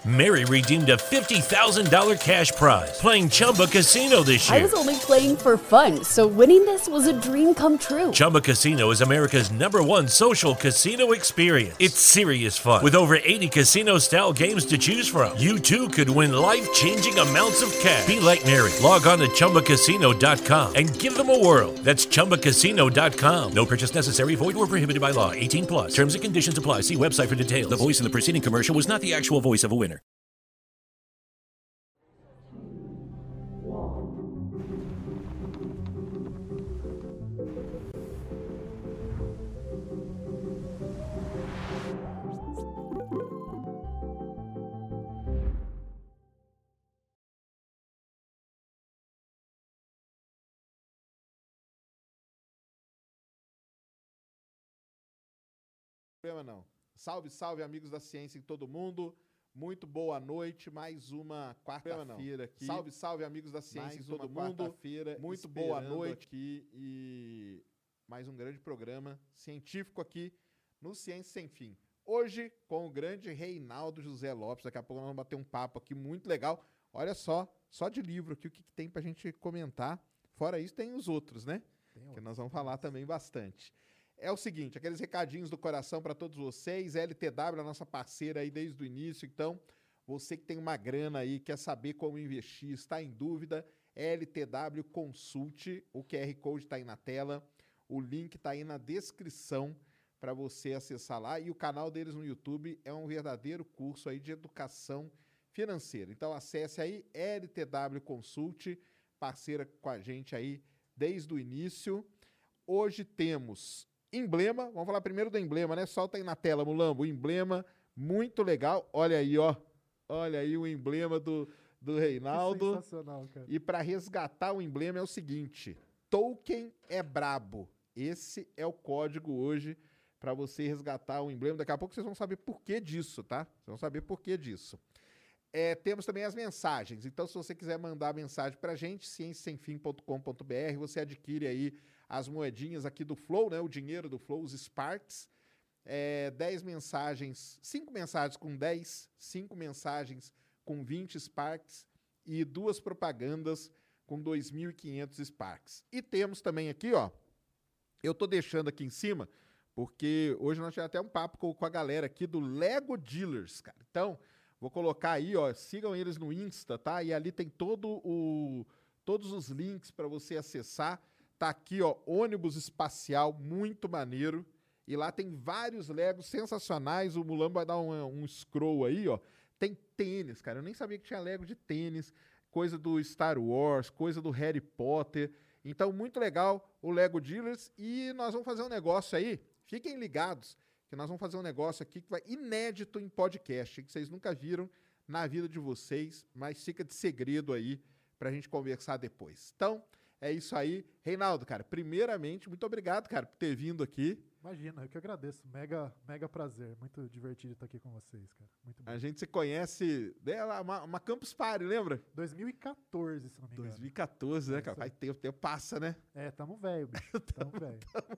Mary redeemed a $50,000 cash prize playing Chumba Casino this year. I was only playing for fun, so winning this was a dream come true. Chumba Casino is America's #1 social casino experience. It's serious fun. With over 80 casino-style games to choose from, you too could win life-changing amounts of cash. Be like Mary. Log on to ChumbaCasino.com and give them a whirl. That's ChumbaCasino.com. No purchase necessary. Void or prohibited by law. 18 plus. Terms and conditions apply. See website for details. The voice in the preceding commercial was not the actual voice of a winner. Não. Salve, salve, amigos da ciência em todo mundo. Muito boa noite. Mais uma quarta-feira aqui. Salve, salve, amigos da ciência em todo mundo. Muito boa noite aqui e mais um grande programa científico aqui no Ciência Sem Fim. Hoje com o grande Reinaldo José Lopes. Daqui a pouco nós vamos bater um papo aqui muito legal. Olha só de livro aqui o que tem pra gente comentar. Fora isso tem os outros, né? Que nós vamos falar também bastante. É o seguinte, aqueles recadinhos do coração para todos vocês, LTW, a nossa parceira aí desde o início, então, você que tem uma grana aí, quer saber como investir, está em dúvida, LTW Consulte, o QR Code está aí na tela, o link está aí na descrição para você acessar lá, e o canal deles no YouTube é um verdadeiro curso aí de educação financeira. Então, acesse aí, LTW Consulte, parceira com a gente aí desde o início. Hoje temos emblema, vamos falar primeiro do emblema, né? Solta aí na tela, Mulambo, o emblema, muito legal. Olha aí, ó. Olha aí o emblema do Reinaldo. Sensacional, cara. E para resgatar o emblema é o seguinte, Tolkien é brabo. Esse é o código hoje para você resgatar o emblema. Daqui a pouco vocês vão saber por que disso, tá? Vocês vão saber por que disso. Temos também as mensagens. Então, se você quiser mandar mensagem pra gente, cienciasemfim.com.br, você adquire aí as moedinhas aqui do Flow, né? O dinheiro do Flow, os Sparks. 10 mensagens, 5 mensagens com 10, 5 mensagens com 20 Sparks e 2 propagandas com 2.500 Sparks. E temos também aqui, ó, eu tô deixando aqui em cima, porque hoje nós tivemos até um papo com a galera aqui do Lego Dealers, cara. Então, vou colocar aí, ó, sigam eles no Insta, tá? E ali tem todos os links para você acessar. Tá aqui, ó, ônibus espacial, muito maneiro. E lá tem vários Legos sensacionais. O Mulambo vai dar um scroll aí, ó. Tem tênis, cara. Eu nem sabia que tinha Lego de tênis. Coisa do Star Wars, coisa do Harry Potter. Então, muito legal o Lego Dealers. E nós vamos fazer um negócio aí. Fiquem ligados, que nós vamos fazer um negócio aqui que vai inédito em podcast, que vocês nunca viram na vida de vocês, mas fica de segredo aí pra gente conversar depois. Então, é isso aí. Reinaldo, cara, primeiramente, muito obrigado, cara, por ter vindo aqui. Imagina, eu que agradeço. Mega prazer. Muito divertido estar aqui com vocês, cara. Muito bom. A gente se conhece, né, uma Campus Party, lembra? 2014, se não me engano. 2014, né, cara? Faz tempo, o tempo passa, né? Tamo velho, bicho. Tamo velho.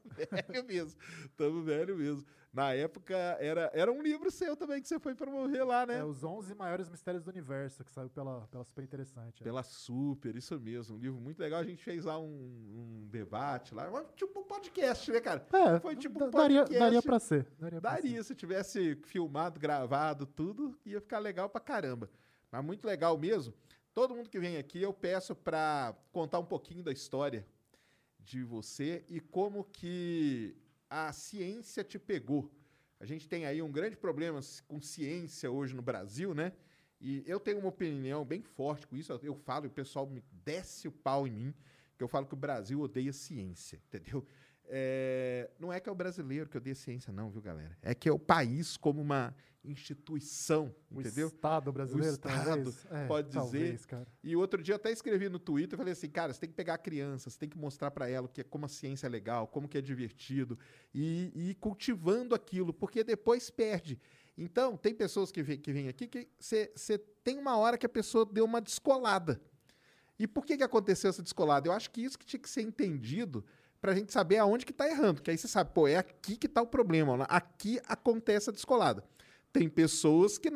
Tamo velho mesmo. Na época, era um livro seu também que você foi promover lá, né? Os 11 maiores mistérios do universo, que saiu pela Super Interessante. Pela Super, isso mesmo. Um livro muito legal. A gente fez lá um debate lá. Tipo um podcast, né, cara? Foi tipo um podcast. Daria pra ser. Daria, se tivesse filmado, gravado, tudo, ia ficar legal pra caramba. Mas muito legal mesmo. Todo mundo que vem aqui, eu peço pra contar um pouquinho da história de você e como que a ciência te pegou. A gente tem aí um grande problema com ciência hoje no Brasil, né? E eu tenho uma opinião bem forte com isso. Eu falo, e o pessoal me desce o pau em mim, que eu falo que o Brasil odeia ciência, entendeu? Não é que é o brasileiro que odeia ciência, não, viu, galera? É que é o país como uma instituição, entendeu? O Estado brasileiro, o Estado, pode dizer. Cara. E outro dia eu até escrevi no Twitter, falei assim, cara, você tem que pegar a criança, você tem que mostrar para ela como a ciência é legal, como que é divertido, e ir cultivando aquilo, porque depois perde. Então, tem pessoas que vêm aqui que você tem uma hora que a pessoa deu uma descolada. E por que aconteceu essa descolada? Eu acho que isso que tinha que ser entendido pra gente saber aonde que tá errando. Que aí você sabe, pô, é aqui que tá o problema. Aqui acontece a descolada. Tem pessoas que não,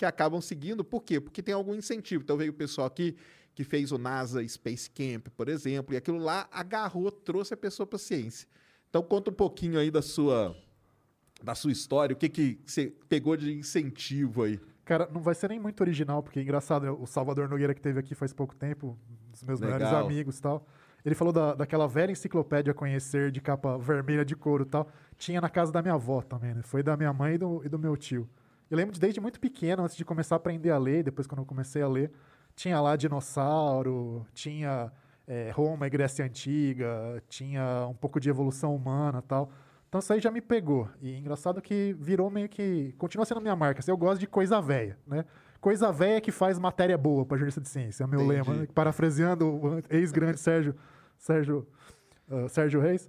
que acabam seguindo. Por quê? Porque tem algum incentivo. Então veio o pessoal aqui que fez o NASA Space Camp, por exemplo, e aquilo lá agarrou, trouxe a pessoa para a ciência. Então conta um pouquinho aí da sua história, o que você pegou de incentivo aí. Cara, não vai ser nem muito original, porque é engraçado, o Salvador Nogueira que teve aqui faz pouco tempo, um dos meus melhores amigos e tal, ele falou daquela velha enciclopédia Conhecer de capa vermelha de couro e tal, tinha na casa da minha avó também, né? Foi da minha mãe e do meu tio. Eu lembro desde muito pequeno, antes de começar a aprender a ler, depois quando eu comecei a ler, tinha lá dinossauro, tinha Roma e Grécia Antiga, tinha um pouco de evolução humana e tal. Então isso aí já me pegou. E engraçado que virou meio que... Continua sendo a minha marca. Assim, eu gosto de coisa velha, né? Coisa velha que faz matéria boa para jornalista de ciência. É o meu lema. Né? Parafraseando o ex-grande Sérgio Reis.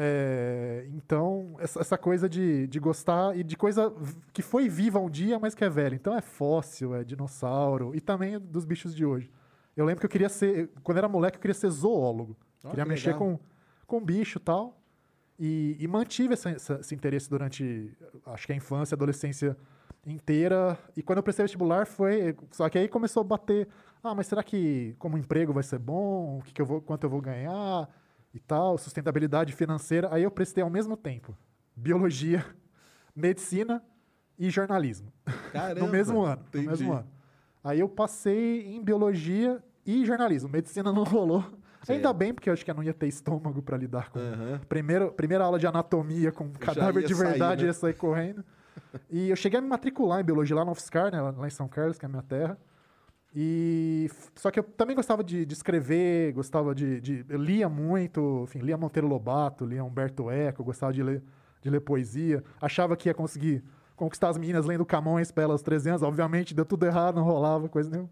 Então, essa coisa de gostar e de coisa que foi viva um dia, mas que é velha. Então é fóssil, é dinossauro e também dos bichos de hoje. Eu lembro que eu queria ser... Quando era moleque, eu queria ser zoólogo. Queria mexer com bicho e tal. E mantive esse interesse durante, acho que a infância, a adolescência inteira. E quando eu prestei vestibular foi... Só que aí começou a bater... mas será que como emprego vai ser bom? Quanto eu vou ganhar? E tal, sustentabilidade financeira. Aí eu prestei ao mesmo tempo biologia, medicina e jornalismo. Caramba, no mesmo ano. Aí eu passei em biologia e jornalismo. Medicina não rolou. Ainda bem, porque eu acho que eu não ia ter estômago para lidar com... Primeira aula de anatomia com cadáver de verdade, ia sair correndo. E eu cheguei a me matricular em biologia lá na UFSCar, né, lá em São Carlos, que é a minha terra. Só que eu também gostava de escrever, gostava eu lia muito, enfim, lia Monteiro Lobato, lia Humberto Eco, gostava de ler poesia. Achava que ia conseguir conquistar as meninas lendo Camões para elas aos 13 anos. Obviamente, deu tudo errado, não rolava coisa nenhuma.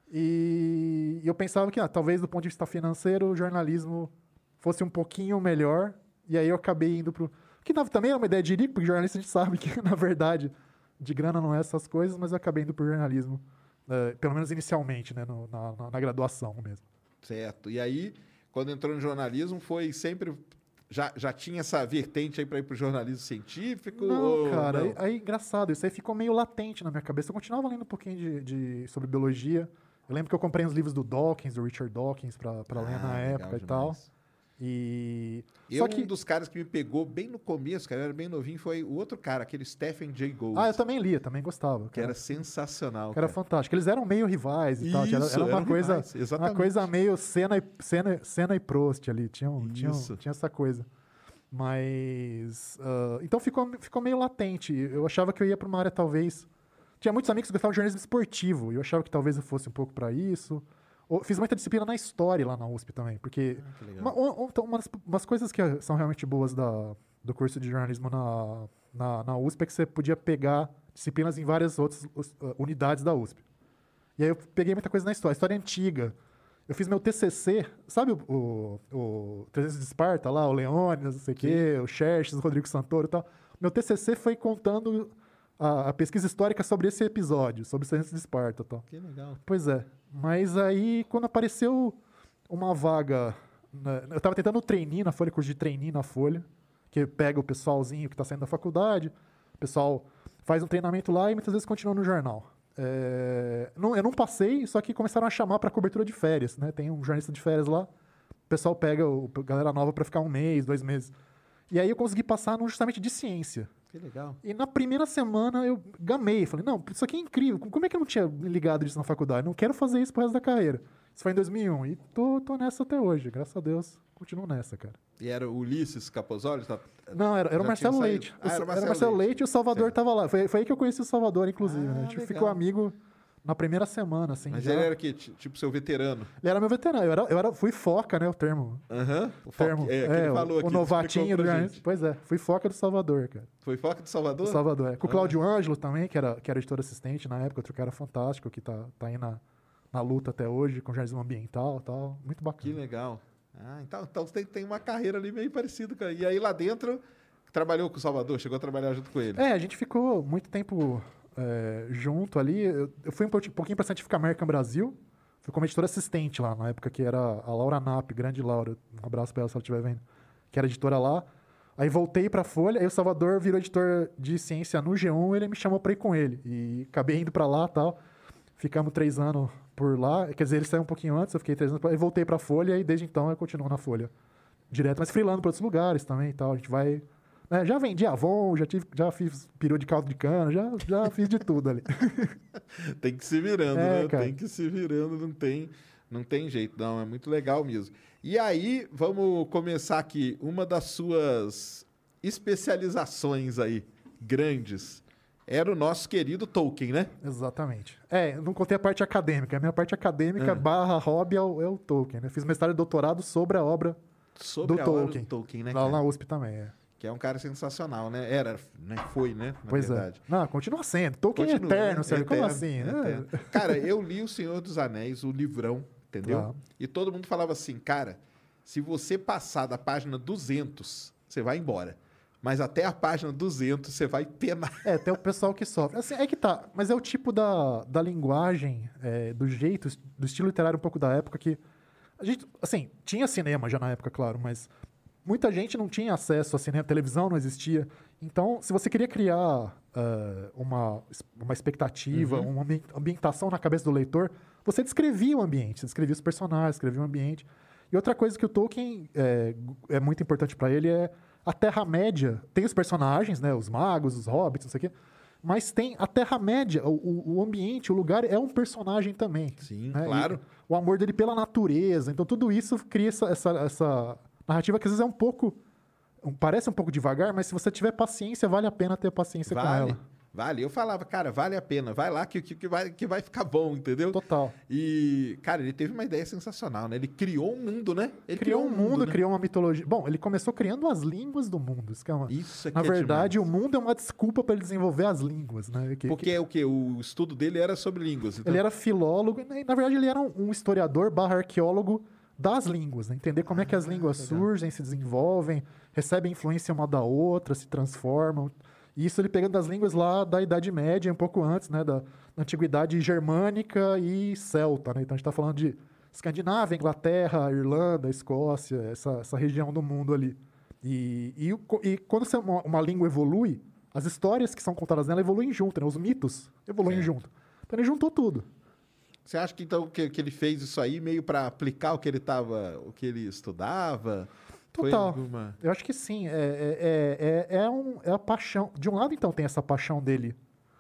E eu pensava que, talvez do ponto de vista financeiro, o jornalismo fosse um pouquinho melhor. E aí eu acabei indo pro... Que também é uma ideia de rico, porque jornalista a gente sabe que, na verdade, de grana não é essas coisas, mas eu acabei indo pro jornalismo, pelo menos inicialmente, né, na graduação mesmo. Certo. E aí, quando entrou no jornalismo, foi sempre... Já tinha essa vertente aí para ir pro jornalismo científico? Não, cara. Não? Aí, engraçado, isso aí ficou meio latente na minha cabeça. Eu continuava lendo um pouquinho sobre biologia. Eu lembro que eu comprei uns livros do Dawkins, do Richard Dawkins, para ler na época e tal. Um dos caras que me pegou bem no começo, cara, era bem novinho, foi o outro cara, aquele Stephen Jay Gould. Eu também lia, também gostava. Que era sensacional. Que era fantástico. Eles eram meio rivais e tal. Era uma coisa meio Senna e Proust ali. Tinha essa coisa. Mas... então ficou meio latente. Eu achava que eu ia para uma área, talvez... Tinha muitos amigos que gostavam de jornalismo esportivo. E eu achava que talvez eu fosse um pouco para isso. Fiz muita disciplina na história lá na USP também. Porque umas coisas que são realmente boas do curso de jornalismo na USP é que você podia pegar disciplinas em várias outras unidades da USP. E aí eu peguei muita coisa na história antiga. Eu fiz meu TCC, sabe o 300 de Esparta lá, o Leônidas, não sei o quê, o Xerxes, o Rodrigo Santoro e tal. Meu TCC foi contando a pesquisa histórica sobre esse episódio, sobre os 300 de Esparta e tal. Que legal. Pois é. Mas aí, quando apareceu uma vaga... eu estava tentando na Folha, curso de trainee na Folha, que pega o pessoalzinho que está saindo da faculdade, o pessoal faz um treinamento lá e muitas vezes continua no jornal. Eu não passei, só que começaram a chamar para cobertura de férias, né? Tem um jornalista de férias lá, o pessoal pega a galera nova para ficar 1 mês, 2 meses. E aí eu consegui passar justamente de ciência. Que legal. E na primeira semana eu gamei. Falei, não, isso aqui é incrível. Como é que eu não tinha ligado disso na faculdade? Não quero fazer isso pro resto da carreira. Isso foi em 2001. E tô nessa até hoje. Graças a Deus, continuo nessa, cara. E era o Ulisses Capozoli? Não, era o Marcelo Leite. Era o Marcelo Leite e o Salvador tava lá. Foi aí que eu conheci o Salvador, inclusive. Né? A gente ficou amigo na primeira semana, assim. Mas ele era que tipo seu veterano? Ele era meu veterano. Fui foca, né, o termo. O termo. Que ele falou aqui. O novatinho do jornalismo. Pois é, fui foca do Salvador, cara. Foi foca do Salvador? Do Salvador, Com o Cláudio Ângelo também, que era editor assistente na época, outro cara fantástico, que tá aí na luta até hoje, com jornalismo ambiental e tal. Muito bacana. Que legal. Então você tem uma carreira ali meio parecida, cara. E aí lá dentro, trabalhou com o Salvador, chegou a trabalhar junto com ele? A gente ficou muito tempo junto ali. Eu fui um pouquinho para Scientific American Brasil. Fui como editora assistente lá, na época que era a Laura Napp, grande Laura. Um abraço para ela se ela estiver vendo. Que era editora lá. Aí voltei pra Folha, aí o Salvador virou editor de ciência no G1, ele me chamou pra ir com ele. E acabei indo pra lá e tal. Ficamos 3 anos por lá. Quer dizer, ele saiu um pouquinho antes, eu fiquei 3 anos. Aí voltei pra Folha e desde então eu continuo na Folha. Direto, mas freelando pra outros lugares também e tal. A gente vai... né, já vendi Avon, já fiz peru de caldo de cana, já fiz de tudo ali. Tem que se virando, né? Cara. Tem que se virando, não tem jeito, não. É muito legal mesmo. E aí, vamos começar aqui. Uma das suas especializações aí, grandes, era o nosso querido Tolkien, né? Exatamente. Eu não contei a parte acadêmica. A minha parte acadêmica barra hobby é o Tolkien, né? Fiz mestrado e doutorado sobre a obra Sobre do a obra Tolkien. do Tolkien, né, Lá cara? na USP também, Que é um cara sensacional, né? Era, né? Foi, né? Na Pois verdade. é. Não, continua sendo. Tolkien Continua, é eterno, né? sério. Como Eterno, assim? eterno. Cara, eu li O Senhor dos Anéis, o livrão, entendeu? Claro. E todo mundo falava assim, cara, se você passar da página 200, você vai embora. Mas até a página 200, você vai penar. Tem o pessoal que sofre. Assim, é que tá. Mas é o tipo da linguagem, do jeito, do estilo literário um pouco da época que... A gente, assim, tinha cinema já na época, claro, mas muita gente não tinha acesso a cinema, televisão não existia. Então, se você queria criar uma expectativa, uma ambientação na cabeça do leitor, você descrevia o ambiente, você descrevia os personagens, descrevia o ambiente. E outra coisa que o Tolkien é muito importante para ele é a Terra-média. Tem os personagens, né, os magos, os hobbits, não sei o quê, mas tem a Terra-média, o ambiente, o lugar é um personagem também. Sim, né? claro. E o amor dele pela natureza. Então, tudo isso cria essa narrativa que às vezes é um pouco... Parece um pouco devagar, mas se você tiver paciência, vale a pena ter paciência com ela. Vale. Eu falava, cara, vale a pena. Vai lá que vai ficar bom, entendeu? Total. E, cara, ele teve uma ideia sensacional, né? Ele criou um mundo, né? Ele Criou um mundo, né? criou uma mitologia. Bom, ele começou criando as línguas do mundo. Isso aqui Na é verdade, demais. o mundo é uma desculpa para ele desenvolver as línguas, né? Porque é o quê? O estudo dele era sobre línguas. Então... Ele era filólogo, e, na verdade, ele era um historiador barra arqueólogo das línguas, né? Entender como é que as línguas surgem, se desenvolvem, recebem influência uma da outra, se transformam. E isso ele pegando das línguas lá da Idade Média, um pouco antes, né? Da Antiguidade Germânica e Celta, né? Então a gente está falando de Escandinávia, Inglaterra, Irlanda, Escócia, essa região do mundo ali. E quando uma língua evolui, as histórias que são contadas nela evoluem junto, né? Os mitos evoluem junto. Então ele juntou tudo. Você acha que então que ele fez isso aí meio para aplicar o que ele estudava? Total. Foi alguma... Eu acho que sim. É a paixão. De um lado, então, tem essa paixão dele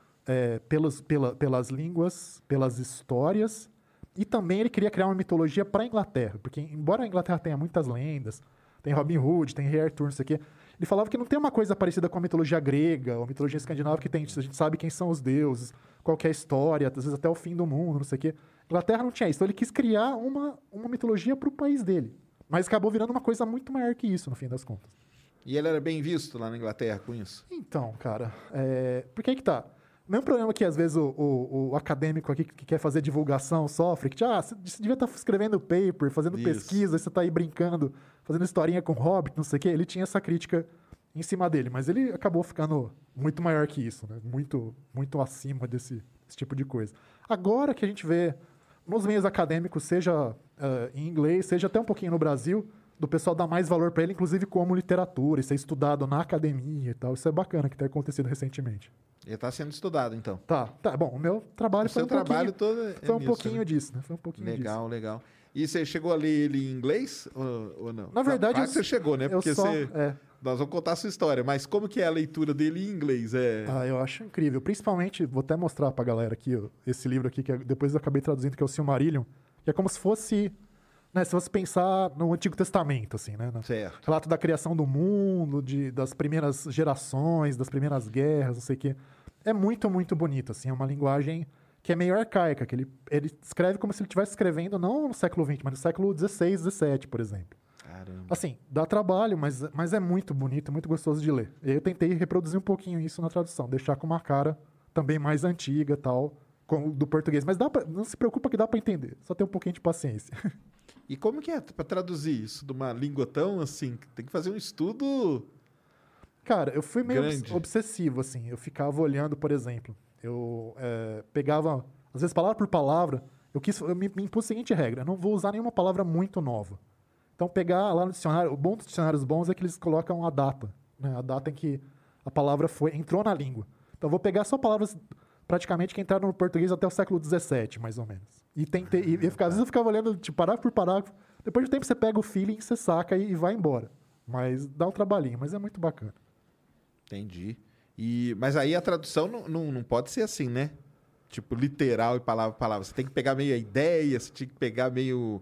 pelas línguas, pelas histórias, e também ele queria criar uma mitologia para a Inglaterra, porque embora a Inglaterra tenha muitas lendas, tem Robin Hood, tem Rei Arthur, não sei o quê, ele falava que não tem uma coisa parecida com a mitologia grega ou a mitologia escandinava que tem, a gente sabe quem são os deuses, qual que é a história, às vezes até o fim do mundo, não sei o quê. A Inglaterra não tinha isso, então ele quis criar uma mitologia para o país dele. Mas acabou virando uma coisa muito maior que isso, no fim das contas. E ele era bem visto lá na Inglaterra com isso? Então, cara, porque aí que tá. O mesmo problema que, às vezes, o acadêmico aqui que quer fazer divulgação sofre, que você devia estar escrevendo paper, fazendo pesquisa, aí você tá aí brincando, fazendo historinha com Hobbit, não sei o quê. Ele tinha essa crítica em cima dele, mas ele acabou ficando muito maior que isso, né? Muito, muito acima desse tipo de coisa. Agora que a gente vê nos meios acadêmicos, seja em inglês, seja até um pouquinho no Brasil, do pessoal dar mais valor para ele, inclusive como literatura, e ser estudado na academia e tal. Isso é bacana que tem acontecido recentemente. Ele está sendo estudado, então. Tá. Bom, o meu trabalho foi um trabalho pouquinho... todo Foi um nisso, pouquinho né? disso, né? Foi um pouquinho disso. Legal. E você chegou a ler ele em inglês ou não? Na verdade, Claro que você chegou, né? Porque é. nós vamos contar a sua história, mas como que é a leitura dele em inglês? Eu acho incrível. Principalmente, vou até mostrar pra galera aqui, ó, esse livro aqui, que depois eu acabei traduzindo, que é o Silmarillion, que é como se fosse... Né, se você pensar no Antigo Testamento, assim, né? Certo. Relato da criação do mundo, das primeiras gerações, das primeiras guerras, não sei o quê. É muito, muito bonito, assim. É uma linguagem que é meio arcaica, que ele escreve como se ele estivesse escrevendo não no século XX, mas no século XVI, XVII, por exemplo. Caramba. Assim, dá trabalho, mas é muito bonito, muito gostoso de ler. E aí eu tentei reproduzir um pouquinho isso na tradução, deixar com uma cara também mais antiga, tal, do português. Mas não se preocupa que dá para entender, só ter um pouquinho de paciência. E como que é para traduzir isso de uma língua tão assim? Tem que fazer um estudo... Cara, eu fui meio grande. obsessivo, assim. Eu ficava olhando, por exemplo. Eu pegava, às vezes, palavra por palavra. Eu me impus a seguinte regra. Eu não vou usar nenhuma palavra muito nova. Então, pegar lá no dicionário... O bom dos dicionários bons é que eles colocam a data. né? A data em que a palavra entrou na língua. Então, eu vou pegar só palavras praticamente que entraram no português até o século XVII, mais ou menos. E às vezes eu ficava olhando, tipo, parágrafo por parágrafo. Depois de tempo você pega o feeling, você saca e vai embora. Mas dá um trabalhinho, mas é muito bacana. Entendi. Mas aí a tradução não pode ser assim, né? Tipo, literal e palavra por palavra. Você tem que pegar meio a ideia, você tem que pegar meio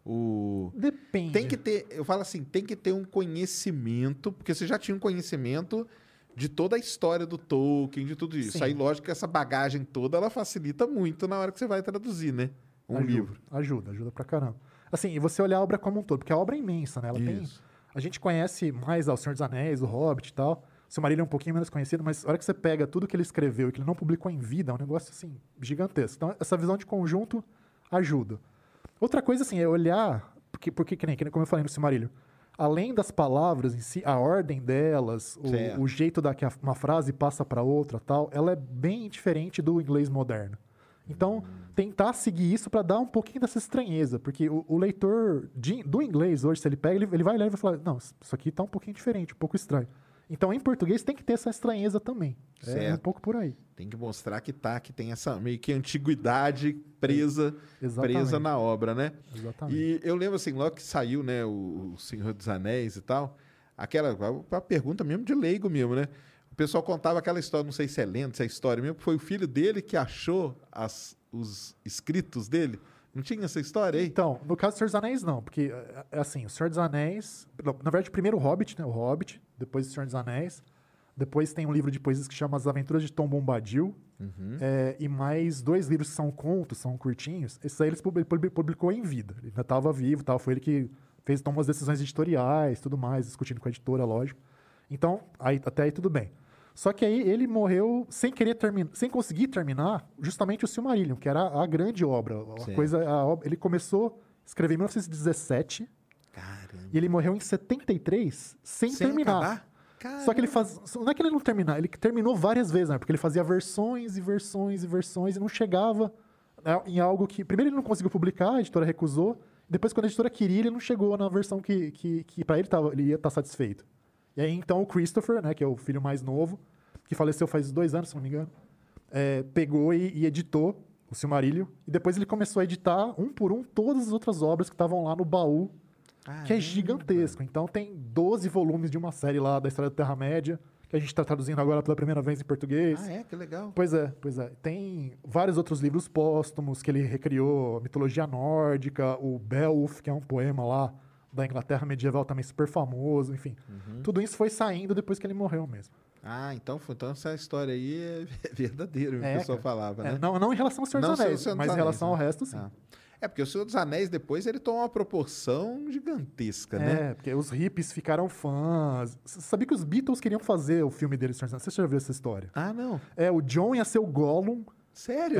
Depende. Tem que ter, eu falo assim, tem que ter um conhecimento, porque você já tinha um conhecimento de toda a história do Tolkien, de tudo isso. Sim. Aí, lógico que essa bagagem toda, ela facilita muito na hora que você vai traduzir, né? Livro. Ajuda pra caramba. Assim, e você olhar a obra como um todo, porque a obra é imensa, né? A gente conhece mais O Senhor dos Anéis, O Hobbit e tal. O Silmarillion é um pouquinho menos conhecido, mas a hora que você pega tudo que ele escreveu e que ele não publicou em vida, é um negócio, assim, gigantesco. Então, essa visão de conjunto ajuda. Outra coisa, assim, é olhar... Porque que nem como eu falei no Silmarillion, além das palavras em si, a ordem delas, o jeito que uma frase passa para outra, tal, ela é bem diferente do inglês moderno. Então, tentar seguir isso para dar um pouquinho dessa estranheza, porque o leitor do inglês hoje, se ele pega, ele vai ler e vai falar, não, isso aqui tá um pouquinho diferente, um pouco estranho. Então, em português, tem que ter essa estranheza também. É um pouco por aí. Tem que mostrar que tem essa meio que antiguidade presa na obra, né? Exatamente. E eu lembro assim, logo que saiu, né, o Senhor dos Anéis e tal, a pergunta mesmo de leigo mesmo, né? O pessoal contava aquela história, não sei se é lenda, se é história mesmo, que foi o filho dele que achou os escritos dele. Não tinha essa história aí? Então, no caso do Senhor dos Anéis, não. Porque, assim, o Senhor dos Anéis... Na verdade, primeiro o Hobbit, né? O Hobbit, depois o Senhor dos Anéis. Depois tem um livro de poesias que chama As Aventuras de Tom Bombadil. E mais 2 livros que são contos, são curtinhos. Esses aí ele publicou em vida. Ele ainda estava vivo, tal. Foi ele que tomou as decisões editoriais, tudo mais, discutindo com a editora, lógico. Então, até aí tudo bem. Só que aí ele morreu sem conseguir terminar justamente o Silmarillion, que era a grande obra. Ele começou a escrever em 1917. Caramba. E ele morreu em 73 sem terminar. Só que não é que ele não terminar, ele terminou várias vezes, né? Porque ele fazia versões e versões e versões e não chegava em algo que... Primeiro ele não conseguiu publicar, a editora recusou. Depois, quando a editora queria, ele não chegou na versão que para ele ia estar satisfeito. E aí, então, o Christopher, né, que é o filho mais novo, que faleceu faz 2 anos, se não me engano, pegou e editou o Silmarillion. E depois ele começou a editar, um por um, todas as outras obras que estavam lá no baú, que é gigantesco. Então, tem 12 volumes de uma série lá da História da Terra-média, que a gente está traduzindo agora pela primeira vez em português. Que legal. Pois é. Tem vários outros livros póstumos que ele recriou, a mitologia nórdica, o Beowulf, que é um poema lá da Inglaterra medieval também super famoso, enfim. Tudo isso foi saindo depois que ele morreu mesmo. Então essa história aí é verdadeira, o pessoal falava, né? Não em relação ao Senhor dos Anéis, mas em relação ao resto, sim. Porque o Senhor dos Anéis, depois, ele tomou uma proporção gigantesca, né? Porque os hippies ficaram fãs. Você sabia que os Beatles queriam fazer o filme deles, Senhor dos Anéis? Você já viu essa história? Não. O John ia ser o Gollum. Sério?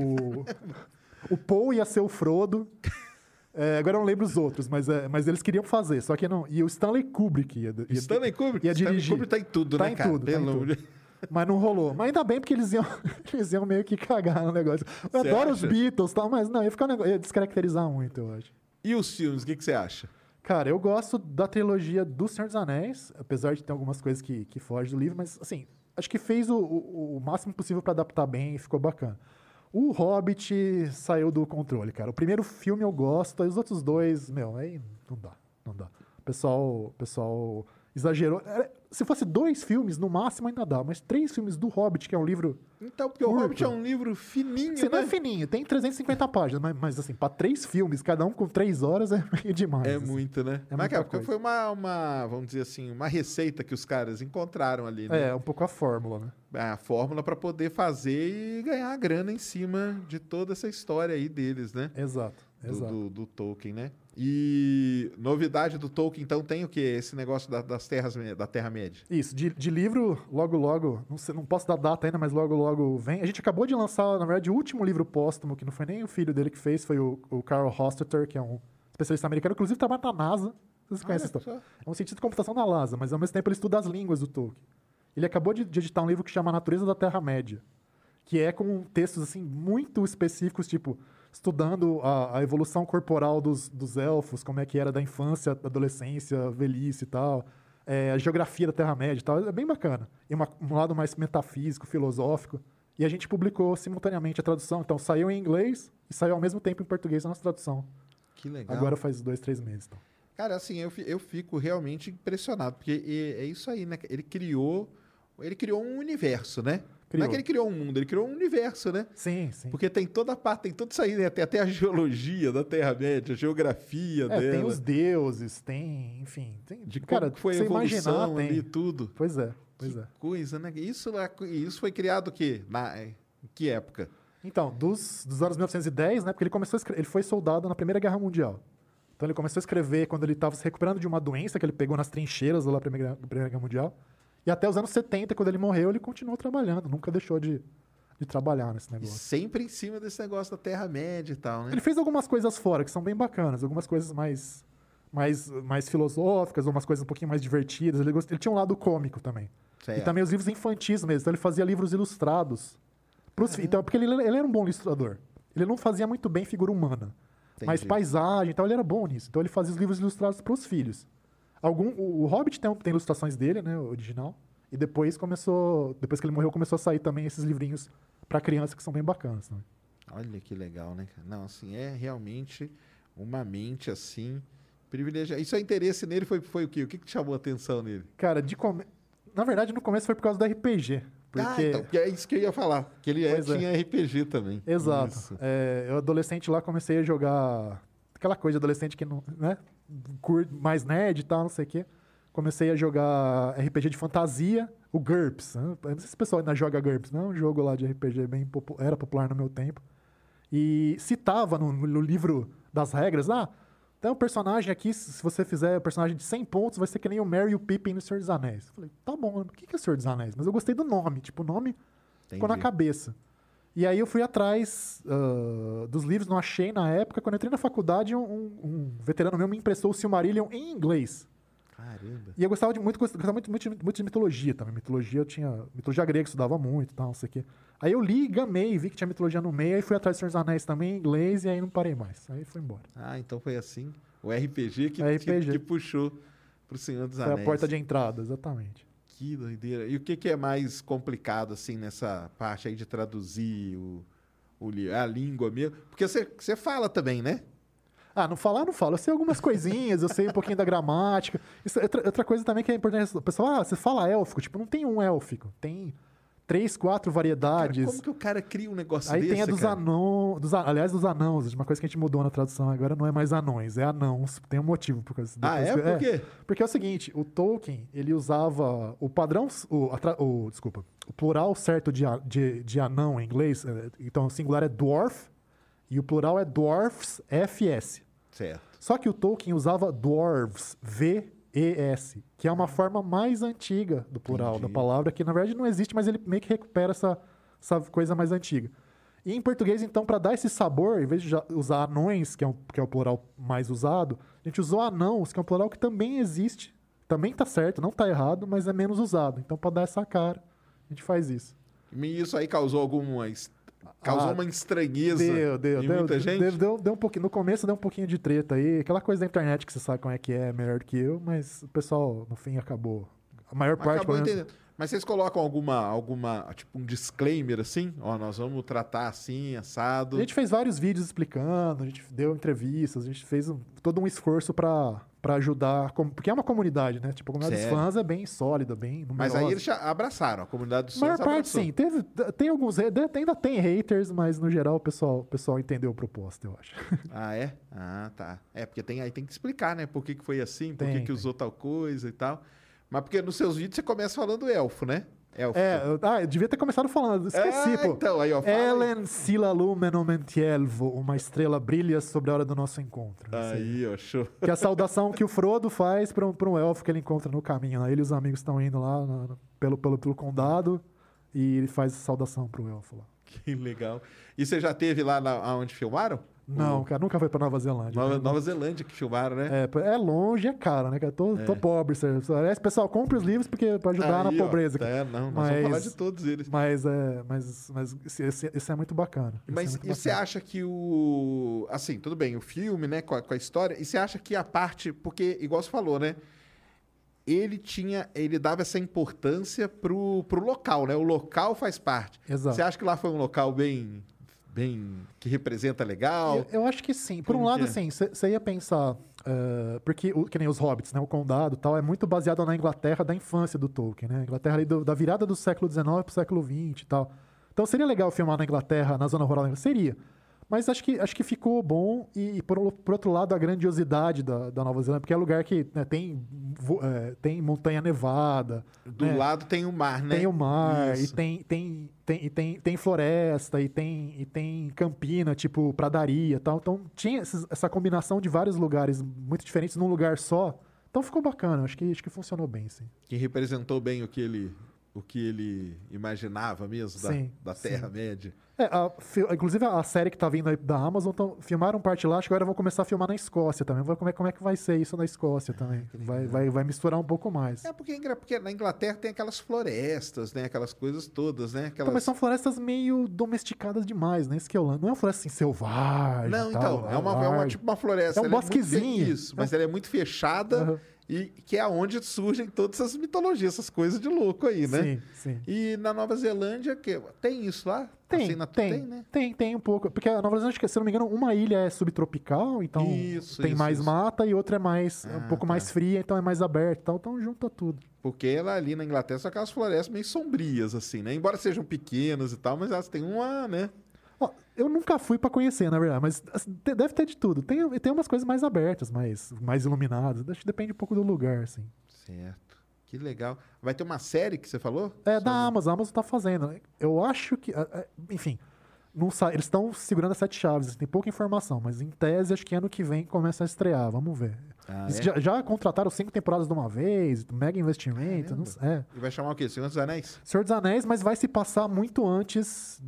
O Paul ia ser o Frodo. Agora eu não lembro os outros, mas eles queriam fazer, só que não. E o Stanley Kubrick ia dirigir. Stanley Kubrick tá em tudo, né, cara? Tá em tudo. Mas não rolou. Mas ainda bem, porque eles iam meio que cagar no negócio. Eu adoro os Beatles e tal, mas não, ia descaracterizar muito, eu acho. E os filmes, o que você acha? Cara, eu gosto da trilogia do Senhor dos Anéis, apesar de ter algumas coisas que fogem do livro, mas, assim, acho que fez o máximo possível pra adaptar bem e ficou bacana. O Hobbit saiu do controle, cara. O primeiro filme eu gosto, aí os outros 2, aí não dá. O pessoal exagerou. Se fosse 2 filmes, no máximo ainda dá, mas 3 filmes do Hobbit, que é um livro... Então, porque o Hobbit é um livro fininho, né? Não é fininho, tem 350 páginas, mas assim, pra 3 filmes, cada um com 3 horas, é meio demais. É muito, né? Mas, porque foi uma, vamos dizer assim, uma receita que os caras encontraram ali, né? Um pouco a fórmula, né? A fórmula para poder fazer e ganhar a grana em cima de toda essa história aí deles, né? Exato. Do Tolkien, né? E novidade do Tolkien, então, tem o quê? Esse negócio da Terra-média. Isso, de livro, logo, não posso dar data ainda, mas logo vem. A gente acabou de lançar, na verdade, o último livro póstumo, que não foi nem o filho dele que fez, foi o Carl Hostetter, que é um especialista americano, inclusive trabalha na NASA. Vocês conhecem essa história? É um cientista de computação da NASA, mas ao mesmo tempo ele estuda as línguas do Tolkien. Ele acabou de editar um livro que chama A Natureza da Terra-média, que é com textos assim muito específicos, tipo, estudando a evolução corporal dos elfos, como é que era da infância, adolescência, velhice e tal. a geografia da Terra-média e tal. É bem bacana. E um lado mais metafísico, filosófico. E a gente publicou simultaneamente a tradução. Então, saiu em inglês e saiu ao mesmo tempo em português a nossa tradução. Que legal. Agora faz 2, 3 meses. Então. Cara, assim, eu fico realmente impressionado, porque é isso aí, né? Ele criou um universo, né? Não é que ele criou um mundo, ele criou um universo, né? Sim, sim. Porque tem toda a parte, tem tudo isso aí, né? Tem até a geologia da Terra-média, a geografia dela. Tem os deuses, tem, enfim. De cara, como foi a você evolução imaginar, ali, tem. tudo. Pois é. Coisa, né? Isso foi criado o quê? Em que época? Então, dos anos 1910, né? Porque ele foi soldado na Primeira Guerra Mundial. Então ele começou a escrever quando ele estava se recuperando de uma doença que ele pegou nas trincheiras lá da Primeira Guerra Mundial. E até os anos 70, quando ele morreu, ele continuou trabalhando. Nunca deixou de trabalhar nesse E negócio. sempre em cima desse negócio da Terra-média e tal, né? Ele fez algumas coisas fora, que são bem bacanas. Algumas coisas mais filosóficas, ou umas coisas um pouquinho mais divertidas. Ele tinha um lado cômico também. Certo. E também os livros infantis mesmo. Então ele fazia livros ilustrados. Então, porque ele era um bom ilustrador. Ele não fazia muito bem figura humana. Entendi. Mas paisagem e tal, ele era bom nisso. Então ele fazia os livros ilustrados para os filhos. O Hobbit tem ilustrações dele, né, o original. E depois que ele morreu, começou a sair também esses livrinhos para criança que são bem bacanas também. Olha que legal, né? Não, assim, é realmente uma mente, assim, privilegiada. E seu interesse nele foi o quê? O que te chamou a atenção nele? Cara, na verdade, no começo foi por causa do RPG. Porque é isso que eu ia falar. Que ele tinha RPG também. Exato. Isso. Eu, adolescente lá, comecei a jogar... Aquela coisa de adolescente que não... né? Mais nerd e tal, não sei o quê. Comecei a jogar RPG de fantasia, o GURPS. Né? Não sei se o pessoal ainda joga GURPS, não é um jogo lá de RPG era popular no meu tempo. E citava no livro das regras, tem um personagem aqui, se você fizer um personagem de 100 pontos, vai ser que nem o Merry e o Pippin no Senhor dos Anéis. Eu falei, tá bom, o que é o Senhor dos Anéis? Mas eu gostei do nome, o nome ficou na cabeça. E aí eu fui atrás dos livros, não achei na época. Quando eu entrei na faculdade, um veterano meu me emprestou o Silmarillion em inglês. Caramba. E eu gostava muito de mitologia também. Mitologia grega, eu estudava muito e tal, não sei o quê. Aí eu li, gamei, vi que tinha mitologia no meio, aí fui atrás do Senhor dos Anéis também em inglês, e aí não parei mais. Aí fui embora. Então foi assim. O RPG que puxou pro Senhor dos Anéis. Foi a porta de entrada, exatamente. Que doideira. E o que é mais complicado, assim, nessa parte aí de traduzir a língua mesmo? Porque você fala também, né? Não falar, não falo. Eu sei algumas coisinhas, eu sei um pouquinho da gramática. Isso, outra coisa também que é importante. O pessoal, você fala élfico. Tipo, não tem um élfico. Tem 3, 4 variedades. Cara, como que o cara cria um negócio aí desse, tem a dos anãos. Aliás, dos anãos. Uma coisa que a gente mudou na tradução agora não é mais anões, é anãos. Tem um motivo. Por quê? Porque é o seguinte, o Tolkien, ele usava o padrão... Desculpa. O plural certo de anão em inglês, então o singular é dwarf, e o plural é dwarfs, FS. Certo. Só que o Tolkien usava dwarves, VES, que é uma forma mais antiga do plural da palavra, que na verdade não existe, mas ele meio que recupera essa coisa mais antiga. E em português, então, para dar esse sabor, em vez de usar anões, que é o plural mais usado, a gente usou anãos, que é um plural que também existe, também tá certo, não tá errado, mas é menos usado. Então, para dar essa cara, a gente faz isso. E isso aí causou uma estranheza em muita gente? Deu um pouquinho. No começo deu um pouquinho de treta aí. Aquela coisa da internet que você sabe como é que é, melhor do que eu, mas o pessoal, no fim, acabou. A maior parte... Acabou entendendo. Mas vocês colocam alguma tipo um disclaimer assim? Nós vamos tratar assim, assado. A gente fez vários vídeos explicando, a gente deu entrevistas, a gente fez todo um esforço para ajudar, porque é uma comunidade, né? Tipo, a comunidade dos fãs é bem sólida, bem numerosa. Mas aí eles já abraçaram, a comunidade dos fãs abraçou. A maior parte, sim. Tem alguns... Ainda tem haters, mas no geral o pessoal entendeu a proposta, eu acho. É? Tá. Porque aí tem que explicar, né? Por que foi assim, por que usou tal coisa e tal. Mas porque nos seus vídeos você começa falando elfo, né? Elfo. Eu devia ter começado falando. Esqueci, pô. Então, aí, Ellen Sila Lumen Omentielvo, uma estrela brilha sobre a hora do nosso encontro. Aí, show. Que é a saudação que o Frodo faz para um elfo que ele encontra no caminho. Ele e os amigos estão indo lá pelo condado e ele faz a saudação pro elfo lá. Que legal. E você já teve lá onde filmaram? Não, cara, nunca foi pra Nova Zelândia. Nova Zelândia que filmaram, né? É longe, é caro, né, cara? Tô pobre. Aliás, pessoal, compre os livros pra ajudar na pobreza. Nós vamos falar de todos eles. Mas esse é muito bacana. E você acha que assim, tudo bem, o filme, né, com a história, e você acha que a parte... Porque, igual você falou, né? ele dava essa importância pro local, né? O local faz parte. Exato. Você acha que lá foi um local bem que representa legal? Eu acho que sim. Por um lado, assim, você ia pensar... porque, que nem os Hobbits, né? O Condado e tal, é muito baseado na Inglaterra da infância do Tolkien, né? Inglaterra ali da virada do século XIX pro século XX e tal. Então seria legal filmar na Inglaterra, na zona rural. Seria. Mas acho que ficou bom. E por outro lado, a grandiosidade da Nova Zelândia, porque é um lugar que, né, tem montanha nevada. Do né? lado tem o mar, né? Tem o mar, Isso. e tem floresta, e tem campina, tipo pradaria e tal. Então tinha essa combinação de vários lugares muito diferentes num lugar só. Então ficou bacana, acho que funcionou bem, sim. Que representou bem o que ele imaginava mesmo da Terra-média. Inclusive a série que tá vindo aí da Amazon, filmaram parte lá, acho que agora vão começar a filmar na Escócia também. Como é que vai ser isso na Escócia também? Vai misturar um pouco mais. Porque na Inglaterra tem aquelas florestas, né? Aquelas coisas todas, né? Então, mas são florestas meio domesticadas demais, né? Isso que é o lance. Não é uma floresta assim selvagem. Não, tal, então, é tipo uma floresta. É um bosquezinho. Isso, mas ela é muito fechada. E que é onde surgem todas essas mitologias, essas coisas de louco aí, né? Sim, sim. E na Nova Zelândia, tem isso lá? Tem, né? Tem um pouco. Porque a Nova Zelândia, se eu não me engano, uma ilha é subtropical, então tem mais mata, e outra é um pouco mais fria, então é mais aberta e tal. Então junta tudo. Porque ela ali na Inglaterra são aquelas florestas meio sombrias, assim, né? Embora sejam pequenas e tal, mas elas têm uma, né? Eu nunca fui pra conhecer, na verdade, mas deve ter de tudo. Tem umas coisas mais abertas, mais iluminadas. Acho que depende um pouco do lugar, assim. Certo. Que legal. Vai ter uma série que você falou? Da Amazon. A Amazon tá fazendo. Eu acho que... Enfim, eles estão segurando as 7 chaves. Tem pouca informação, mas em tese, acho que ano que vem começa a estrear. Vamos ver. Já contrataram 5 temporadas de uma vez, mega investimento. E vai chamar o quê? Senhor dos Anéis? Senhor dos Anéis, mas vai se passar muito antes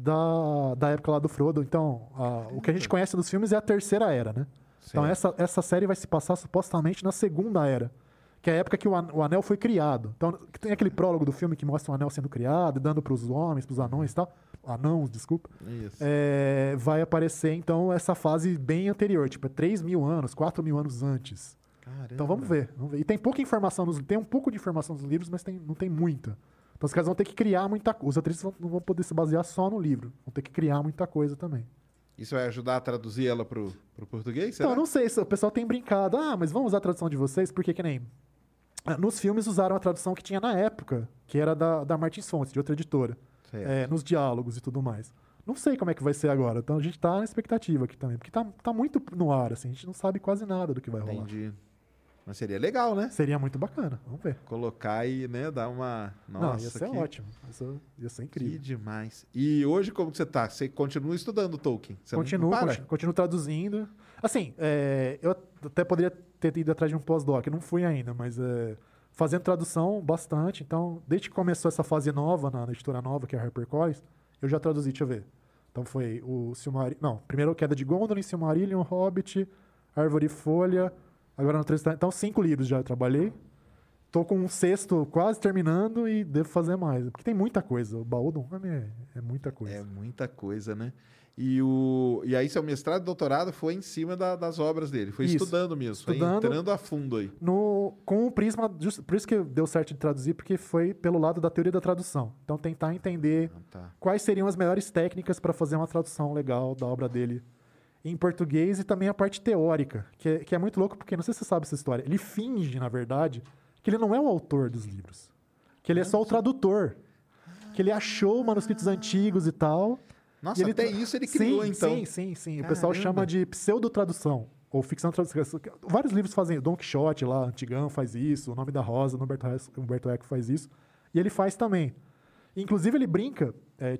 da época lá do Frodo. Então, o que a gente conhece dos filmes é a Terceira Era, né? Certo. Então, essa série vai se passar supostamente na Segunda Era, que é a época que o Anel foi criado. Então, tem aquele prólogo do filme que mostra o Anel sendo criado, dando para os homens, para os anões e tal. Anãos, desculpa. Isso. Vai aparecer, então, essa fase bem anterior, tipo, 3.000 anos, 4.000 anos antes. Caramba. Então vamos ver. E tem pouca informação, tem um pouco de informação nos livros, mas não tem muita. Então os caras vão ter que criar muita coisa. Os atrizes não vão poder se basear só no livro. Vão ter que criar muita coisa também. Isso vai ajudar a traduzir ela pro português? Será? Então, eu não sei. O pessoal tem brincado. Mas vamos usar a tradução de vocês? Porque que nem... Nos filmes usaram a tradução que tinha na época, que era da Martins Fontes, de outra editora. Nos diálogos e tudo mais. Não sei como é que vai ser agora. Então a gente tá na expectativa aqui também. Porque tá muito no ar, assim. A gente não sabe quase nada do que vai rolar. Entendi. Mas seria legal, né? Seria muito bacana. Vamos ver. Colocar e, né, dar uma... Nossa, ia ser ótimo. Ia ser incrível. Que demais. E hoje, como que você tá? Você continua estudando Tolkien? Você Continuo traduzindo. Assim, eu até poderia ter ido atrás de um pós-doc. Não fui ainda, mas fazendo tradução bastante. Então, desde que começou essa fase nova, na editora nova, que é a HarperCollins, eu já traduzi, deixa eu ver. Então foi o Silmarillion... Não, primeiro Queda de Gondolin, Silmarillion, Hobbit, Árvore e Folha... Agora no 3... Então, 5 livros já eu trabalhei. Tô com um 6º quase terminando e devo fazer mais. Porque tem muita coisa. O baú do homem é muita coisa. É muita coisa, né? E aí seu mestrado e doutorado foi em cima das obras dele. Foi estudando mesmo. Foi entrando a fundo aí. Com o prisma... Por isso que deu certo de traduzir, porque foi pelo lado da teoria da tradução. Então, tentar entender quais seriam as melhores técnicas para fazer uma tradução legal da obra dele em português, e também a parte teórica, que é muito louco, porque não sei se você sabe essa história. Ele finge, na verdade, que ele não é o autor dos livros. Que ele é só o tradutor. Que ele achou manuscritos antigos e tal. Nossa, e até isso ele criou, então. Sim. Caramba. O pessoal chama de pseudotradução, ou ficção tradução. Vários livros fazem. Don Quixote lá, Antigão, faz isso. O Nome da Rosa, Humberto Eco faz isso. E ele faz também. Inclusive, ele brinca,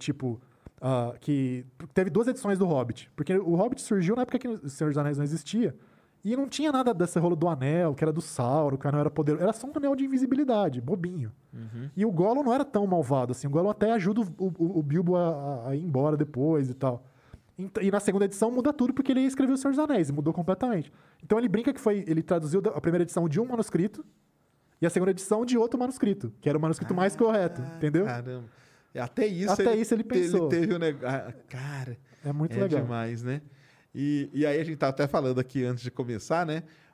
que teve 2 edições do Hobbit. Porque o Hobbit surgiu na época que o Senhor dos Anéis não existia. E não tinha nada desse rolo do anel, que era do Sauron, que o anel era poderoso. Era só um anel de invisibilidade, bobinho. Uhum. E o Gollum não era tão malvado assim. O Gollum até ajuda o Bilbo a ir embora depois e tal. E na segunda edição muda tudo, porque ele escreveu o Senhor dos Anéis e mudou completamente. Então ele brinca que ele traduziu a primeira edição de um manuscrito e a segunda edição de outro manuscrito, que era o manuscrito mais correto, entendeu? Caramba. Até isso ele pensou. Ele teve um negócio. Cara, é muito legal. Demais, né? E aí a gente tá até falando aqui antes de começar, né?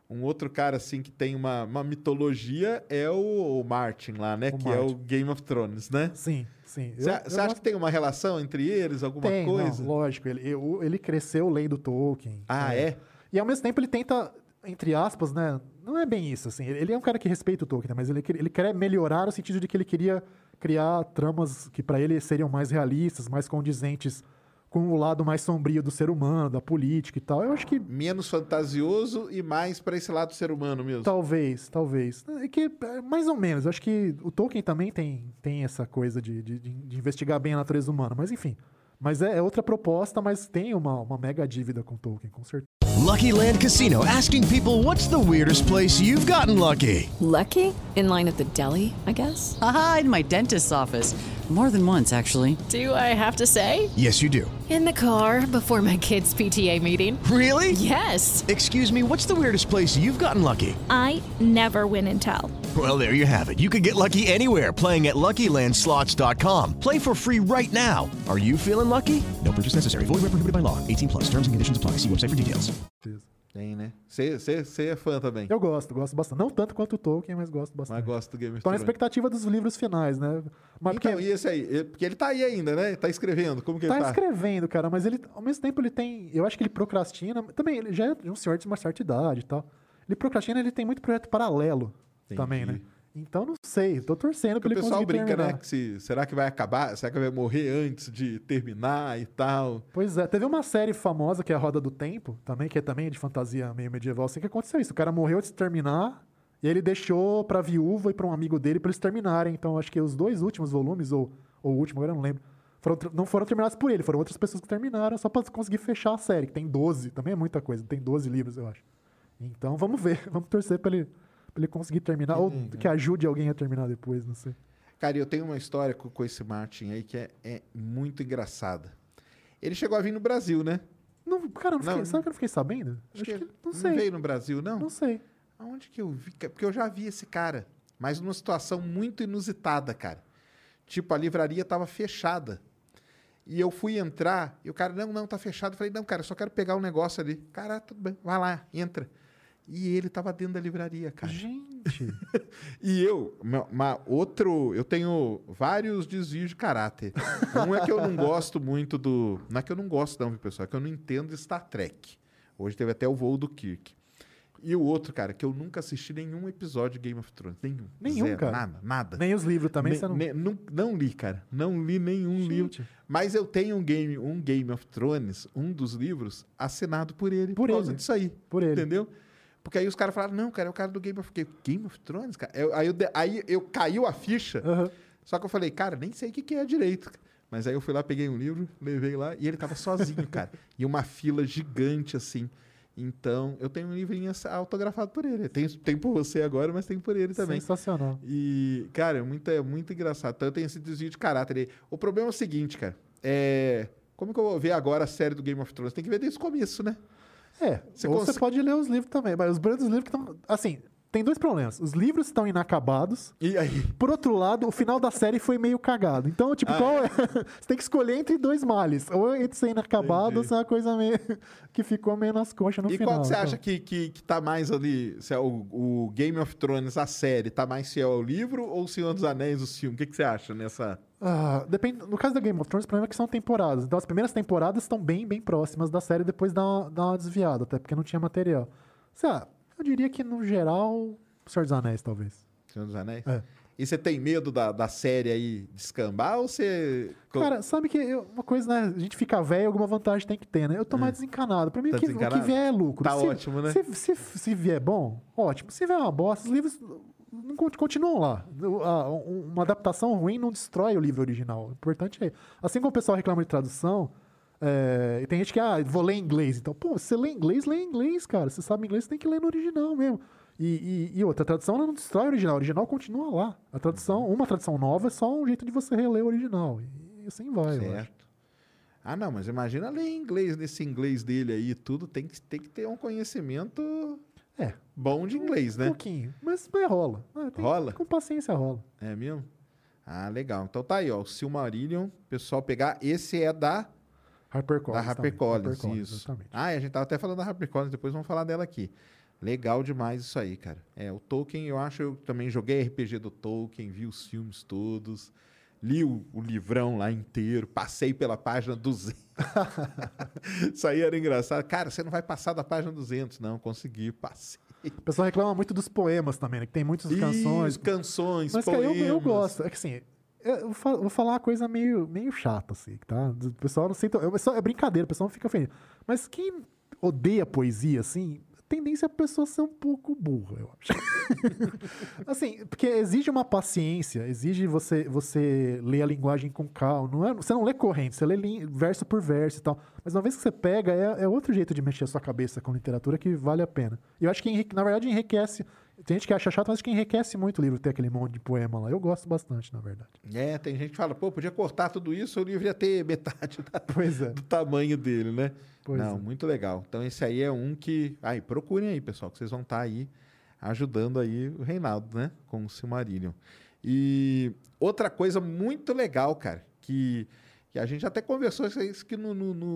Um outro cara, assim, que tem uma mitologia é o Martin lá, né? Que é o Game of Thrones, né? Sim, sim. Você acha que tem uma relação entre eles, alguma coisa? Não, lógico. Ele cresceu lendo Tolkien. Ah, é? E ao mesmo tempo ele tenta, entre aspas, né? Não é bem isso, assim. Ele é um cara que respeita o Tolkien, né, mas ele quer melhorar no sentido de que ele queria criar tramas que para ele seriam mais realistas, mais condizentes com o lado mais sombrio do ser humano, da política e tal. Eu acho que... Menos fantasioso e mais para esse lado do ser humano mesmo. Talvez. É que, mais ou menos. Eu acho que o Tolkien também tem essa coisa de investigar bem a natureza humana. Mas, enfim. Mas é outra proposta, mas tem uma mega dívida com o Tolkien, com certeza. Lucky Land Casino, asking people, what's the weirdest place you've gotten lucky? Lucky? In line at the deli, I guess? Aha, in my dentist's office. More than once, actually. Do I have to say? Yes, you do. In the car before my kids' PTA meeting. Really? Yes. Excuse me, what's the weirdest place you've gotten lucky? I never win and tell. Well, there you have it. You can get lucky anywhere, playing at LuckyLandSlots.com. Play for free right now. Are you feeling lucky? No purchase necessary. Void where prohibited by law. 18+. Terms and conditions apply. See website for details. Tem, né? Você é fã também? Eu gosto bastante. Não tanto quanto o Tolkien, mas gosto bastante. Mas gosto do Game of Tô na Thrones. expectativa dos livros finais, né? Mas Então, e esse aí? Porque ele tá aí ainda, né? Ele tá escrevendo. Como que ele tá? Tá escrevendo, cara, mas ele, ao mesmo tempo, ele tem... Eu acho que ele procrastina. Também, ele já é um senhor de uma certa idade e tal. Ele procrastina, ele tem muito projeto paralelo também, né? Então, não sei. Tô torcendo pra ele conseguir terminar. O pessoal brinca, né? terminar. Será que vai acabar? Será que vai morrer antes de terminar e tal? Pois é. Teve uma série famosa, que é a Roda do Tempo, também, que é também de fantasia meio medieval, assim, que aconteceu isso. O cara morreu antes de terminar, e ele deixou pra viúva e pra um amigo dele pra eles terminarem. Então, acho que os 2 últimos volumes, ou o último, agora eu não lembro, não foram terminados por ele, foram outras pessoas que terminaram só pra conseguir fechar a série, que tem 12, também é muita coisa, tem 12 livros, eu acho. Então, vamos ver, vamos torcer pra ele conseguir terminar, ou que ajude alguém a terminar depois, não sei. Cara, eu tenho uma história com esse Martin aí que é muito engraçada. Ele chegou a vir no Brasil, né? Não, cara, sabe que eu não fiquei sabendo? Acho que não sei. Não veio no Brasil, não? Não sei. Aonde que eu vi? Porque eu já vi esse cara, mas numa situação muito inusitada, cara. Tipo, a livraria tava fechada. E eu fui entrar, e o cara, não, tá fechado. Eu falei, não, cara, eu só quero pegar um negócio ali. Cara, tudo bem, vai lá, entra. E ele tava dentro da livraria, cara. Gente! E eu tenho vários desvios de caráter. Um é que eu não gosto muito do... Não é que eu não gosto não, viu, pessoal? É que eu não entendo Star Trek. Hoje teve até o voo do Kirk. E o outro, cara, que eu nunca assisti nenhum episódio de Game of Thrones. Nenhum, zero, cara. Nada. Nem os livros também, você não... Não li, cara. Não li nenhum livro. Mas eu tenho um Game of Thrones, um dos livros, assinado por ele. Por causa disso aí. Por ele. Entendeu? Porque aí os caras falaram, não, cara, é o cara do Game of Thrones, cara. Aí eu caiu a ficha, só que eu falei, cara, nem sei o que é direito. Mas aí eu fui lá, peguei um livro, levei lá, e ele tava sozinho, cara. E uma fila gigante, assim. Então, eu tenho um livrinho autografado por ele. Tem por você agora, mas tem por ele também. Sensacional. E, cara, é muito engraçado. Então, eu tenho esse desvio de caráter aí. O problema é o seguinte, cara. Como que eu vou ver agora a série do Game of Thrones? Tem que ver desde o começo, né? Você pode ler os livros também, mas os livros que estão... Assim, tem 2 problemas. Os livros estão inacabados. E aí? Por outro lado, o final da série foi meio cagado. Então, tipo, você tem que escolher entre 2 males. Ou entre ser inacabado, ou ser uma coisa meio... que ficou meio nas coxas no final. E qual que você acha que tá mais ali? Se é o Game of Thrones, a série, tá mais fiel ao livro ou o Senhor dos Anéis, o filme? O que você acha nessa... Depende. No caso da Game of Thrones, o problema é que são temporadas. Então, as primeiras temporadas estão bem próximas da série, depois dá uma desviada, até porque não tinha material. Eu diria que, no geral, o Senhor dos Anéis, talvez. Senhor dos Anéis? E você tem medo da série aí descambar ou você... Cara, sabe que uma coisa, né? A gente fica velho, alguma vantagem tem que ter, né? Eu tô mais desencanado. Pra mim, o que vier é lucro. Tá ótimo, né? Se vier bom, ótimo. Se vier uma bosta, os livros não continuam lá. Uma adaptação ruim não destrói o livro original. O importante é... Assim como o pessoal reclama de tradução... e tem gente que, vou ler em inglês. Então, pô, você lê em inglês, cara. Você sabe inglês, você tem que ler no original mesmo. E outra, a tradução não destrói o original continua lá. Uma tradução nova é só um jeito de você reler o original. E assim vai, eu acho. Não, mas imagina ler em inglês, nesse inglês dele aí, tudo tem que ter um conhecimento bom de inglês, né? Um pouquinho, mas rola. Rola? Com paciência rola. É mesmo? Legal. Então tá aí, ó, o Silmarillion, pessoal pegar, esse é da... HarperCollins. Da HarperCollins, isso. Exatamente. A gente tava até falando da HarperCollins, depois vamos falar dela aqui. Legal demais isso aí, cara. O Tolkien, eu também joguei RPG do Tolkien, vi os filmes todos, li o livrão lá inteiro, passei pela página 200. Isso aí era engraçado. Cara, você não vai passar da página 200, não. Consegui, passei. O pessoal reclama muito dos poemas também, né? Que tem muitas canções. Canções, mas, poemas. Mas, eu gosto. É que assim, eu vou falar uma coisa meio chata, assim, tá? O pessoal não sente... É brincadeira, o pessoal não fica ofendido. Mas quem odeia poesia, assim... tendência a pessoa ser um pouco burra, eu acho. Assim, porque exige uma paciência, exige você ler a linguagem com calma. Você não lê corrente, você lê verso por verso e tal. Mas uma vez que você pega, é outro jeito de mexer a sua cabeça com literatura que vale a pena. E eu acho que, na verdade, enriquece... Tem gente que acha chato, mas acho que enriquece muito o livro ter aquele monte de poema lá. Eu gosto bastante, na verdade. Tem gente que fala, podia cortar tudo isso, o livro ia ter metade do tamanho dele, né? Muito legal. Então esse aí é um que... procurem aí, pessoal, que vocês vão estar aí ajudando aí o Reinaldo, né? Com o Silmarillion. E outra coisa muito legal, cara, que a gente até conversou isso aqui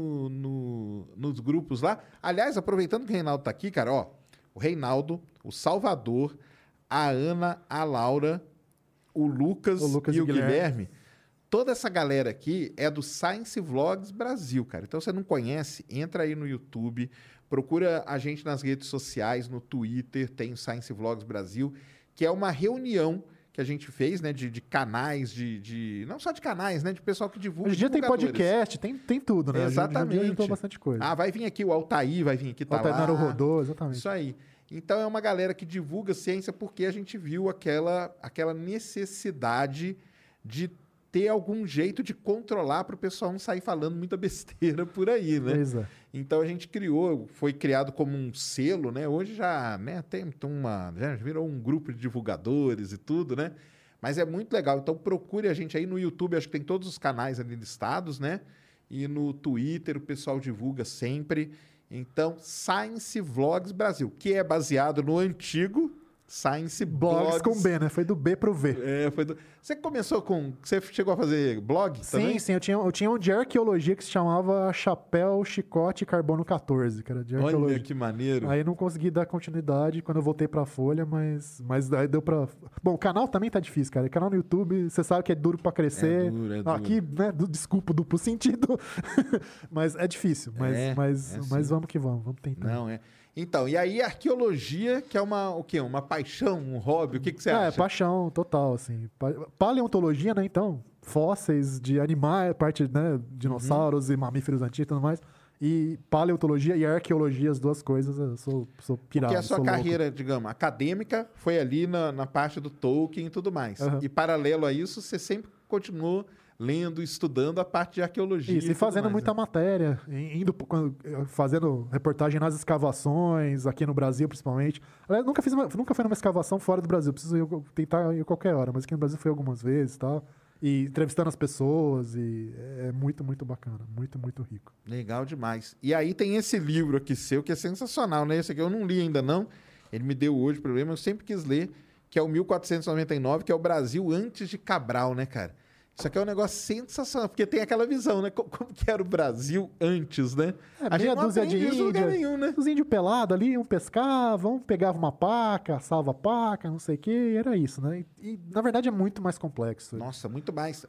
nos grupos lá. Aliás, aproveitando que o Reinaldo tá aqui, cara, o Reinaldo, o Salvador, a Ana, a Laura, o Lucas e o Guilherme. Toda essa galera aqui é do Science Vlogs Brasil, cara. Então, se você não conhece, entra aí no YouTube, procura a gente nas redes sociais, no Twitter, tem o Science Vlogs Brasil, que é uma reunião que a gente fez, né, de canais, não só de canais, né, de pessoal que divulga. Hoje em dia tem podcast, tem tudo, né? Exatamente. Tem bastante coisa. Vai vir aqui o Altair, vai vir aqui, tá Altair lá. Naruhodô, exatamente. Isso aí. Então, é uma galera que divulga ciência porque a gente viu aquela necessidade de ter algum jeito de controlar para o pessoal não sair falando muita besteira por aí, né? Pois é. Então, a gente foi criado como um selo, né? Hoje já, né, já virou um grupo de divulgadores e tudo, né? Mas é muito legal. Então, procure a gente aí no YouTube, acho que tem todos os canais ali listados, né? E no Twitter o pessoal divulga sempre. Então, Science Vlogs Brasil, que é baseado no antigo Science Blogs com B, né? Foi do B pro V. Você começou com... Você chegou a fazer blog também? Sim. Eu tinha um de arqueologia que se chamava Chapéu, Chicote e Carbono 14, que era de arqueologia. Olha, que maneiro. Aí não consegui dar continuidade quando eu voltei pra Folha, mas aí deu pra... Bom, o canal também tá difícil, cara. O canal no YouTube, você sabe que é duro pra crescer. É duro. Aqui, né? Desculpa o duplo sentido. Mas é difícil. Mas vamos que vamos tentar. Não, Então, e aí arqueologia, que é o quê? Uma paixão, um hobby, o que você acha? É, paixão total, assim. Paleontologia, né, então, fósseis de animais, parte, né, dinossauros e mamíferos antigos e tudo mais. E paleontologia e arqueologia, as duas coisas, eu sou pirado. Porque a sua carreira, digamos, acadêmica foi ali na parte do Tolkien e tudo mais. E paralelo a isso, você sempre continuou lendo, estudando a parte de arqueologia. Isso, e fazendo muita matéria, fazendo reportagem nas escavações, aqui no Brasil principalmente. Aliás, nunca fui numa escavação fora do Brasil, preciso tentar ir a qualquer hora, mas aqui no Brasil fui algumas vezes e tal. E entrevistando as pessoas, e é muito, muito bacana, muito, muito rico. Legal demais. E aí tem esse livro aqui seu, que é sensacional, né? Esse aqui eu não li ainda não, ele me deu hoje o problema, eu sempre quis ler, que é o 1499, que é o Brasil antes de Cabral, né, cara? Isso aqui é um negócio sensacional, porque tem aquela visão, né? Como que era o Brasil antes, né? A meia dúzia de índios, né? Os índios pelados ali iam pescar, pegavam uma paca, assavam a paca, não sei o que, era isso, né? E na verdade é muito mais complexo. Nossa, muito mais.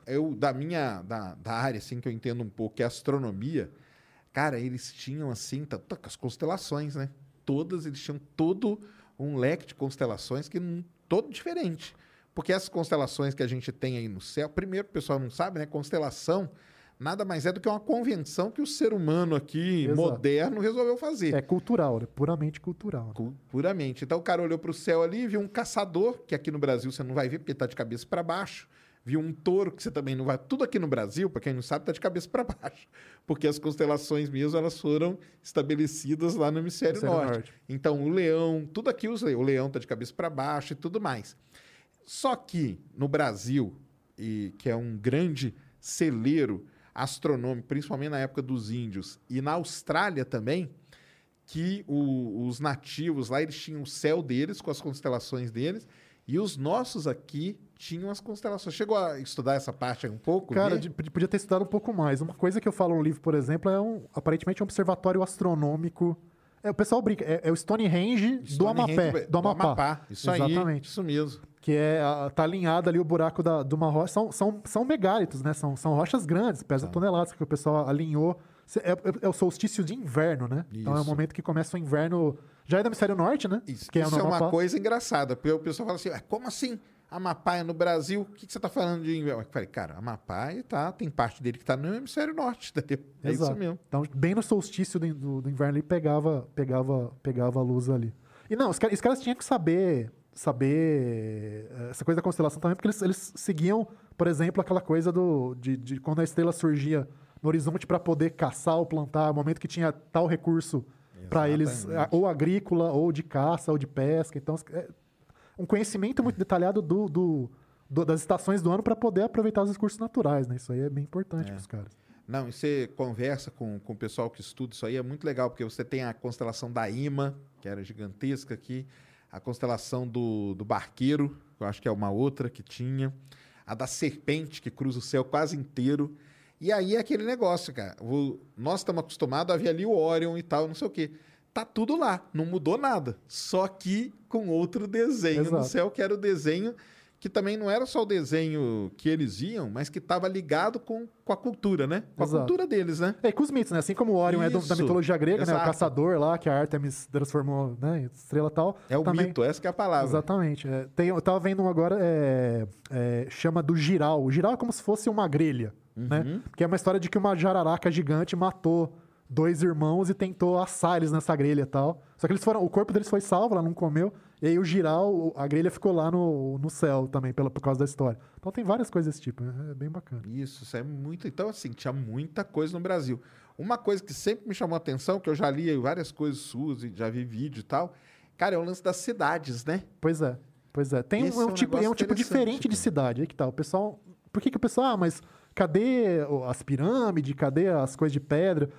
Da área, assim, que eu entendo um pouco, que é astronomia, cara, eles tinham, assim, as constelações, né? Eles tinham todo um leque de constelações todo diferente. Porque essas constelações que a gente tem aí no céu, primeiro, o pessoal não sabe, né? Constelação nada mais é do que uma convenção que o ser humano aqui, moderno, resolveu fazer. É cultural, é puramente cultural. Né? Puramente. Então o cara olhou para o céu ali, viu um caçador, que aqui no Brasil você não vai ver porque está de cabeça para baixo. Viu um touro, que você também não vai... Tudo aqui no Brasil, para quem não sabe, está de cabeça para baixo. Porque as constelações mesmo, elas foram estabelecidas lá no hemisfério norte. Então o leão, tudo aqui, o leão está de cabeça para baixo e tudo mais. Só que no Brasil, que é um grande celeiro astronômico, principalmente na época dos índios, e na Austrália também, que os nativos lá, eles tinham o céu deles, com as constelações deles, e os nossos aqui tinham as constelações. Chegou a estudar essa parte um pouco? Cara, podia ter estudado um pouco mais. Uma coisa que eu falo no livro, por exemplo, aparentemente um observatório astronômico O pessoal brinca, é o Stonehenge do Amapé. Do Amapá. Isso aí, exatamente. isso mesmo. Que tá alinhado ali o buraco de uma rocha. São megálitos, né? São rochas grandes, pesam toneladas, que o pessoal alinhou. É o solstício de inverno, né? Isso. Então é o momento que começa o inverno. Já é do hemisfério norte, né? Isso, que isso é no Amapá. uma coisa engraçada, porque o pessoal fala assim, como assim Amapá é no Brasil? O que você está falando de inverno? Eu falei, cara, Amapá tem parte dele que está no hemisfério norte, entendeu? É Exato. isso mesmo. Então, bem no solstício do inverno, ele pegava a luz ali. E não, os caras tinham que saber essa coisa da constelação também, porque eles seguiam, por exemplo, aquela coisa de quando a estrela surgia no horizonte para poder caçar ou plantar, o momento que tinha tal recurso para eles, ou agrícola, ou de caça, ou de pesca. Então, um conhecimento muito detalhado das estações do ano para poder aproveitar os recursos naturais, né? Isso aí é bem importante para os caras. Não, e você conversa com o pessoal que estuda isso aí, é muito legal, porque você tem a constelação da Ima, que era gigantesca aqui, a constelação do Barqueiro, que eu acho que é uma outra que tinha, a da Serpente, que cruza o céu quase inteiro. E aí é aquele negócio, cara. Nós estamos acostumados a ver ali o Órion e tal, não sei o quê. Tá tudo lá, não mudou nada. Só que com outro desenho no céu, que era o desenho que também não era só o desenho que eles iam, mas que estava ligado com a cultura, né? Com a cultura deles, né? E com os mitos, né? Assim como o Órion é da mitologia grega, né? O caçador lá, que a Artemis transformou, né? Estrela e tal. É o mito, essa que é a palavra. Exatamente. Eu tava vendo um agora, chama do Giral. O Giral é como se fosse uma grelha, né? Que é uma história de que uma jararaca gigante matou 2 irmãos e tentou assar eles nessa grelha e tal. Só que o corpo deles foi salvo, ela não comeu. E aí o Giral, a grelha ficou lá no céu também, por causa da história. Então tem várias coisas desse tipo, é bem bacana. Isso é muito... Então, assim, tinha muita coisa no Brasil. Uma coisa que sempre me chamou a atenção, que eu já li várias coisas suas e já vi vídeo e tal, cara, é o lance das cidades, né? Pois é. Tem um tipo diferente de cidade. Aí que tá, o pessoal... Por que o pessoal... mas cadê as pirâmides? Cadê as coisas de pedra?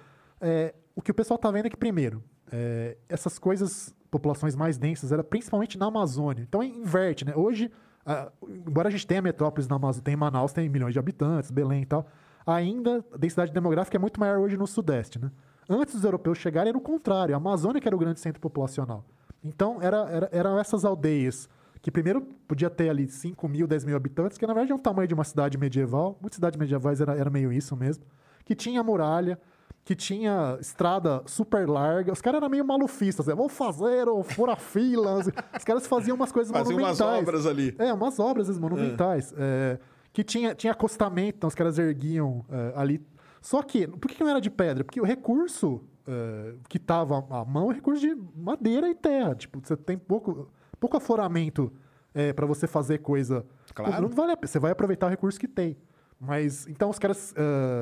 O que o pessoal tá vendo é que, primeiro, essas coisas, populações mais densas, era principalmente na Amazônia. Então, inverte, né? Hoje, embora a gente tenha metrópoles na Amazônia, tem Manaus, tem milhões de habitantes, Belém e tal, ainda a densidade demográfica é muito maior hoje no Sudeste, né? Antes dos europeus chegarem, era o contrário. A Amazônia que era o grande centro populacional. Então, eram essas aldeias que primeiro podia ter ali 5 mil, 10 mil habitantes, que na verdade é um tamanho de uma cidade medieval. Muitas cidades medievais era meio isso mesmo. Que tinha muralha, que tinha estrada super larga. Os caras eram meio malufistas, né? Vamos fazer o fura-filas. Os caras faziam umas coisas monumentais. Faziam umas obras ali. Umas obras monumentais. Que tinha acostamento, então os caras erguiam ali. Só que, por que não era de pedra? Porque o recurso que estava à mão é recurso de madeira e terra. Tipo, você tem pouco afloramento para você fazer coisa. Claro. Não vale a pena. Você vai aproveitar o recurso que tem. Mas, então, os caras...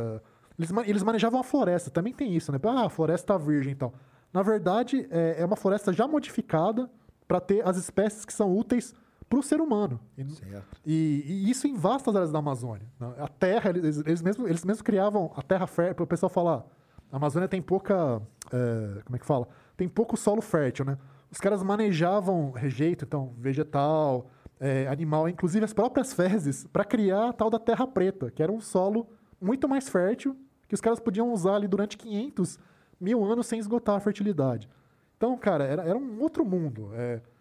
Eles manejavam a floresta, também tem isso, né? A floresta virgem e tal. Na verdade, é uma floresta já modificada para ter as espécies que são úteis para o ser humano. E isso em vastas áreas da Amazônia. A terra, eles mesmos criavam a terra fértil, para o pessoal falar, a Amazônia tem pouca... como é que fala? Tem pouco solo fértil, né? Os caras manejavam rejeito, então, vegetal, animal, inclusive as próprias fezes, para criar a tal da terra preta, que era um solo muito mais fértil, que os caras podiam usar ali durante 500 mil anos sem esgotar a fertilidade. Então, cara, era um outro mundo.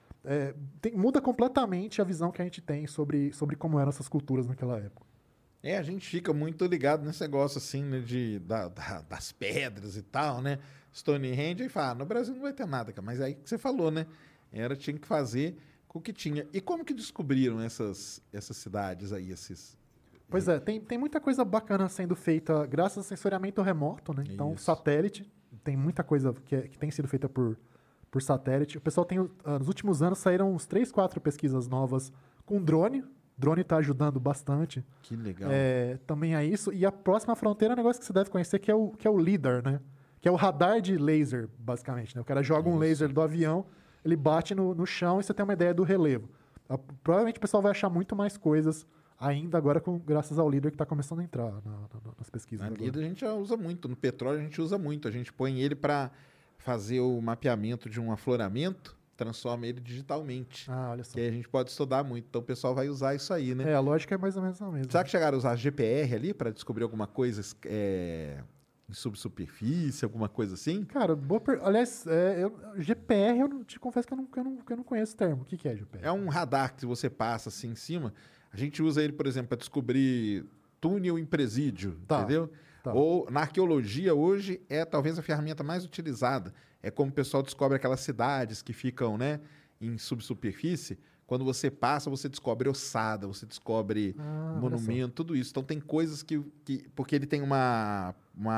Muda completamente a visão que a gente tem sobre como eram essas culturas naquela época. A gente fica muito ligado nesse negócio assim, né, das pedras e tal, né? Stonehenge, aí fala, no Brasil não vai ter nada, cara. Mas aí que você falou, né? Tinha que fazer com o que tinha. E como que descobriram essas cidades aí, Pois tem muita coisa bacana sendo feita graças ao sensoriamento remoto, né? Então, satélite, tem muita coisa que tem sido feita por satélite. O pessoal nos últimos anos saíram uns 3, 4 pesquisas novas com drone. Drone está ajudando bastante. Que legal. Também é isso. E a próxima fronteira é um negócio que você deve conhecer, que é o LiDAR, né? Que é o radar de laser, basicamente, né? O cara joga um laser do avião, ele bate no chão e você tem uma ideia do relevo. Provavelmente o pessoal vai achar muito mais coisas ainda agora, graças ao LiDAR que está começando a entrar nas pesquisas. O LiDAR a gente já usa muito. No petróleo a gente usa muito. A gente põe ele para fazer o mapeamento de um afloramento, transforma ele digitalmente. Olha só. Que aí a gente pode estudar muito. Então o pessoal vai usar isso aí, né? A lógica é mais ou menos a mesma. Será que chegaram a usar GPR ali para descobrir alguma coisa Em subsuperfície, alguma coisa assim? Cara, aliás, GPR, eu te confesso que eu não conheço o termo. O que é GPR? É um radar que você passa assim em cima. A gente usa ele, por exemplo, para descobrir túnel em presídio, entendeu? Tá. Ou na arqueologia hoje é talvez a ferramenta mais utilizada. É como o pessoal descobre aquelas cidades que ficam, né, em subsuperfície. Quando você passa, você descobre ossada, você descobre monumento, tudo isso. Então tem coisas que porque ele tem a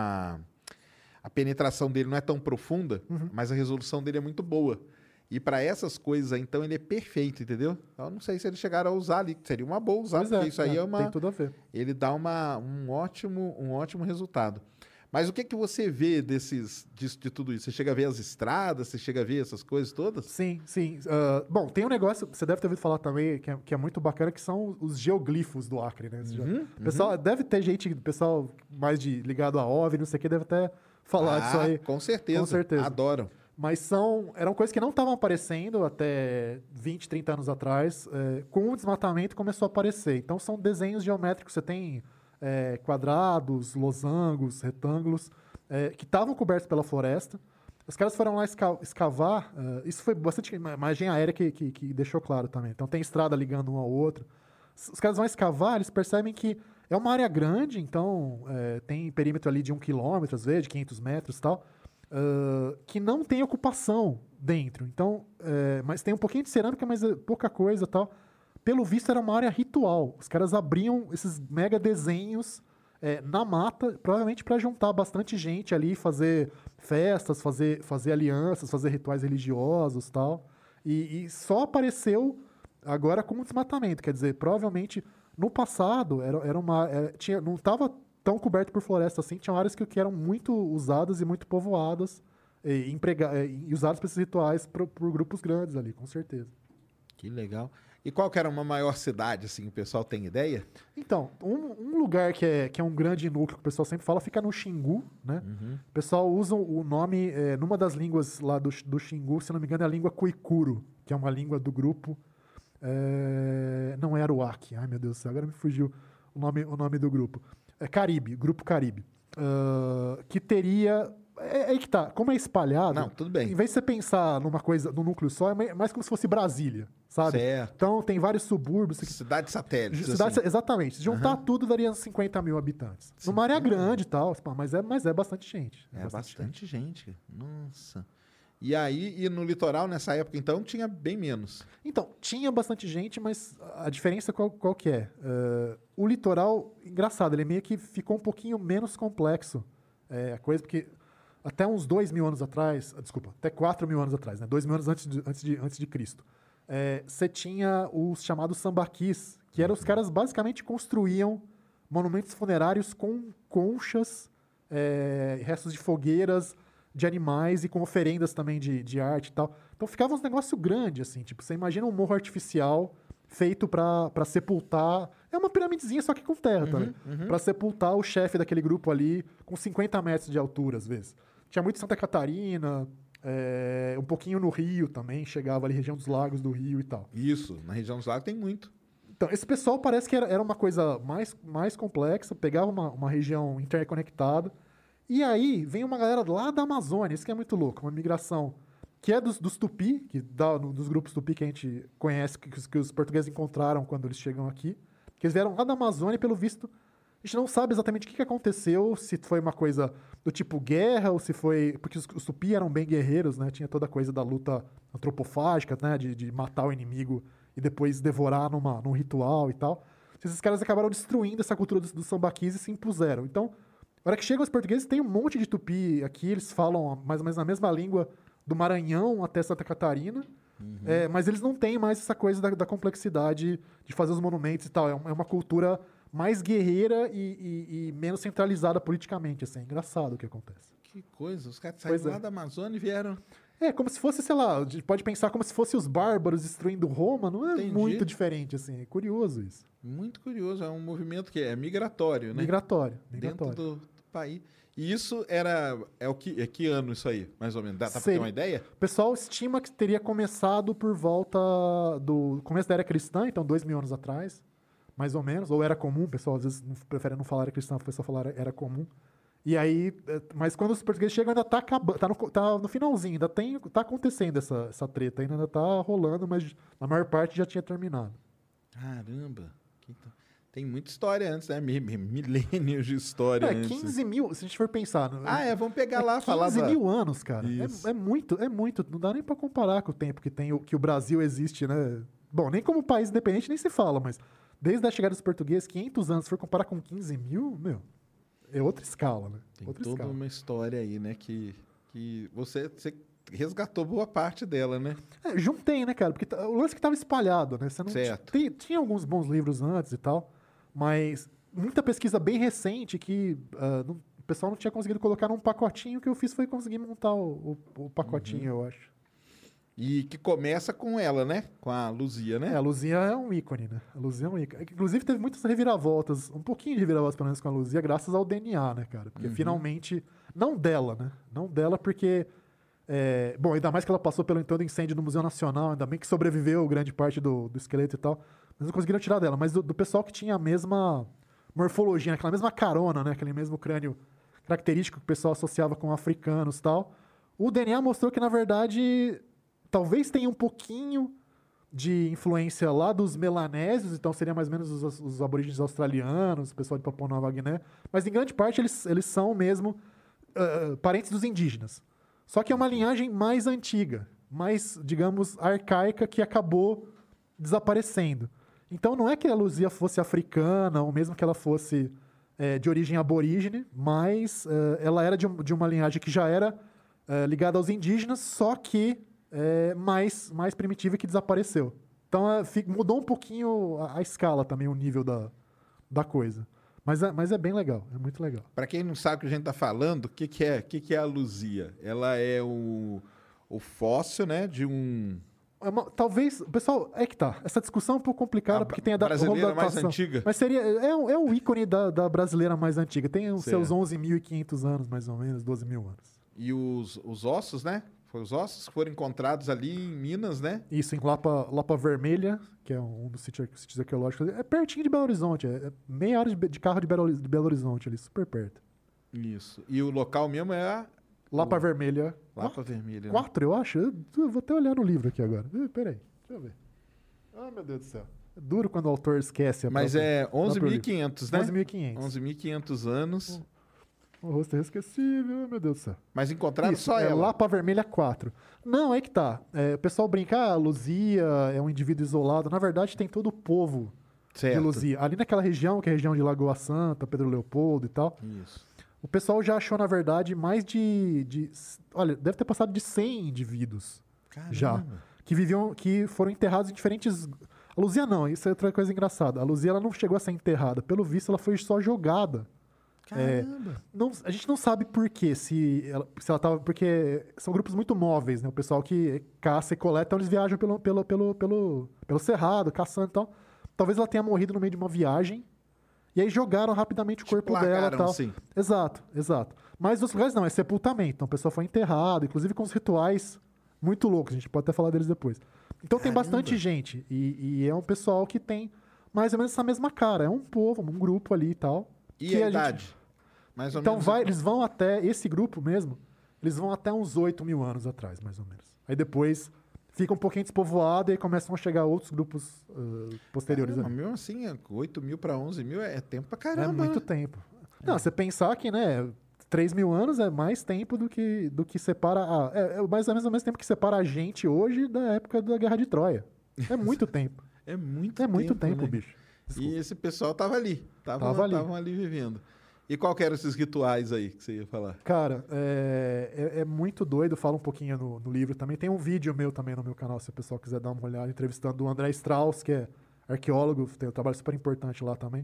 penetração dele não é tão profunda, mas a resolução dele é muito boa. E para essas coisas, então, ele é perfeito, entendeu? Então, eu não sei se eles chegaram a usar ali. Seria uma boa usar, porque isso aí tem tudo a ver. Ele dá um ótimo resultado. Mas o que você vê de tudo isso? Você chega a ver as estradas? Você chega a ver essas coisas todas? Sim. Bom, tem um negócio, você deve ter ouvido falar também, que é muito bacana, que são os geoglifos do Acre, né? Pessoal, deve ter gente, pessoal mais ligado a OVNI, não sei o que, deve até falar disso aí. Com certeza. Adoram. Mas eram coisas que não estavam aparecendo até 20, 30 anos atrás. Com o desmatamento começou a aparecer. Então são desenhos geométricos. Você tem quadrados, losangos, retângulos, que estavam cobertos pela floresta. Os caras foram lá escavar. Isso foi bastante imagem aérea que deixou claro também. Então tem estrada ligando um ao outro. Os caras vão escavar, eles percebem que é uma área grande. Então tem perímetro ali de 1 quilômetro, às vezes, de 500 metros e tal. Que não tem ocupação dentro. Então, mas tem um pouquinho de cerâmica, mas pouca coisa e tal. Pelo visto, era uma área ritual. Os caras abriam esses mega desenhos na mata, provavelmente para juntar bastante gente ali, fazer festas, fazer alianças, fazer rituais religiosos e tal. E só apareceu agora com o desmatamento. Quer dizer, provavelmente, no passado, não estava tão coberto por floresta assim, tinham áreas que eram muito usadas e muito povoadas e usadas para esses rituais por grupos grandes ali, com certeza. Que legal. E qual que era uma maior cidade, assim, o pessoal tem ideia? Então, um lugar que é um grande núcleo, que o pessoal sempre fala, fica no Xingu, né? O pessoal usa o nome, numa das línguas lá do Xingu, se não me engano, é a língua Koikuro, que é uma língua do grupo, não é Aruac, ai meu Deus do céu, agora me fugiu o nome do grupo. Caribe, Grupo Caribe. Que teria... aí que tá, como é espalhado... Não, tudo bem. Em vez de você pensar numa coisa, num núcleo só, é mais como se fosse Brasília, sabe? Certo. Então tem vários subúrbios... Cidade satélite. Exatamente. Se juntar tudo, daria uns 50 mil habitantes. Numa área grande e tal, mas é bastante gente. É bastante gente. Nossa... E aí, no litoral, nessa época, então, tinha bem menos. Então, tinha bastante gente, mas a diferença qual que é? O litoral, engraçado, ele meio que ficou um pouquinho menos complexo. A coisa, porque até uns 2 mil anos atrás, até 4 mil anos atrás, né? 2 mil anos antes de Cristo, você tinha os chamados sambaquis, que eram os caras basicamente construíam monumentos funerários com conchas, restos de fogueiras, de animais e com oferendas também de arte e tal. Então ficava um negócio grande, assim. Tipo, você imagina um morro artificial feito para sepultar... É uma piramidezinha, só que com terra também. Para sepultar o chefe daquele grupo ali com 50 metros de altura, às vezes. Tinha muito em Santa Catarina, um pouquinho no Rio também. Chegava ali, região dos lagos do Rio e tal. Isso, na região dos lagos tem muito. Então, esse pessoal parece que era uma coisa mais complexa. Pegava uma região interconectada. E aí, vem uma galera lá da Amazônia, isso que é muito louco, uma migração que é dos Tupi, dos grupos Tupi que a gente conhece, que os portugueses encontraram quando eles chegam aqui, que eles vieram lá da Amazônia e, pelo visto, a gente não sabe exatamente o que aconteceu, se foi uma coisa do tipo guerra, ou se foi... Porque os Tupi eram bem guerreiros, né? Tinha toda a coisa da luta antropofágica, né? De matar o inimigo e depois devorar num ritual e tal. Esses caras acabaram destruindo essa cultura dos sambaquis e se impuseram. Então... Na hora que chegam os portugueses, tem um monte de tupi aqui, eles falam mais ou menos na mesma língua do Maranhão até Santa Catarina, mas eles não têm mais essa coisa da complexidade de fazer os monumentos e tal. É uma cultura mais guerreira e menos centralizada politicamente, assim. É engraçado o que acontece. Que coisa, os caras saíram lá da Amazônia e vieram... Como se fosse, sei lá, pode pensar como se fosse os bárbaros destruindo Roma, não é muito diferente, assim. É curioso isso. Muito curioso, é um movimento que é migratório, né? Migratório. Dentro do país. E isso que ano isso aí, mais ou menos? Dá pra ter uma ideia? O pessoal estima que teria começado por volta do começo da Era Cristã, então 2 mil anos atrás, mais ou menos, ou Era Comum, o pessoal às vezes prefere não falar Era Cristã, o pessoal falar Era Comum. E aí, mas quando os portugueses chegam, ainda tá acabando, tá no finalzinho, tá acontecendo essa treta, ainda tá rolando, mas a maior parte já tinha terminado. Caramba! Tem muita história antes, né? Milênios de história antes. 15 mil, se a gente for pensar. Vamos pegar lá, falar 15 mil anos, cara. Isso. É muito. Não dá nem pra comparar com o tempo que o Brasil existe, né? Bom, nem como país independente nem se fala, mas desde a chegada dos portugueses, 500 anos, se for comparar com 15 mil, meu, é outra escala, né? Tem toda uma história aí, né? Que você resgatou boa parte dela, né? Juntei, né, cara? Porque o lance que tava espalhado, né? Você não certo. Tinha alguns bons livros antes e tal, mas muita pesquisa bem recente que o pessoal não tinha conseguido colocar num pacotinho. O que eu fiz foi conseguir montar o pacotinho, eu acho. E que começa com ela, né? Com a Luzia, né? A Luzia é um ícone, né? A Luzia é um ícone. Inclusive, teve muitas reviravoltas, um pouquinho de reviravoltas, pelo menos, com a Luzia, graças ao DNA, né, cara? Porque finalmente... Não dela, né? Não dela, porque... bom, ainda mais que ela passou pelo todo incêndio no Museu Nacional, ainda bem que sobreviveu grande parte do esqueleto e tal. Mas não conseguiram tirar dela. Mas do pessoal que tinha a mesma morfologia, aquela mesma carona, né? Aquele mesmo crânio característico que o pessoal associava com africanos e tal. O DNA mostrou que, na verdade... Talvez tenha um pouquinho de influência lá dos melanésios, então seria mais ou menos os aborígenes australianos, o pessoal de Papua Nova Guiné, mas em grande parte eles são mesmo parentes dos indígenas. Só que é uma linhagem mais antiga, mais, digamos, arcaica, que acabou desaparecendo. Então não é que a Luzia fosse africana, ou mesmo que ela fosse de origem aborígene, mas ela era de uma linhagem que já era ligada aos indígenas, só que mais primitiva, que desapareceu. Então mudou um pouquinho a escala também, o nível da coisa. Mas é bem legal, é muito legal. Para quem não sabe o que a gente tá falando, o que é a Luzia? Ela é o fóssil, né, de um... Talvez, pessoal, que tá. Essa discussão é um pouco complicada, porque tem a brasileira mais antiga. Mas é o ícone da brasileira mais antiga. Tem os seus 11.500 anos, mais ou menos, 12 mil anos. E os ossos, né? Foi os ossos que foram encontrados ali em Minas, né? Isso, em Lapa Vermelha, que é um dos sítios arqueológicos. É pertinho de Belo Horizonte, é meia hora de carro de Belo Horizonte ali, super perto. Isso. E o local mesmo é Lapa Vermelha. Lapa Vermelha. 4, eu acho. Eu vou até olhar no livro aqui agora. Peraí, deixa eu ver. Ah, meu Deus do céu. É duro quando o autor esquece. Mas é 11.500, né? 11.500. 11.500 anos. O rosto é esquecível, meu Deus do céu. Mas encontraram só ela. Lapa Vermelha 4. Não, que tá. O pessoal brinca, a Luzia é um indivíduo isolado. Na verdade, tem todo o povo de Luzia. Ali naquela região, que é a região de Lagoa Santa, Pedro Leopoldo e tal. Isso. O pessoal já achou, na verdade, mais olha, deve ter passado de 100 indivíduos. Caramba. Já. Que foram enterrados em diferentes... A Luzia não, isso é outra coisa engraçada. A Luzia, ela não chegou a ser enterrada. Pelo visto, ela foi só jogada. Caramba. A gente não sabe por quê, se ela tava... Porque são grupos muito móveis, né? O pessoal que caça e coleta, então eles viajam pelo cerrado, caçando e tal. Talvez ela tenha morrido no meio de uma viagem. E aí jogaram rapidamente o corpo dela e tal. Sim. Exato. Mas nos lugares não, é sepultamento. Então a pessoa foi enterrada, inclusive com os rituais muito loucos. A gente pode até falar deles depois. Então tem bastante gente. E é um pessoal que tem mais ou menos essa mesma cara. É um povo, um grupo ali e tal. E a idade? Mais ou então menos. Eles vão até, esse grupo mesmo, eles vão até uns 8 mil anos atrás, mais ou menos. Aí depois fica um pouquinho despovoado e aí começam a chegar outros grupos posteriores. Caramba, mesmo assim, 8 mil para 11 mil é tempo pra caramba. É muito tempo. Não, você pensar que, né, 3 mil anos é mais tempo do que separa... É mais ou menos o mesmo tempo que separa a gente hoje da época da Guerra de Troia. É muito tempo. É muito tempo, né? Bicho. Desculpa. E esse pessoal tava ali. Estavam ali vivendo. E qual que eram esses rituais aí que você ia falar? Cara, é muito doido. Fala um pouquinho no livro também. Tem um vídeo meu também no meu canal, se o pessoal quiser dar uma olhada, entrevistando o André Strauss, que é arqueólogo, tem um trabalho super importante lá também.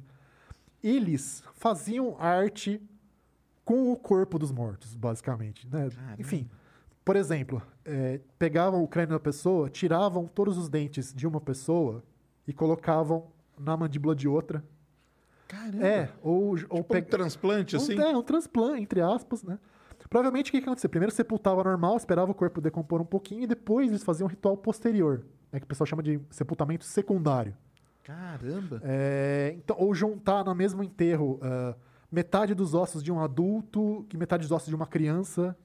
Eles faziam arte com o corpo dos mortos, basicamente, né? Enfim, por exemplo, pegavam o crânio da pessoa, tiravam todos os dentes de uma pessoa e colocavam na mandíbula de outra. Caramba! Ou tipo um transplante, assim? Um transplante, entre aspas, né? Provavelmente o que acontecia? Primeiro sepultava normal, esperava o corpo decompor um pouquinho e depois eles faziam um ritual posterior, né, que o pessoal chama de sepultamento secundário. Caramba! Então, ou juntar no mesmo enterro metade dos ossos de um adulto, que metade dos ossos de uma criança.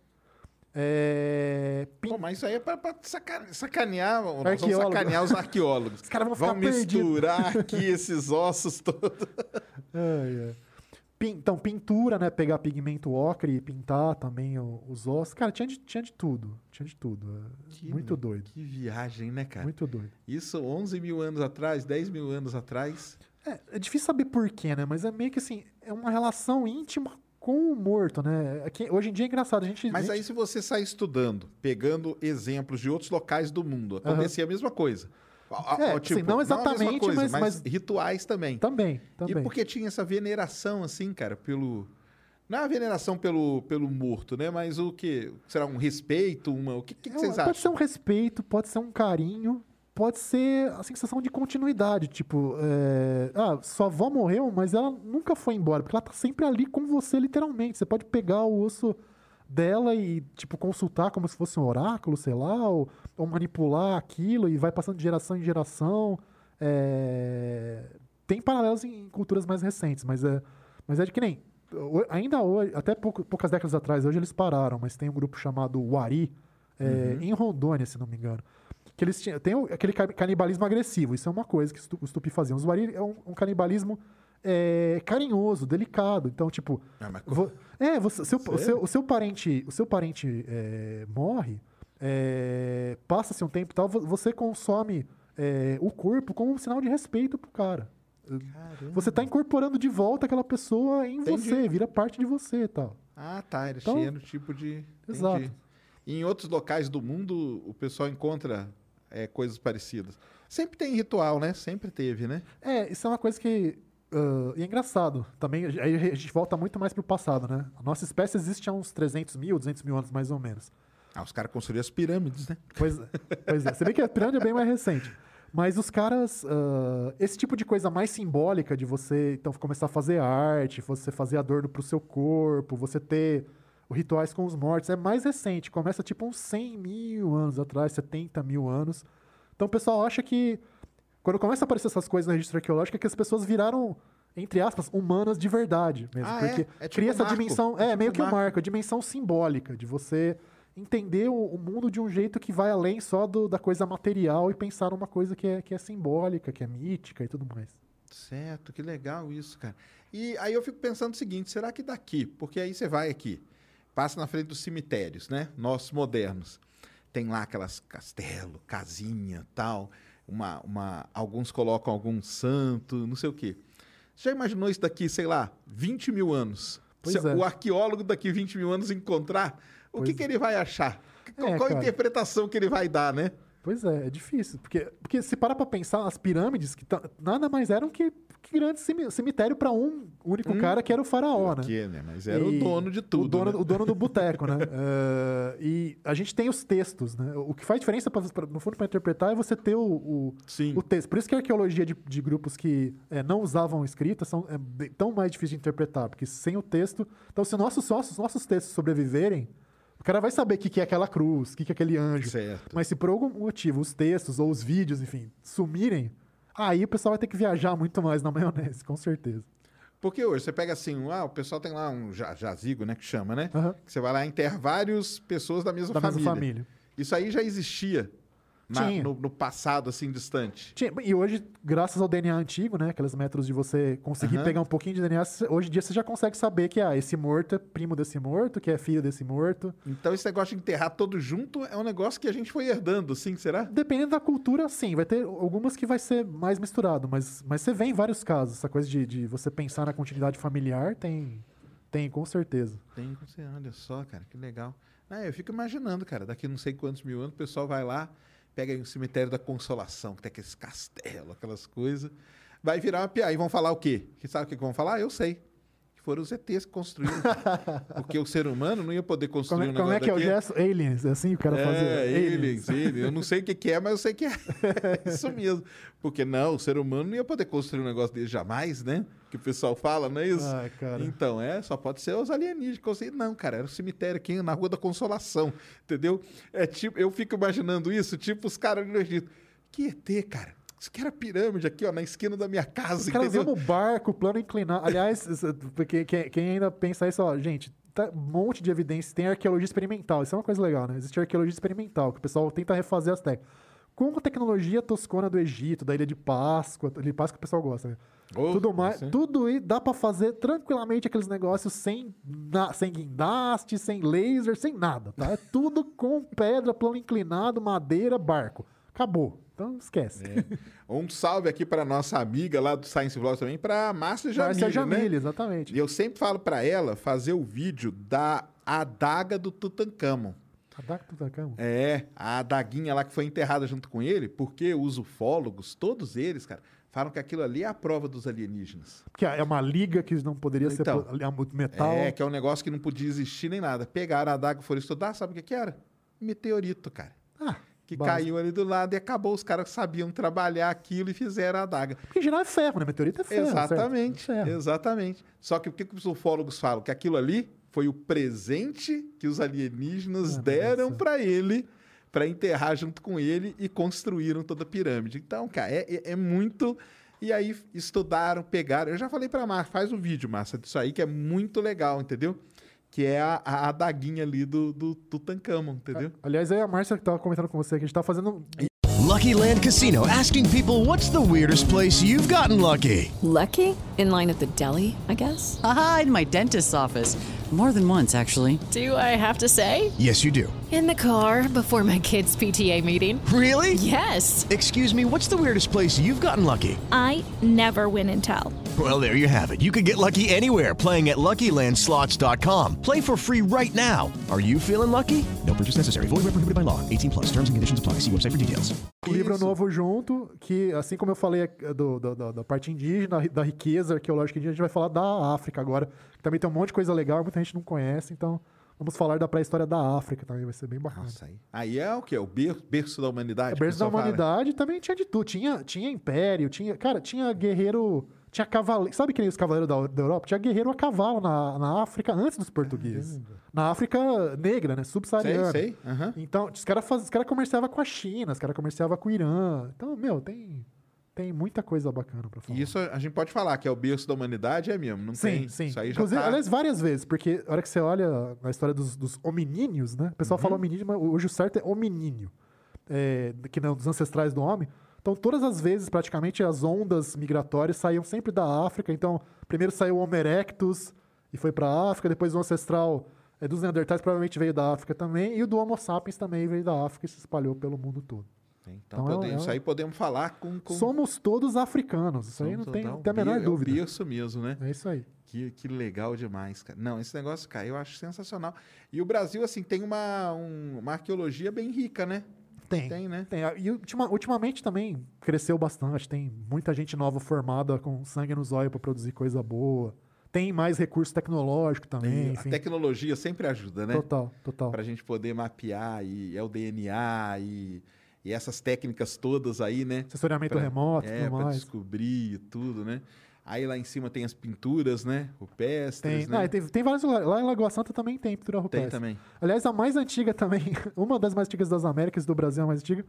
Pô, mas isso aí é pra sacanear, nós vamos Arqueólogo. sacanear os arqueólogos. Os caras vão ficar misturar aqui esses ossos todos. Então, pintura, né? Pegar pigmento ocre e pintar também os ossos. Cara, tinha de tudo. Tinha de tudo. Muito doido. Que viagem, né, cara? Muito doido. Isso 11 mil anos atrás, 10 mil anos atrás. É difícil saber porquê, né? Mas é meio que assim, é uma relação íntima com o morto, né? Hoje em dia é engraçado. Mas aí se você sair estudando, pegando exemplos de outros locais do mundo, acontecia a mesma coisa. Assim, não exatamente, coisa, mas rituais também. Também. E porque tinha essa veneração, assim, cara, pelo... Não é a veneração pelo morto, né? Mas o quê? Será um respeito? O que vocês acham? Pode ser um respeito, pode ser um carinho, pode ser a sensação de continuidade. Tipo, sua avó morreu, mas ela nunca foi embora, porque ela tá sempre ali com você, literalmente. Você pode pegar o osso dela e, tipo, consultar como se fosse um oráculo, sei lá, ou manipular aquilo e vai passando de geração em geração. Tem paralelos em culturas mais recentes, mas é de que nem... Ainda hoje, até poucas décadas atrás, hoje eles pararam, mas tem um grupo chamado Wari, em Rondônia, se não me engano, que eles tem aquele canibalismo agressivo. Isso é uma coisa que os Tupi faziam. Os Wari é um canibalismo carinhoso, delicado. Então, tipo, o seu parente morre, passa-se um tempo e tal, você consome o corpo como um sinal de respeito pro cara. Caramba. Você tá incorporando de volta aquela pessoa em você, vira parte de você e tal. Ah, tá. Era cheio do tipo de... Exato. Entendi. E em outros locais do mundo, o pessoal encontra coisas parecidas. Sempre tem ritual, né? Sempre teve, né? Isso é uma coisa que... e é engraçado. Também, aí a gente volta muito mais pro passado, né? A nossa espécie existe há uns 300 mil, 200 mil anos, mais ou menos. Os caras construíram as pirâmides, né? Pois é. Você vê que a pirâmide é bem mais recente. Mas os caras... esse tipo de coisa mais simbólica de você então começar a fazer arte, você fazer adorno pro seu corpo, você ter rituais com os mortos, é mais recente. Começa tipo uns 100 mil anos atrás, 70 mil anos. Então o pessoal acha que... Quando começa a aparecer essas coisas no registro arqueológico, é que as pessoas viraram, entre aspas, humanas de verdade mesmo. Porque tipo cria essa marco. dimensão... meio que um marco, a dimensão simbólica de você... entender o mundo de um jeito que vai além só da coisa material e pensar numa coisa que é simbólica, que é mítica e tudo mais. Certo, que legal isso, cara. E aí eu fico pensando o seguinte, será que daqui, porque aí você vai aqui, passa na frente dos cemitérios, né? Nossos modernos. Tem lá aquelas castelo, casinha, tal, alguns colocam algum santo, não sei o quê. Você já imaginou isso daqui, sei lá, 20 mil anos? O arqueólogo daqui 20 mil anos encontrar... O que ele vai achar? Qual a interpretação que ele vai dar, né? Pois é difícil. Porque se parar pra pensar, as pirâmides nada mais eram que grande cemitério para um único cara, que era o faraó, né? Mas era o dono de tudo. O dono do boteco, né? E a gente tem os textos, né? O que faz diferença, no fundo, para interpretar é você ter o texto. Por isso que a arqueologia de grupos que não usavam escrita é tão mais difícil de interpretar, porque sem o texto... Então, se nossos textos sobreviverem, o cara vai saber o que é aquela cruz, o que é aquele anjo. Certo. Mas se por algum motivo os textos ou os vídeos, enfim, sumirem, aí o pessoal vai ter que viajar muito mais na maionese, com certeza. Porque hoje você pega assim, o pessoal tem lá um jazigo, né, que chama, né? Uhum. Que você vai lá e enterra várias pessoas da mesma família. Isso aí já existia no passado, assim, distante. E hoje, graças ao DNA antigo, né? Aqueles métodos de você conseguir pegar um pouquinho de DNA, hoje em dia você já consegue saber que esse morto é primo desse morto, que é filho desse morto. Então esse negócio de enterrar todo junto é um negócio que a gente foi herdando, sim, será? Dependendo da cultura, sim. Vai ter algumas que vai ser mais misturado, mas você vê em vários casos. Essa coisa de você pensar na continuidade familiar tem com certeza. Olha só, cara, que legal. Eu fico imaginando, cara, daqui não sei quantos mil anos o pessoal vai lá, pega aí um cemitério da Consolação, que tem aqueles castelos, aquelas coisas. Vai virar uma piada. E vão falar o quê? Sabe o que vão falar? Eu sei. Que foram os ETs que construíram. Porque o ser humano não ia poder construir um negócio Como é que é o gesto? Aliens, é assim o cara fazia? Aliens. Eu não sei o que é, mas eu sei que é isso mesmo. Porque o ser humano não ia poder construir um negócio dele jamais, né? Que o pessoal fala, não é isso? Cara. Então, só pode ser os alienígenas. Não, cara, era um cemitério aqui na Rua da Consolação, entendeu? Eu fico imaginando isso, tipo os caras no Egito. Que ET, cara? Isso aqui era pirâmide aqui, ó, na esquina da minha casa, Os caras entendeu? usando barco, plano inclinado. Aliás, quem ainda pensa isso, ó, gente, tá um monte de evidência. Tem arqueologia experimental, isso é uma coisa legal, né? Existe arqueologia experimental, que o pessoal tenta refazer as técnicas. Com a tecnologia toscona do Egito, da Ilha de Páscoa o pessoal gosta, né? Tudo mais, tudo aí dá pra fazer tranquilamente aqueles negócios sem guindaste, sem laser, sem nada, tá? É tudo com pedra, plano inclinado, madeira, barco. Acabou. Então esquece. Um salve aqui para nossa amiga lá do Science Vlog também, para Márcia Jamile, Márcia Jamile, né? exatamente. E eu sempre falo para ela fazer o vídeo da adaga do Tutankhamon. Adaga do Tutankhamon? É, a adaguinha lá que foi enterrada junto com ele, porque os ufólogos, todos eles, cara, falam que aquilo ali é a prova dos alienígenas. Que é uma liga que não poderia ser metal. É, que é um negócio que não podia existir nem nada. Pegaram a adaga e foram estudar, sabe o que era? Meteorito, cara. Que caiu ali do lado e acabou. Os caras sabiam trabalhar aquilo e fizeram a adaga. Porque em geral é ferro, né? Meteorito é ferro. Exatamente, certo? exatamente. Só que o que os ufólogos falam? Que aquilo ali foi o presente que os alienígenas deram para ele, para enterrar junto com ele e construíram toda a pirâmide. Então, cara, é muito... E aí estudaram, pegaram... Eu já falei para a Márcia, faz um vídeo, Márcia, disso aí, que é muito legal, entendeu? Que é a adaguinha ali do Tutankhamon, entendeu? Aliás, aí a Márcia que tava comentando com você que a gente tá fazendo... Lucky Land Casino, asking people, what's the weirdest place you've gotten lucky? Lucky? In line at the deli, I guess? Aha, in my dentist's office. More than once, actually. Do I have to say? Yes, you do. In the car before my kids' PTA meeting. Really? Yes. Excuse me, what's the weirdest place you've gotten lucky? I never win and tell. Well, there you have it. You can get lucky anywhere, playing at LuckyLandSlots.com. Play for free right now. Are you feeling lucky? No purchase necessary. Void where prohibited by law. 18 plus. Terms and conditions apply. See website for details. Um livro novo junto, que assim como eu falei da parte indígena, da riqueza arqueológica indígena, a gente vai falar da África agora, que também tem um monte de coisa legal, muita gente não conhece, então vamos falar da pré-história da África também, vai ser bem bacana. Nossa, aí é o quê? O berço da humanidade? O berço da humanidade também tinha de tudo, tinha império, tinha guerreiro, tinha cavaleiro, sabe que nem os cavaleiros da Europa? Tinha guerreiro a cavalo na África antes dos portugueses. Na África negra, né? Subsaariana. Sei. Uhum. Então, os caras comerciavam com a China, os caras comerciavam com o Irã. Então, meu, tem muita coisa bacana pra falar. E isso a gente pode falar, que é o berço da humanidade, é mesmo? Não tem? Sim. Isso aí Inclusive, já tá... aliás, várias vezes, porque a hora que você olha na história dos hominíneos, né? O pessoal fala hominídeo, mas hoje o certo é hominíneo, que não, dos ancestrais do homem. Então, todas as vezes, praticamente, as ondas migratórias saíam sempre da África. Então, primeiro saiu o Homo erectus e foi pra África, depois o ancestral dos Neandertais provavelmente veio da África também, e o do Homo sapiens também veio da África e se espalhou pelo mundo todo. Então, isso aí podemos falar com... Somos todos africanos, isso aí não tem a menor dúvida. É o berço mesmo, né? É isso aí. Que legal demais, cara. Não, esse negócio, cara, eu acho sensacional. E o Brasil, assim, tem uma arqueologia bem rica, né? Tem, né? Tem. E ultimamente também cresceu bastante, tem muita gente nova formada com sangue nos olhos para produzir coisa boa. Tem mais recurso tecnológico também. A tecnologia sempre ajuda, né? Total. Pra gente poder mapear o DNA e essas técnicas todas aí, né? Assessoramento remoto, tudo mais. Pra descobrir tudo, né? Aí lá em cima tem as pinturas, né? Rupestres, né? Tem vários lugares. Lá em Lagoa Santa também tem pintura rupestre. Tem também. Aliás, a mais antiga também, uma das mais antigas das Américas, do Brasil, a mais antiga,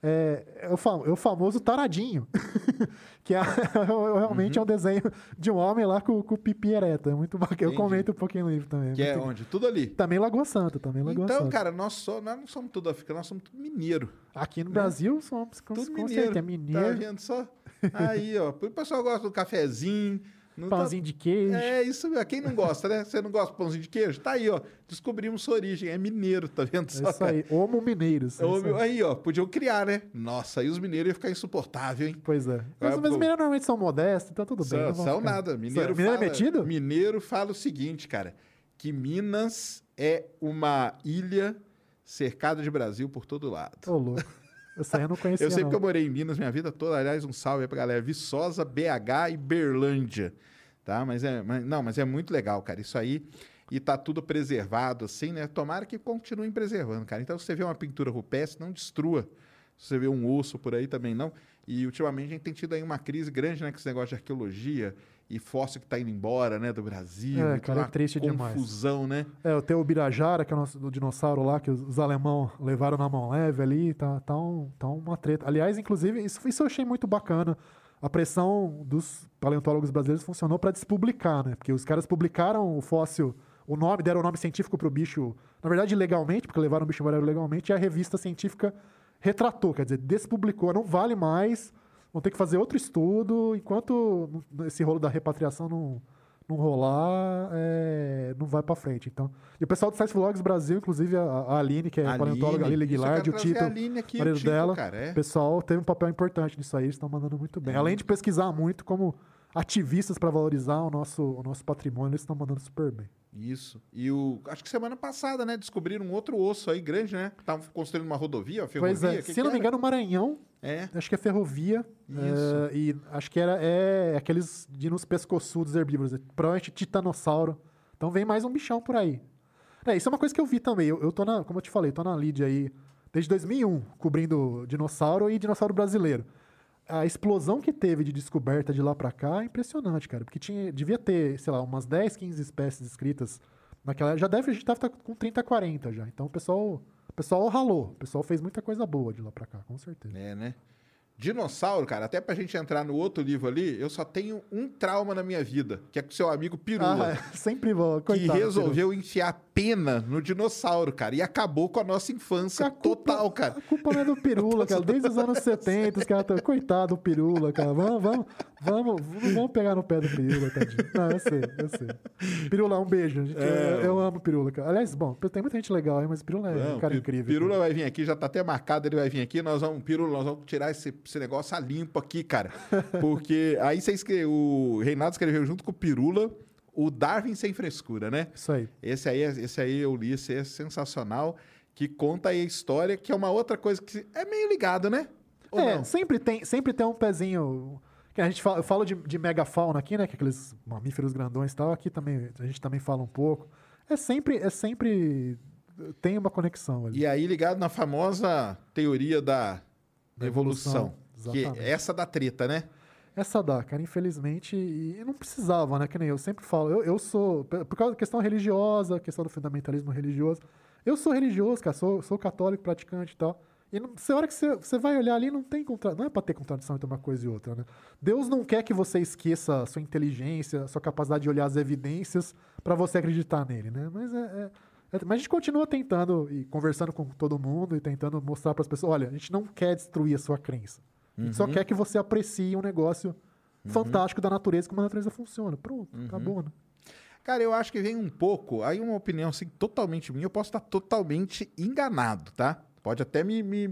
é o famoso taradinho. Que realmente é um desenho de um homem lá com o pipi ereto. É muito bacana. Eu comento um pouquinho no livro também. Que é onde? Tudo ali. Também Lagoa Santa. Então, cara, nós não somos tudo africano, nós somos tudo mineiro. Aqui no Brasil somos tudo mineiro. É mineiro. Tá vendo só? Aí, ó. O pessoal gosta do cafezinho. Pãozinho de queijo. É isso mesmo. Quem não gosta, né? Você não gosta de pãozinho de queijo? Tá aí, ó. Descobrimos sua origem. É mineiro, tá vendo só? É isso aí. Homo mineiros. Aí, ó. Podiam criar, né? Nossa, aí os mineiros iam ficar insuportável, hein? Pois é. Mas os mineiros normalmente são modestos, então tudo bem. São nada. Mineiro é metido? Mineiro fala o seguinte, cara. Que Minas é uma ilha cercada de Brasil por todo lado. Ô, louco. Essa aí eu não conhecia, Eu sei que eu morei em Minas minha vida toda. Aliás, um salve aí pra galera. Viçosa, BH e Berlândia. Tá? Mas é muito legal, cara. Isso aí. E tá tudo preservado, assim, né? Tomara que continuem preservando, cara. Então, se você vê uma pintura rupestre, não destrua. Se você vê um osso por aí, também não. E, ultimamente, a gente tem tido aí uma crise grande, né? Com esse negócio de arqueologia e fóssil que tá indo embora, né, do Brasil. É, cara, é triste demais. Confusão, né? Tem o Birajara, que é o dinossauro lá, que os alemão levaram na mão leve ali, tá uma treta. Aliás, inclusive, isso eu achei muito bacana. A pressão dos paleontólogos brasileiros funcionou para despublicar, né? Porque os caras publicaram o fóssil, deram o nome científico pro bicho, na verdade, legalmente, porque levaram o bicho embora legalmente, e a revista científica retratou, quer dizer, despublicou, não vale mais, vão ter que fazer outro estudo, enquanto esse rolo da repatriação não rolar, não vai pra frente. Então, e o pessoal do Science Vlogs Brasil, inclusive a Aline, que é paleontóloga, a Lili Guilherme, o Tito, marido dela, o pessoal teve um papel importante nisso aí, eles estão mandando muito bem. Além de pesquisar muito como ativistas para valorizar o nosso patrimônio, eles estão mandando super bem. Isso. E acho que semana passada, né, descobriram um outro osso aí grande, né? Estavam construindo uma rodovia, ferrovia. Pois é, se não me engano, Maranhão, acho que é ferrovia. Isso. E acho que é aqueles dinos pescoçudos herbívoros, provavelmente titanossauro. Então vem mais um bichão por aí. Isso é uma coisa que eu vi também. Eu tô como eu te falei, tô na lide aí desde 2001, cobrindo dinossauro e dinossauro brasileiro. A explosão que teve de descoberta de lá pra cá é impressionante, cara. Porque devia ter, sei lá, umas 10, 15 espécies escritas naquela... A gente deve estar com 30, 40 já. Então o pessoal ralou. O pessoal fez muita coisa boa de lá pra cá, com certeza. É, né? Dinossauro, cara, até pra gente entrar no outro livro ali, eu só tenho um trauma na minha vida, que é com o seu amigo Pirula. Sempre bom, coitado. Que resolveu enfiar pena no dinossauro, cara, e acabou com a nossa infância total, cara. A culpa não é do Pirula, cara, desde os anos 70, os caras estão... Coitado do Pirula, cara, vamos pegar no pé do Pirula, tadinho. Não, eu sei. Pirula, um beijo, gente, eu amo Pirula, cara. Aliás, bom, tem muita gente legal aí, mas Pirula é um cara incrível. Pirula vai vir aqui, já tá até marcado, ele vai vir aqui, nós vamos tirar esse negócio a limpo aqui, cara. Porque aí o Reinaldo escreveu junto com o Pirula o Darwin Sem Frescura, né? Isso aí. Esse aí eu li, esse é sensacional, que conta aí a história, que é uma outra coisa que é meio ligado, né? Ou não? Sempre tem um pezinho... Eu falo de megafauna aqui, né? Que é aqueles mamíferos grandões e tal. Aqui também, a gente também fala um pouco. É sempre tem uma conexão ali. E aí ligado na famosa teoria da evolução. Que é essa da treta, né? Essa dá, cara, infelizmente, e não precisava, né? Que nem eu sempre falo, eu sou, por causa da questão religiosa, questão do fundamentalismo religioso, eu sou religioso, cara, sou católico, praticante e tal, e a hora que você vai olhar ali, não é pra ter contradição entre uma coisa e outra, né? Deus não quer que você esqueça a sua inteligência, a sua capacidade de olhar as evidências pra você acreditar nele, né? Mas a gente continua tentando e conversando com todo mundo e tentando mostrar para as pessoas, olha, a gente não quer destruir a sua crença. A gente só quer que você aprecie um negócio fantástico da natureza, como a natureza funciona. Pronto, acabou, né? Cara, eu acho que vem um pouco... Aí uma opinião assim, totalmente minha, eu posso estar totalmente enganado, tá? Pode até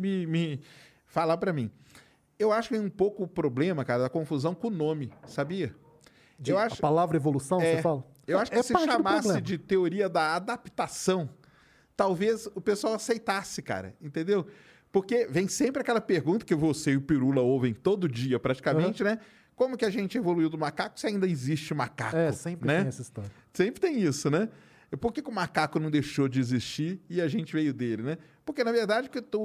me falar pra mim. Eu acho que vem um pouco o problema, cara, da confusão com o nome, sabia? A palavra evolução, você fala? Eu acho que se chamasse de teoria da adaptação, talvez o pessoal aceitasse, cara, entendeu? Porque vem sempre aquela pergunta que você e o Pirula ouvem todo dia, praticamente, né? Como que a gente evoluiu do macaco se ainda existe macaco? Sempre né? tem essa história. Sempre tem isso, né? E por que o macaco não deixou de existir e a gente veio dele, né? Porque, na verdade,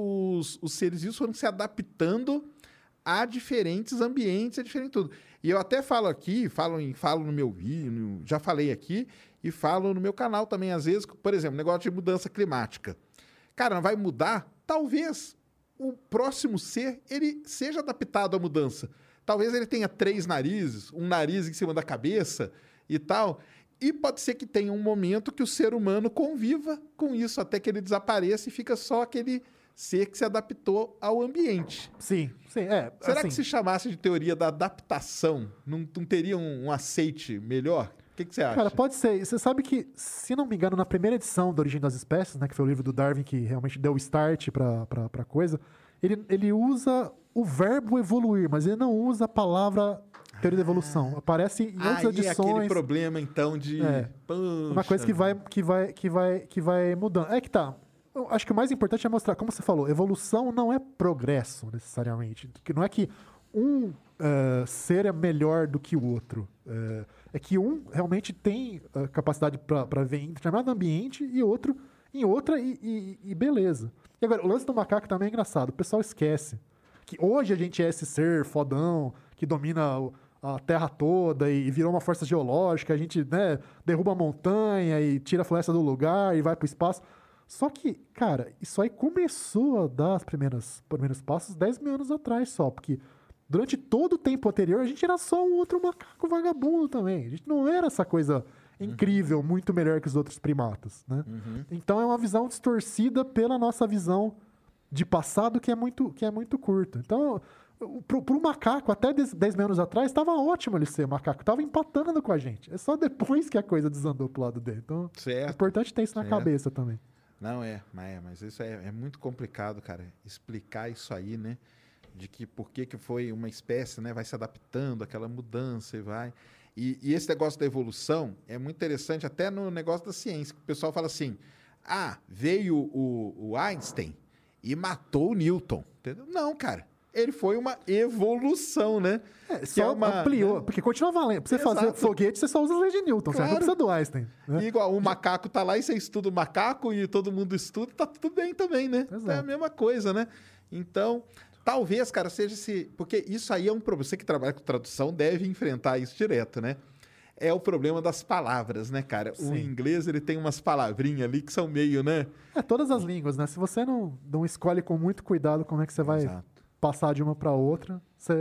os seres vivos foram se adaptando a diferentes ambientes, a diferente tudo. E eu até falo aqui, falo no meu vídeo, já falei aqui, e falo no meu canal também, às vezes, por exemplo, negócio de mudança climática. Cara, não vai mudar? Talvez o próximo ser, ele seja adaptado à mudança. Talvez ele tenha 3 narizes, um nariz em cima da cabeça e tal. E pode ser que tenha um momento que o ser humano conviva com isso, até que ele desapareça e fica só aquele ser que se adaptou ao ambiente. Sim. Será que se chamasse de teoria da adaptação, não teria um aceite melhor? O que você acha? Cara, pode ser. Você sabe que, se não me engano, na primeira edição da Origem das Espécies, né, que foi o livro do Darwin que realmente deu o start pra coisa, ele usa o verbo evoluir, mas ele não usa a palavra teoria da evolução. Aparece em outras edições. Aquele problema, então, de... uma coisa que vai mudando. É que tá. Eu acho que o mais importante é mostrar, como você falou, evolução não é progresso, necessariamente. Que não é que um ser é melhor do que o outro. É que um realmente tem capacidade para ver em determinado ambiente e outro em outra e beleza. E agora, o lance do macaco também é engraçado. O pessoal esquece que hoje a gente é esse ser fodão que domina a Terra toda e virou uma força geológica, a gente, né, derruba a montanha e tira a floresta do lugar e vai pro espaço. Só que, cara, isso aí começou a dar os primeiros passos 10 mil anos atrás só, porque durante todo o tempo anterior a gente era só um outro macaco vagabundo também. A gente não era essa coisa incrível, muito melhor que os outros primatas, né? Então é uma visão distorcida pela nossa visão de passado que é muito curta. Então, pro macaco, até 10 mil anos atrás, estava ótimo ele ser macaco. Estava empatando com a gente. É só depois que a coisa desandou pro lado dele. Então, é importante ter isso na cabeça também. Não, mas isso é muito complicado, cara. Explicar isso aí, né? De que por que foi uma espécie, né? Vai se adaptando àquela mudança e vai... E esse negócio da evolução é muito interessante até no negócio da ciência. O pessoal fala assim, veio o Einstein e matou o Newton. Entendeu? Não, cara. Ele foi uma evolução, né? Só ampliou, porque continua valendo. Pra você fazer foguete, você só usa as leis de Newton, claro. Você não precisa do Einstein. Né? E igual, o macaco tá lá e você estuda o macaco e todo mundo estuda, tá tudo bem também, né? Exato. É a mesma coisa, né? Então, talvez, cara, seja esse... Porque isso aí é um problema. Você que trabalha com tradução deve enfrentar isso direto, né? É o problema das palavras, né, cara? Sim. O inglês, ele tem umas palavrinhas ali que são meio, né? Todas as línguas, né? Se você não escolhe com muito cuidado como é que você vai passar de uma para outra,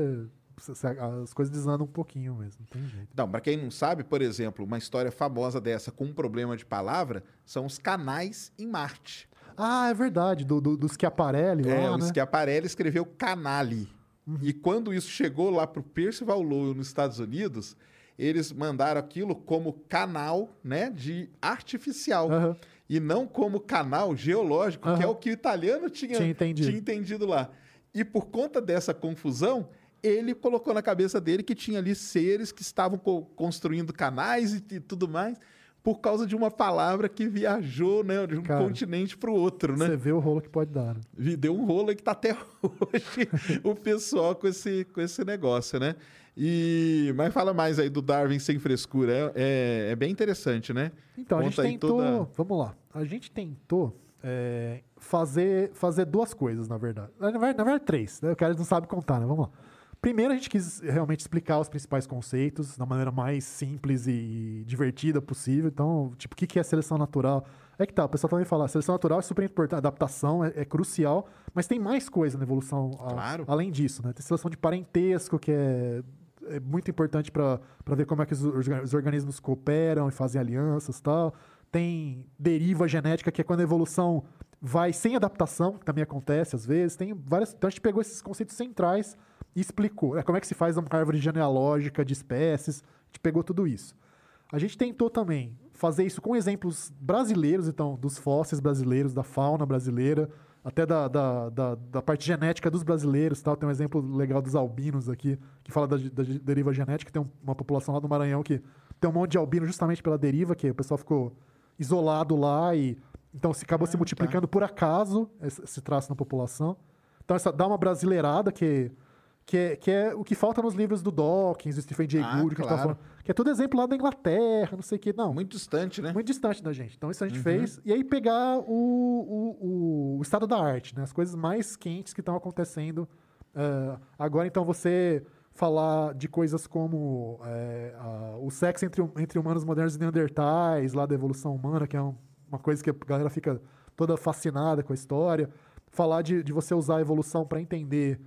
as coisas desandam um pouquinho mesmo, não tem jeito. Não, para quem não sabe, por exemplo, uma história famosa dessa com um problema de palavra são os canais em Marte. É verdade, dos Schiaparelli lá, né? O Schiaparelli escreveu canali. E quando isso chegou lá para o Percival Lowell nos Estados Unidos, eles mandaram aquilo como canal, né, de artificial. E não como canal geológico, que é o que o italiano tinha entendido lá. E por conta dessa confusão, ele colocou na cabeça dele que tinha ali seres que estavam construindo canais e tudo mais, por causa de uma palavra que viajou, né, de um continente para o outro, né? Você vê o rolo que pode dar, né? Deu um rolo aí que tá até hoje o pessoal com esse negócio, né? Mas fala mais aí do Darwin sem frescura. É bem interessante, né? Então, a gente tentou... Vamos lá. A gente tentou fazer duas coisas, na verdade. Na verdade, três. Né? O cara não sabe contar, né? Vamos lá. Primeiro, a gente quis realmente explicar os principais conceitos da maneira mais simples e divertida possível. Então, tipo, o que é seleção natural? É que tá, o pessoal também fala, seleção natural é super importante, adaptação é crucial, mas tem mais coisa na evolução além disso, né? Tem seleção de parentesco, que é muito importante para ver como é que os organismos cooperam e fazem alianças e tal. Tem deriva genética, que é quando a evolução vai sem adaptação, que também acontece às vezes. Tem várias... Então a gente pegou esses conceitos centrais e explicou como é que se faz uma árvore genealógica de espécies. A gente pegou tudo isso. A gente tentou também fazer isso com exemplos brasileiros, então, dos fósseis brasileiros, da fauna brasileira, até da parte genética dos brasileiros. Tal. Tem um exemplo legal dos albinos aqui, que fala da deriva genética. Tem uma população lá do Maranhão que tem um monte de albino justamente pela deriva, que o pessoal ficou isolado lá e... Então, acabou se multiplicando por acaso esse traço na população. Então, essa dá uma brasileirada que é o que falta nos livros do Dawkins, do Stephen Jay Gould, que a gente tá falando. Que é todo exemplo lá da Inglaterra, não sei o quê. Não, muito distante, né? Muito distante da gente. Então, isso a gente fez. E aí, pegar o estado da arte, né? As coisas mais quentes que estão acontecendo. Agora, então, você falar de coisas como o sexo entre humanos modernos e neandertais, lá da evolução humana, que é uma coisa que a galera fica toda fascinada com a história. Falar de você usar a evolução para entender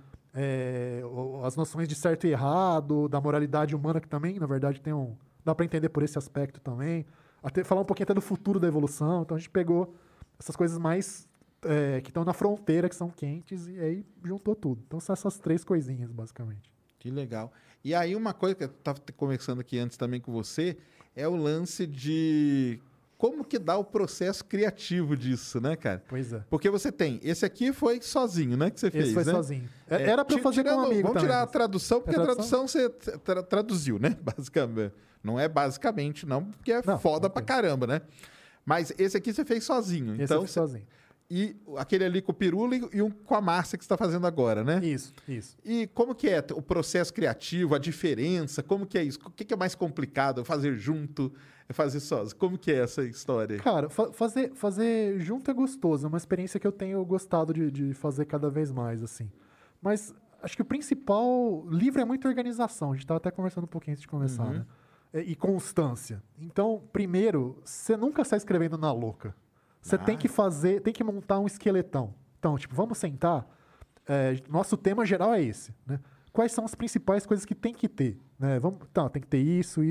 as noções de certo e errado, da moralidade humana, que também, na verdade, dá para entender por esse aspecto também. Até falar um pouquinho até do futuro da evolução. Então, a gente pegou essas coisas mais que estão na fronteira, que são quentes, e aí juntou tudo. Então, são essas três coisinhas, basicamente. Que legal. E aí, uma coisa que eu estava conversando aqui antes também com você, é o lance de... Como que dá o processo criativo disso, né, cara? Pois é. Porque você tem... Esse aqui foi sozinho, né, que você fez, Esse foi né? sozinho. Era para eu fazer com um amigo Vamos também. tirar a tradução, porque a tradução você traduziu, né? Basicamente. Não é basicamente, não, porque é foda pra caramba, né? Mas esse aqui você fez sozinho. Esse então, eu fiz sozinho. E aquele ali com o Pirula e um com a Márcia que você está fazendo agora, né? Isso. E como que é o processo criativo, a diferença? Como que é isso? O que é mais complicado? Fazer junto, fazer sozinho? Como que é essa história? Cara, fazer junto é gostoso. É uma experiência que eu tenho gostado de fazer cada vez mais, assim. Mas acho que o principal... Livro é muita organização. A gente estava até conversando um pouquinho antes de começar, né? E constância. Então, primeiro, você nunca sai escrevendo na louca. Você tem que montar um esqueletão. Então, tipo, vamos sentar. Nosso tema geral é esse, né? Quais são as principais coisas que tem que ter, né? Tem que ter isso.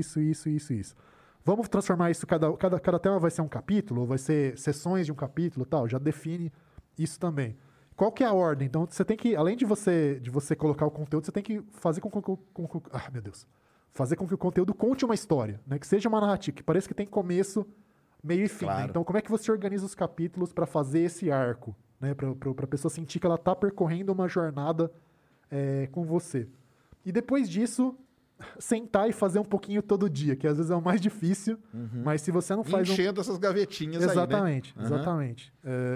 Vamos transformar isso, cada tema vai ser um capítulo, ou vai ser sessões de um capítulo, tal. Já define isso também. Qual que é a ordem? Então, você tem que, além de você colocar o conteúdo, você tem que fazer fazer com que o conteúdo conte uma história, né? Que seja uma narrativa, que pareça que tem começo, meio e fim. Claro. Né? Então, como é que você organiza os capítulos para fazer esse arco, né? Para a pessoa sentir que ela está percorrendo uma jornada com você. E depois disso, sentar e fazer um pouquinho todo dia, que às vezes é o mais difícil, mas se você não faz... Enchendo essas gavetinhas exatamente, aí, né? Exatamente.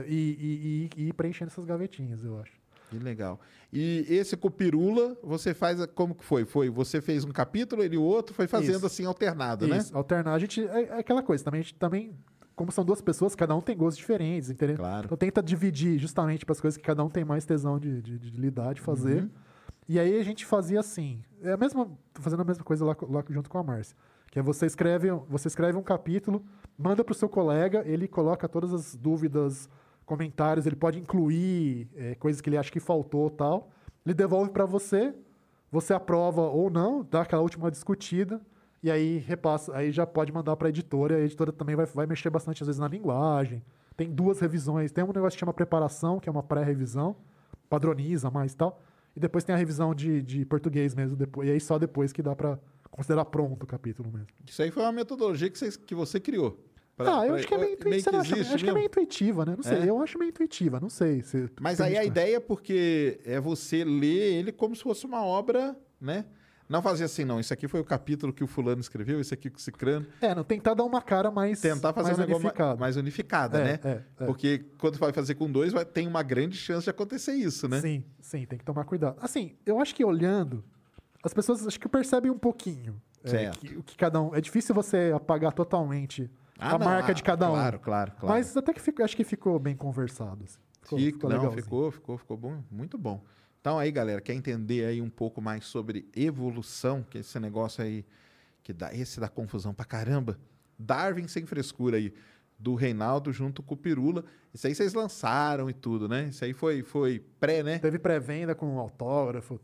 E ir preenchendo essas gavetinhas, eu acho. Que legal. E esse Cupirula, você faz... Como que foi? Você fez um capítulo, ele o outro, foi fazendo assim, alternado, né? Isso, alternar. A gente... É aquela coisa, também, a gente também... Como são duas pessoas, cada um tem gostos diferentes, entendeu? Claro. Então tenta dividir justamente para as coisas que cada um tem mais tesão de lidar, de fazer. E aí a gente fazia assim, tô fazendo a mesma coisa lá junto com a Márcia, que é você escreve um capítulo, manda pro seu colega, ele coloca todas as dúvidas, comentários, ele pode incluir coisas que ele acha que faltou e tal, ele devolve para você aprova ou não, dá aquela última discutida, e aí repassa, aí já pode mandar para a editora também vai mexer bastante às vezes na linguagem, tem 2 revisões, tem um negócio que chama preparação, que é uma pré-revisão, padroniza mais e tal, e depois tem a revisão de português mesmo, depois, e aí só depois que dá para considerar pronto o capítulo mesmo. Isso aí foi uma metodologia que você criou. Eu acho que é meio intuitiva. Acho que é meio intuitiva, né? Não sei, eu acho meio intuitiva, não sei. Mas aí a ideia é porque é você ler ele como se fosse uma obra, né? Não fazer assim, não. Isso aqui foi o capítulo que o fulano escreveu, esse aqui que o cicrano... não tentar dar uma cara mais tentar fazer mais um negócio mais unificada, né? Porque quando vai fazer com 2, tem uma grande chance de acontecer isso, né? Sim, tem que tomar cuidado. Assim, eu acho que olhando, as pessoas acho que percebem um pouquinho. O que cada um... É difícil você apagar totalmente a marca de cada um. Claro. Mas até que acho que ficou bem conversado. Assim. Ficou bom, muito bom. Então aí, galera, quer entender aí um pouco mais sobre evolução, que é esse negócio aí, esse dá confusão pra caramba. Darwin Sem Frescura aí, do Reinaldo junto com o Pirula. Isso aí vocês lançaram e tudo, né? Isso aí foi pré, né? Teve pré-venda com autógrafo,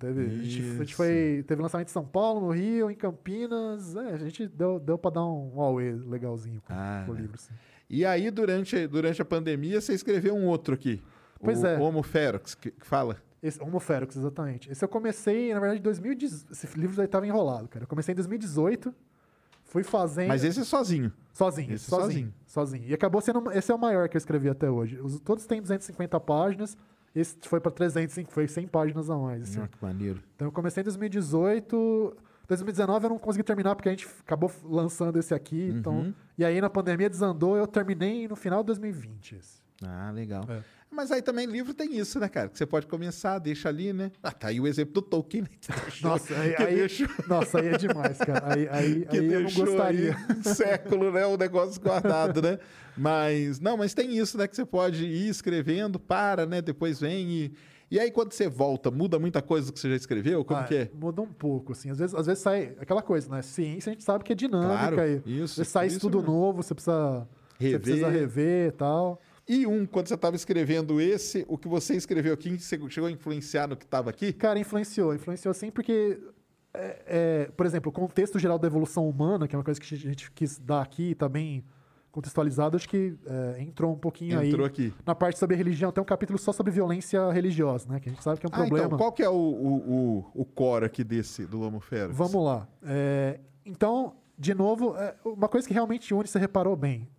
teve lançamento em São Paulo, no Rio, em Campinas. A gente deu pra dar um auê legalzinho com o livro. Assim. E aí, durante a pandemia, você escreveu um outro aqui. Pois o Homo Ferox, que fala... Homo Ferox, exatamente. Esse eu comecei, na verdade, em 2018. Esse livro aí tava enrolado, cara. Eu comecei em 2018, fui fazendo... Mas esse é sozinho. Sozinho. E acabou sendo... Esse é o maior que eu escrevi até hoje. Todos têm 250 páginas. Esse foi para 305, foi 100 páginas a mais. Assim. Que maneiro. Então eu comecei em 2018... 2019 eu não consegui terminar porque a gente acabou lançando esse aqui. Então, e aí na pandemia desandou, eu terminei no final de 2020. Esse. Legal. Mas aí também livro tem isso, né, cara? Que você pode começar, deixa ali, né? Tá aí o exemplo do Tolkien, né? Nossa, aí é demais, cara. Aí eu não gostaria. Um século, né? O negócio guardado, né? Mas tem isso, né? Que você pode ir escrevendo, né? Depois vem e aí quando você volta, muda muita coisa do que você já escreveu? Como que é? Muda um pouco, assim. Às vezes sai aquela coisa, né? Ciência a gente sabe que é dinâmica. Claro, isso. Sai estudo novo, você precisa rever e tal. E quando você estava escrevendo o que você escreveu aqui, você chegou a influenciar no que estava aqui? Cara, influenciou sim, porque, por exemplo, o contexto geral da evolução humana, que é uma coisa que a gente quis dar aqui, tá bem contextualizado, acho que entrou um pouquinho aí aqui. Na parte sobre religião. Tem um capítulo só sobre violência religiosa, né? Que a gente sabe que é um problema. Então, qual que é o core aqui do Homo Ferox? Vamos lá. Então... De novo, uma coisa que realmente une, você reparou bem,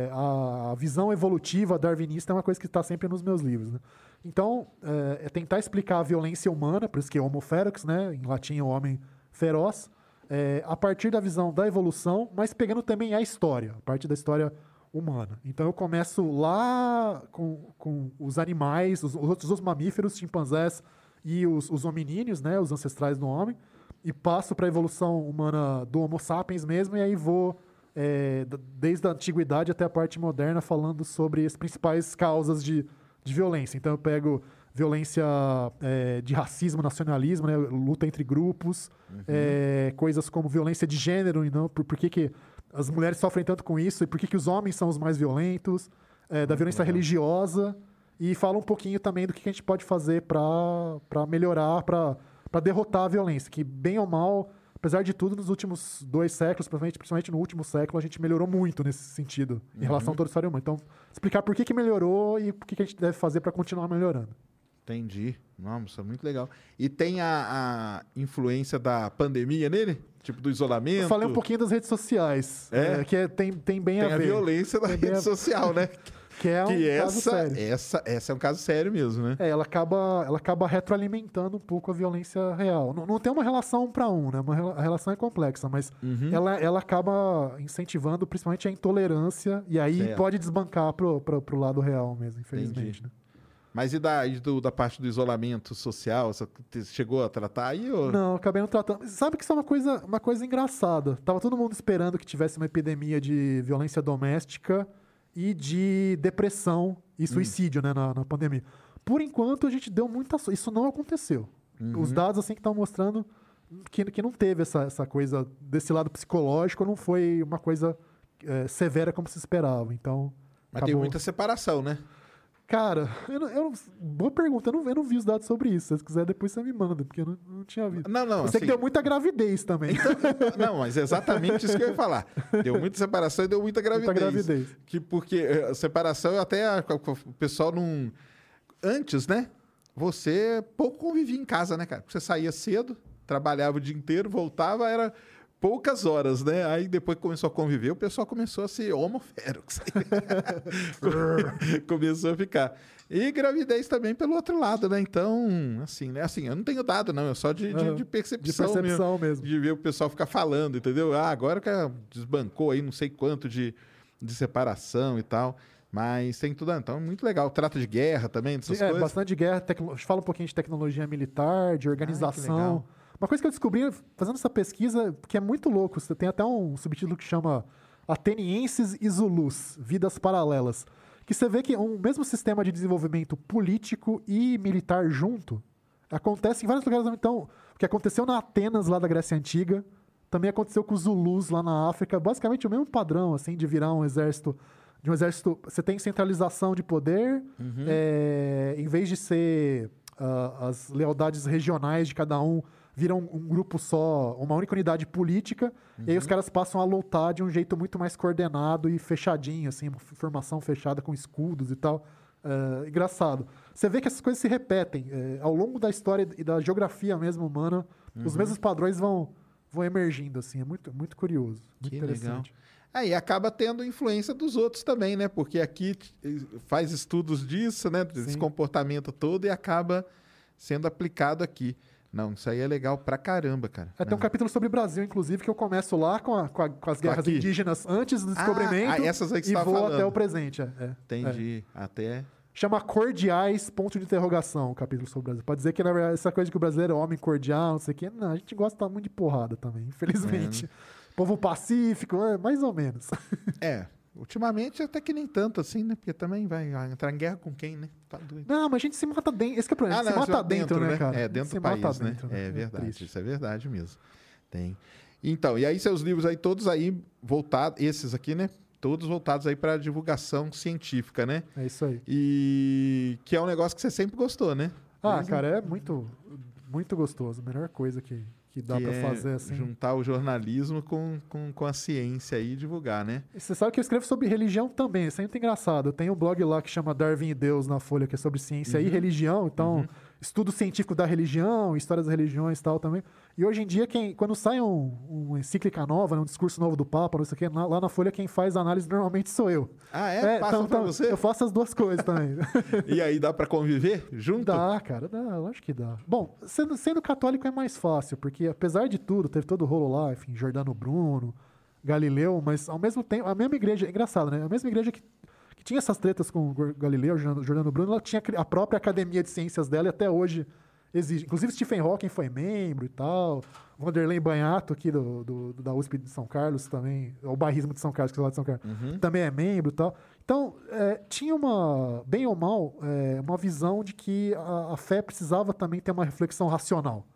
a visão evolutiva darwinista é uma coisa que está sempre nos meus livros. Né? Então, é tentar explicar a violência humana, por isso que é Homo Ferox, né? Em latim é o homem feroz, a partir da visão da evolução, mas pegando também a história, a parte da história humana. Então eu começo lá com os animais, os mamíferos, chimpanzés e os hominíneos, né? Os ancestrais do homem, e passo para a evolução humana do Homo sapiens mesmo, e aí vou desde a antiguidade até a parte moderna falando sobre as principais causas de violência. Então eu pego violência de racismo, nacionalismo, né? Luta entre grupos, coisas como violência de gênero, e não por que as mulheres sofrem tanto com isso e por que os homens são os mais violentos, da violência religiosa, e fala um pouquinho também do que a gente pode fazer para melhorar, para derrotar a violência, que bem ou mal, apesar de tudo, nos últimos 2 séculos, principalmente no último século, a gente melhorou muito nesse sentido, em relação a toda a história humana. Então, explicar por que melhorou e o que a gente deve fazer para continuar melhorando. Entendi. Nossa, muito legal. E tem a influência da pandemia nele? Tipo, do isolamento? Eu falei um pouquinho das redes sociais, que tem bem a ver. Tem a violência da rede social, né? Que é um caso sério. Essa é um caso sério mesmo, né? Ela acaba retroalimentando um pouco a violência real. Não tem uma relação 1 para 1, né? A relação é complexa, mas ela acaba incentivando principalmente a intolerância e aí pode desbancar pro lado real mesmo, infelizmente. Né? Mas e da parte do isolamento social? Você chegou a tratar aí? Ou... Não, acabei não tratando. Sabe que isso é uma coisa engraçada. Tava todo mundo esperando que tivesse uma epidemia de violência doméstica e de depressão e suicídio, né, na pandemia. Por enquanto, a gente deu muita sorte. Isso não aconteceu. Os dados assim que estão mostrando que não teve essa coisa desse lado psicológico, não foi uma coisa severa como se esperava. Então, mas tem muita separação, né? Cara, boa pergunta. Eu não vi os dados sobre isso. Se você quiser, depois você me manda, porque eu não tinha visto. Não, eu sei que deu muita gravidez também. Então, não, mas é exatamente isso que eu ia falar. Deu muita separação e deu muita gravidez. Porque a separação, até o pessoal não... Antes, né? Você pouco convivia em casa, né, cara? Você saía cedo, trabalhava o dia inteiro, voltava, era... poucas horas, né? Aí depois que começou a conviver, o pessoal começou a ser homoférux. Começou a ficar. E gravidez também pelo outro lado, né? Então, assim, né? Assim, eu não tenho dado, não. É só de percepção. De percepção mesmo. De ver o pessoal ficar falando, entendeu? Agora que desbancou aí não sei quanto de separação e tal. Mas tem tudo. Então, muito legal. Trata de guerra também, dessas coisas. Bastante de guerra. Fala um pouquinho de tecnologia militar, de organização. Uma coisa que eu descobri fazendo essa pesquisa, que é muito louco, você tem até um subtítulo que chama Atenienses e Zulus, Vidas Paralelas, que você vê que um mesmo sistema de desenvolvimento político e militar junto acontece em vários lugares. Então, o que aconteceu na Atenas, lá da Grécia Antiga, também aconteceu com os Zulus lá na África, basicamente o mesmo padrão, assim, de virar um exército... Você tem centralização de poder, em vez de ser as lealdades regionais de cada um, viram um grupo só, uma única unidade política, e aí os caras passam a lutar de um jeito muito mais coordenado e fechadinho, assim, uma formação fechada com escudos e tal. Engraçado. Você vê que essas coisas se repetem. Ao longo da história e da geografia mesmo humana, os mesmos padrões vão emergindo, assim. É muito, muito curioso. Muito interessante. Legal. Aí acaba tendo influência dos outros também, né? Porque aqui faz estudos disso, né? Desse comportamento todo e acaba sendo aplicado aqui. Não, isso aí é legal pra caramba, cara. Tem um capítulo sobre o Brasil, inclusive, que eu começo lá com as guerras indígenas antes do descobrimento essas aí que e você vou falando. até o presente. Entendi. Até... Chama Cordiais, ponto de interrogação, o capítulo sobre o Brasil. Pode dizer que, na verdade, essa coisa de que o brasileiro é homem cordial, não sei o quê. Não, a gente gosta muito de porrada também, infelizmente. Povo pacífico, mais ou menos. Ultimamente até que nem tanto assim, né? Porque também vai entrar em guerra com quem, né? Tá doido. Não, mas a gente se mata dentro. Esse que é o problema. A gente se mata dentro, né, cara? Dentro do país, né? É verdade, isso é verdade mesmo. Tem. Então, e aí seus livros aí, todos aí voltados, esses aqui, né? Todos voltados aí para divulgação científica, né? É isso aí. E que é um negócio que você sempre gostou, né? Cara, é muito, muito gostoso. A melhor coisa que dá para fazer, assim. Juntar o jornalismo com a ciência aí e divulgar, né? E você sabe que eu escrevo sobre religião também, isso é muito engraçado. Eu tenho um blog lá que chama Darwin e Deus na Folha, que é sobre ciência e religião. Então, estudo científico da religião, história das religiões e tal também. E hoje em dia, quando sai uma encíclica nova, um discurso novo do Papa, não sei o quê, lá na Folha quem faz a análise normalmente sou eu. Passa pra você? Eu faço as duas coisas também. E aí dá pra conviver junto? Dá, cara, dá, eu acho que dá. Bom, sendo católico é mais fácil, porque apesar de tudo, teve todo o rolo lá, enfim, Giordano Bruno, Galileu, mas ao mesmo tempo, a mesma igreja, é engraçado, né? A mesma igreja que tinha essas tretas com o Galileu, Giordano Bruno, ela tinha a própria academia de ciências dela e até hoje existe. Inclusive Stephen Hawking foi membro e tal, Vanderlei Banhato aqui da USP de São Carlos também, o bairrismo de São Carlos, que é lá de São Carlos, também é membro e tal. Então, tinha bem ou mal, uma visão de que a fé precisava também ter uma reflexão racional.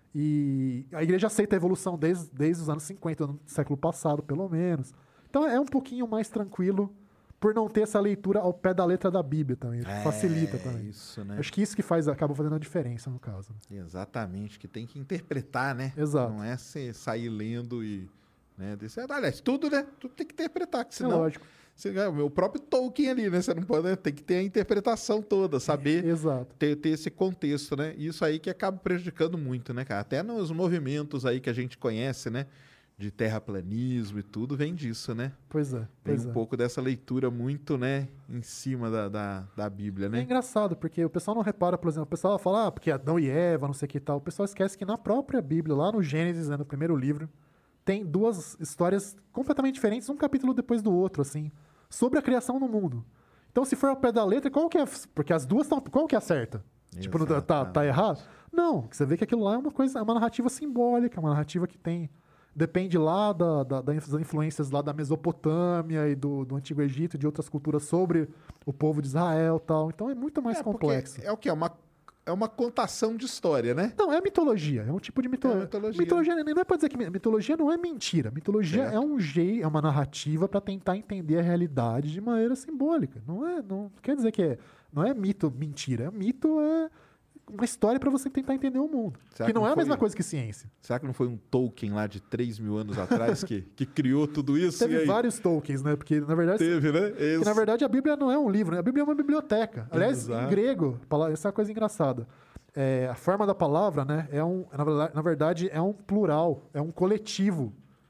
E a igreja aceita a evolução desde os anos 50, do século passado, pelo menos. Então, é um pouquinho mais tranquilo por não ter essa leitura ao pé da letra da Bíblia também. Facilita também. Isso, né? Acho que isso que acaba fazendo a diferença, no caso. Exatamente, que tem que interpretar, né? Exato. Não é você sair lendo e... Né, aliás, tudo, né? Tudo tem que interpretar, que senão... lógico. O próprio Tolkien ali, né? Você não pode, né? Tem que ter a interpretação toda, saber ter esse contexto, né? Isso aí que acaba prejudicando muito, né, cara? Até nos movimentos aí que a gente conhece, né? De terraplanismo e tudo, vem disso, né? Pois é. Tem um pouco dessa leitura muito, né? Em cima da Bíblia, né? É engraçado, porque o pessoal não repara, por exemplo, o pessoal fala, porque Adão e Eva, não sei o que e tal. O pessoal esquece que na própria Bíblia, lá no Gênesis, né, no primeiro livro, tem duas histórias completamente diferentes, um capítulo depois do outro, assim, sobre a criação do mundo. Então, se for ao pé da letra, qual que é? Porque as duas estão. Qual que é a certa? Tipo, tá errado? Não, você vê que aquilo lá é uma narrativa simbólica, uma narrativa que tem. Depende lá das influências lá da Mesopotâmia e do Antigo Egito e de outras culturas sobre o povo de Israel e tal. Então é muito mais complexo. É o quê? É uma contação de história, né? Não, é mitologia. É um tipo de mitologia. Mitologia não é pra dizer que mitologia não é mentira. Mitologia é um jeito, é uma narrativa para tentar entender a realidade de maneira simbólica. Não quer dizer que não é mito, mentira. Mito é uma história para você tentar entender o mundo. Que não é a mesma coisa que ciência. Será que não foi um Tolkien lá de 3.000 anos atrás que criou tudo isso? Teve vários Tolkiens, né? Porque, na verdade... Teve, né? Porque, na verdade, a Bíblia não é um livro, né? A Bíblia é uma biblioteca. Aliás, em grego, essa é uma coisa engraçada. A forma da palavra, né? Na verdade, é um plural, é um coletivo.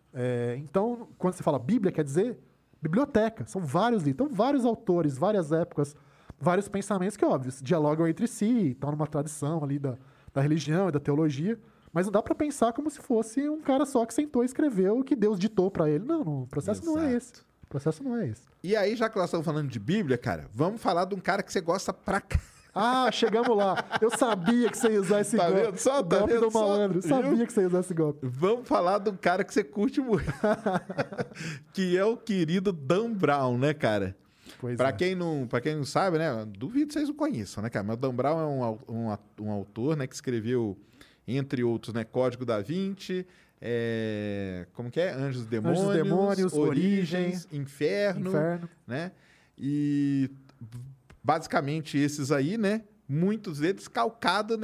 Então, quando você fala Bíblia, quer dizer biblioteca. São vários livros. Então, vários autores, várias épocas, vários pensamentos que, óbvio, dialogam entre si, estão numa tradição ali da religião e da teologia, mas não dá para pensar como se fosse um cara só que sentou e escreveu o que Deus ditou para ele. Não, o processo não é esse. O processo não é esse. E aí, já que nós estamos falando de Bíblia, cara, vamos falar de um cara que você gosta pra cá. Ah, chegamos lá. Eu sabia que você ia usar esse golpe. Tá golpe do malandro. Sabia que você ia usar esse golpe. Vamos falar de um cara que você curte muito. Que é o querido Dan Brown, né, cara? Pra quem não sabe, né? Duvido que vocês o conheçam, né, cara? Mas o Dan Brown é um autor, né? Que escreveu, entre outros, né? Código da Vinci, como que é? Anjos e Demônios, Origens, Inferno, né? E basicamente esses aí, né? Muitos deles calcados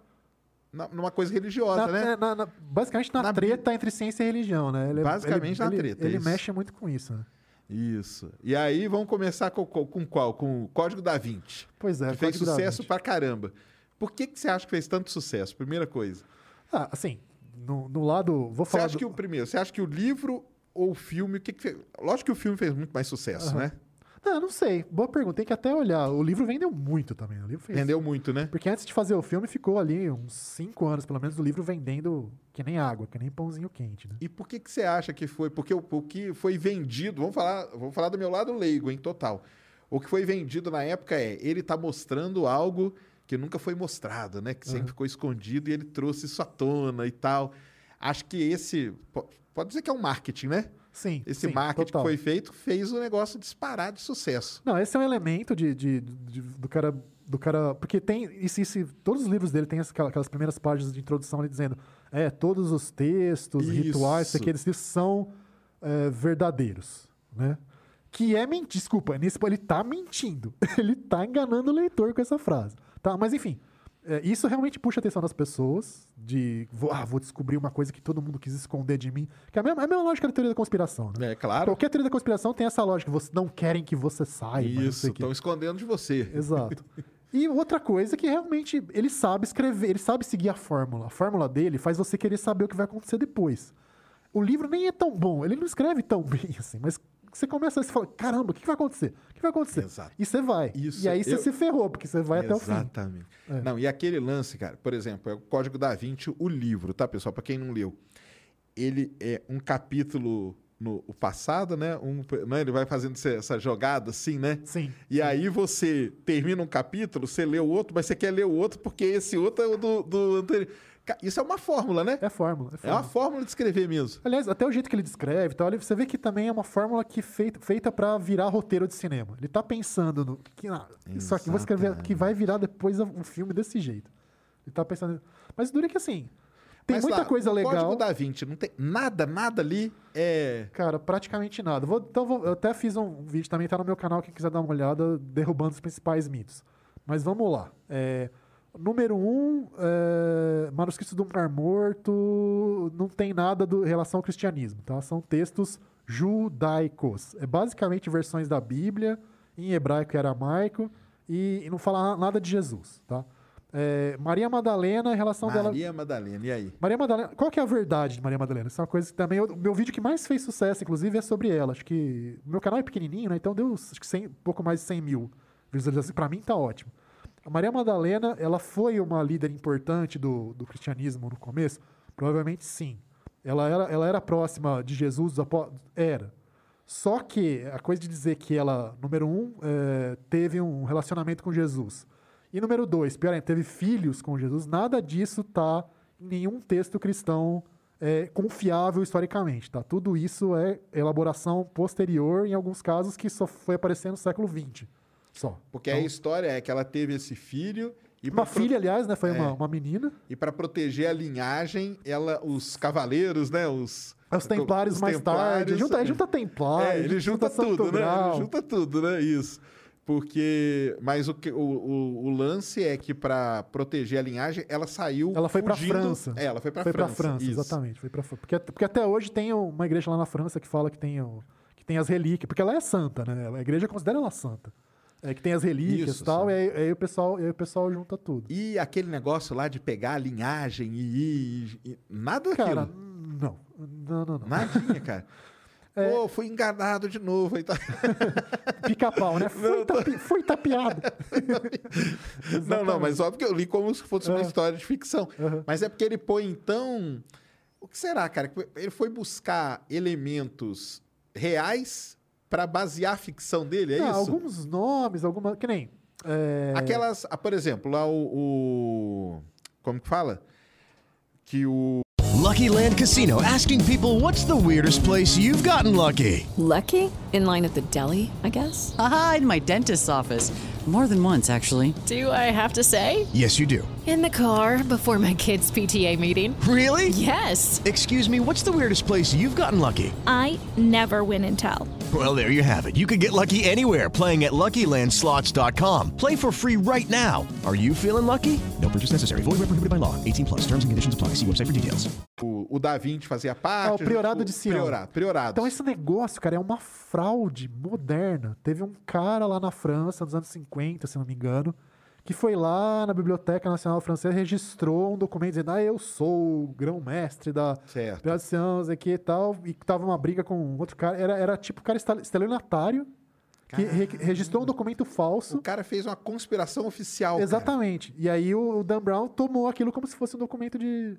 numa coisa religiosa, né? Basicamente na treta entre ciência e religião, né? Basicamente na treta. Ele mexe muito com isso, né? Isso. E aí vamos começar com qual? Com o Código da Vinci. Pois é. Que fez sucesso pra caramba. Por que você acha que fez tanto sucesso? Primeira coisa. Assim, no lado... Vou falar você acha que o livro ou o filme... O que fez? Lógico que o filme fez muito mais sucesso, né? Não sei. Boa pergunta. Tem que até olhar. O livro vendeu muito também. Vendeu muito, né? Porque antes de fazer o filme, ficou ali uns 5 anos, pelo menos, o livro vendendo que nem água, que nem pãozinho quente, né? E por que você acha que foi? Porque o que foi vendido... Vamos falar do meu lado leigo, em total. O que foi vendido na época ele tá mostrando algo que nunca foi mostrado, né? Que sempre ficou escondido e ele trouxe isso à tona e tal. Acho que esse... Pode dizer que é um marketing, né? Sim. Esse marketing que foi feito fez o negócio disparar de sucesso. Não, esse é um elemento do cara... Porque tem... todos os livros dele têm aquelas primeiras páginas de introdução ali dizendo todos os textos, rituais, aqueles livros são verdadeiros, né? Que desculpa, ele tá mentindo. Ele tá enganando o leitor com essa frase. Tá? Mas enfim... isso realmente puxa a atenção das pessoas, vou descobrir uma coisa que todo mundo quis esconder de mim. Que é a mesma lógica da teoria da conspiração, né? Claro. Qualquer teoria da conspiração tem essa lógica, não querem que você saiba. Isso, estão escondendo de você. Exato. E outra coisa é que realmente ele sabe escrever, ele sabe seguir a fórmula. A fórmula dele faz você querer saber o que vai acontecer depois. O livro nem é tão bom, ele não escreve tão bem assim, mas... Você começa a falar, caramba, o que vai acontecer? O que vai acontecer? Exato. E você vai. E aí você se ferrou, porque você vai até o fim. Exatamente. Não, e aquele lance, cara, por exemplo, é o Código da Vinci, o livro, tá, pessoal? Para quem não leu. Ele é um capítulo no passado, né? Ele vai fazendo essa jogada assim, né? Sim. E aí você termina um capítulo, você lê o outro, mas você quer ler o outro porque esse outro é o do anterior. Isso é uma fórmula, né? É fórmula. É uma fórmula de escrever mesmo. Aliás, até o jeito que ele descreve, então, você vê que também é uma fórmula que feita para virar roteiro de cinema. Ele tá pensando no... Isso aqui, vou escrever que vai virar depois um filme desse jeito. Ele tá pensando... Mas dura que assim... Tem muita coisa legal. O Código da Vinci, não tem nada ali Cara, praticamente nada. Eu até fiz um vídeo, também tá no meu canal, quem quiser dar uma olhada, derrubando os principais mitos. Mas vamos lá. Número 1, Manuscritos do Mar Morto, não tem nada em relação ao cristianismo, tá? São textos judaicos. É basicamente versões da Bíblia, em hebraico e aramaico, e não fala nada de Jesus, tá? Maria Madalena, em relação dela... Maria Madalena, e aí? Maria Madalena, qual que é a verdade de Maria Madalena? Isso é uma coisa que também... O meu vídeo que mais fez sucesso, inclusive, é sobre ela. Acho que... O meu canal é pequenininho, né? Então deu acho que pouco mais de 100 mil visualizações. Pra mim tá ótimo. A Maria Madalena, ela foi uma líder importante do cristianismo no começo? Provavelmente sim. Ela era próxima de Jesus, era. Só que a coisa de dizer que ela, número 1, teve um relacionamento com Jesus... E número 2, pior ainda, teve filhos com Jesus. Nada disso tá em nenhum texto cristão confiável historicamente, tá? Tudo isso é elaboração posterior, em alguns casos, que só foi aparecer no século XX. Só. Porque a história é que ela teve esse filho... Uma filha, aliás, né? Foi uma menina. E para proteger a linhagem, os cavaleiros, né? Os templários mais tarde. Junta templários. Ele junta tudo, né? Ele junta tudo, né? Isso. Mas o lance é que para proteger a linhagem, ela saiu Ela foi para França. Ela foi para França, exatamente. Porque até hoje tem uma igreja lá na França que fala que tem as relíquias. Porque ela é santa, né? A igreja considera ela santa. Que tem as relíquias e tal, e aí o pessoal junta tudo. E aquele negócio lá de pegar a linhagem e nada daquilo? Cara, não. Nadinha, cara. Fui enganado de novo. Aí tá... Pica-pau, né? Foi tapeado. Não, mas óbvio que eu li como se fosse uma história de ficção. Mas é porque ele põe, então... O que será, cara? Ele foi buscar elementos reais para basear a ficção dele, isso? Alguns nomes, que nem... Aquelas... por exemplo, lá como que fala? Que o... Lucky Land Casino, asking people, what's the weirdest place you've gotten lucky? Lucky? In line at the deli, I guess? Aha, in my dentist's office. More than once, actually. Do I have to say? Yes, you do. In the car before my kids' PTA meeting. Really? Yes. Excuse me, what's the weirdest place you've gotten lucky? I never win and tell. Well, there you have it. You can get lucky anywhere, playing at LuckyLandSlots.com. Play for free right now. Are you feeling lucky? No purchase necessary. Void where prohibited by law. 18+. Terms and conditions apply. See website for details. O Da Vinci fazia parte... o Priorado de Sião. Priorado. Então esse negócio, cara, é uma fraude moderna. Teve um cara lá na França, nos anos 50, se não me engano, que foi lá na Biblioteca Nacional Francesa, registrou um documento dizendo: eu sou o grão-mestre da Priorado de Sião, aqui e tal, e tava uma briga com outro cara. Era tipo um cara estelionatário, que registrou um documento falso. O cara fez uma conspiração oficial. Exatamente. Cara. E aí o Dan Brown tomou aquilo como se fosse um documento de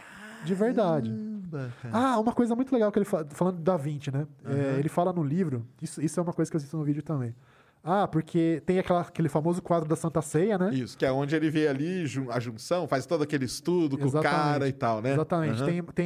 verdade. Cara. Uma coisa muito legal que ele falando do Da Vinci, né? Ele fala no livro, isso é uma coisa que eu cito no vídeo também. Porque tem aquele famoso quadro da Santa Ceia, né? Isso, que é onde ele vê ali a junção, faz todo aquele estudo com o cara e tal, né? Exatamente.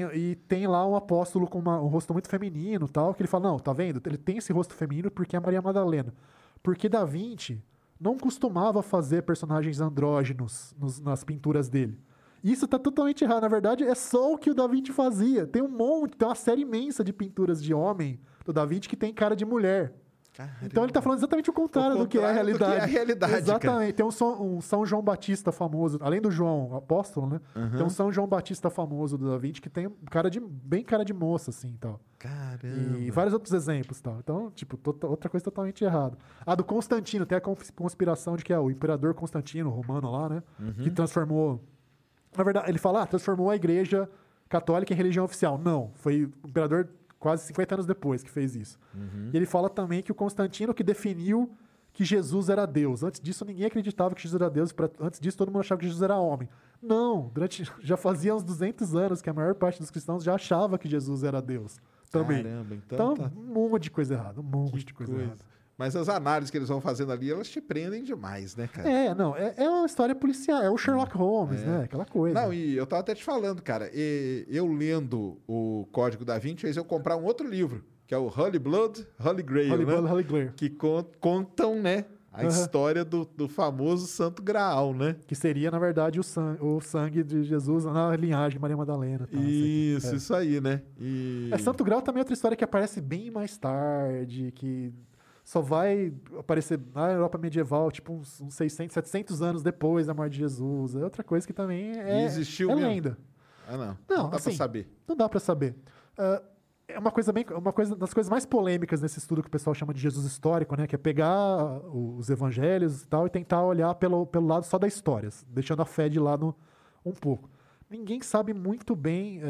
Tem lá um apóstolo com um rosto muito feminino e tal, que ele fala, não, tá vendo? Ele tem esse rosto feminino porque é Maria Madalena. Porque Da Vinci não costumava fazer personagens andrógenos nas pinturas dele. Isso tá totalmente errado. Na verdade, é só o que o Da Vinci fazia. Tem uma série imensa de pinturas de homem do Da Vinci que tem cara de mulher. Caramba. Então ele tá falando exatamente o contrário do que é a realidade. Exatamente. Tem um São João Batista famoso, além do João Apóstolo, né? Tem um São João Batista famoso do Da Vinci que tem bem cara de moça, assim, tal. Caramba. E vários outros exemplos, tal. Então, tipo, outra coisa totalmente errada. Do Constantino, tem a conspiração de que é o imperador Constantino, romano lá, né? Que transformou... Na verdade, ele fala, transformou a igreja católica em religião oficial. Não, foi o imperador quase 50 anos depois que fez isso. E ele fala também que o Constantino que definiu que Jesus era Deus. Antes disso, ninguém acreditava que Jesus era Deus. Antes disso, todo mundo achava que Jesus era homem. Não, já fazia uns 200 anos que a maior parte dos cristãos já achava que Jesus era Deus também. Caramba, então um monte de coisa errada, um monte de coisa errada. Mas as análises que eles vão fazendo ali, elas te prendem demais, né, cara? É uma história policial, é o Sherlock Holmes, né? Aquela coisa. Não, e eu tava até te falando, cara, eu lendo o Código da Vinci, fez eu comprar um outro livro, que é o Holy Blood, Holy Grail, Holy né? Blood, Holy Grail. Que contam, né, a história do famoso Santo Graal, né? Que seria, na verdade, o sangue de Jesus na linhagem de Maria Madalena. Tá? Isso aí, né? Santo Graal também é outra história que aparece bem mais tarde, que só vai aparecer na Europa medieval, tipo uns 600, 700 anos depois da morte de Jesus. É outra coisa que também existiu mesmo? lenda. Ah, não. Não Não dá assim, pra saber. Não dá pra saber. É uma coisa das coisas mais polêmicas nesse estudo que o pessoal chama de Jesus histórico, né? Que é pegar os evangelhos e tal e tentar olhar pelo lado só da história, deixando a fé de lado um pouco. Ninguém sabe muito bem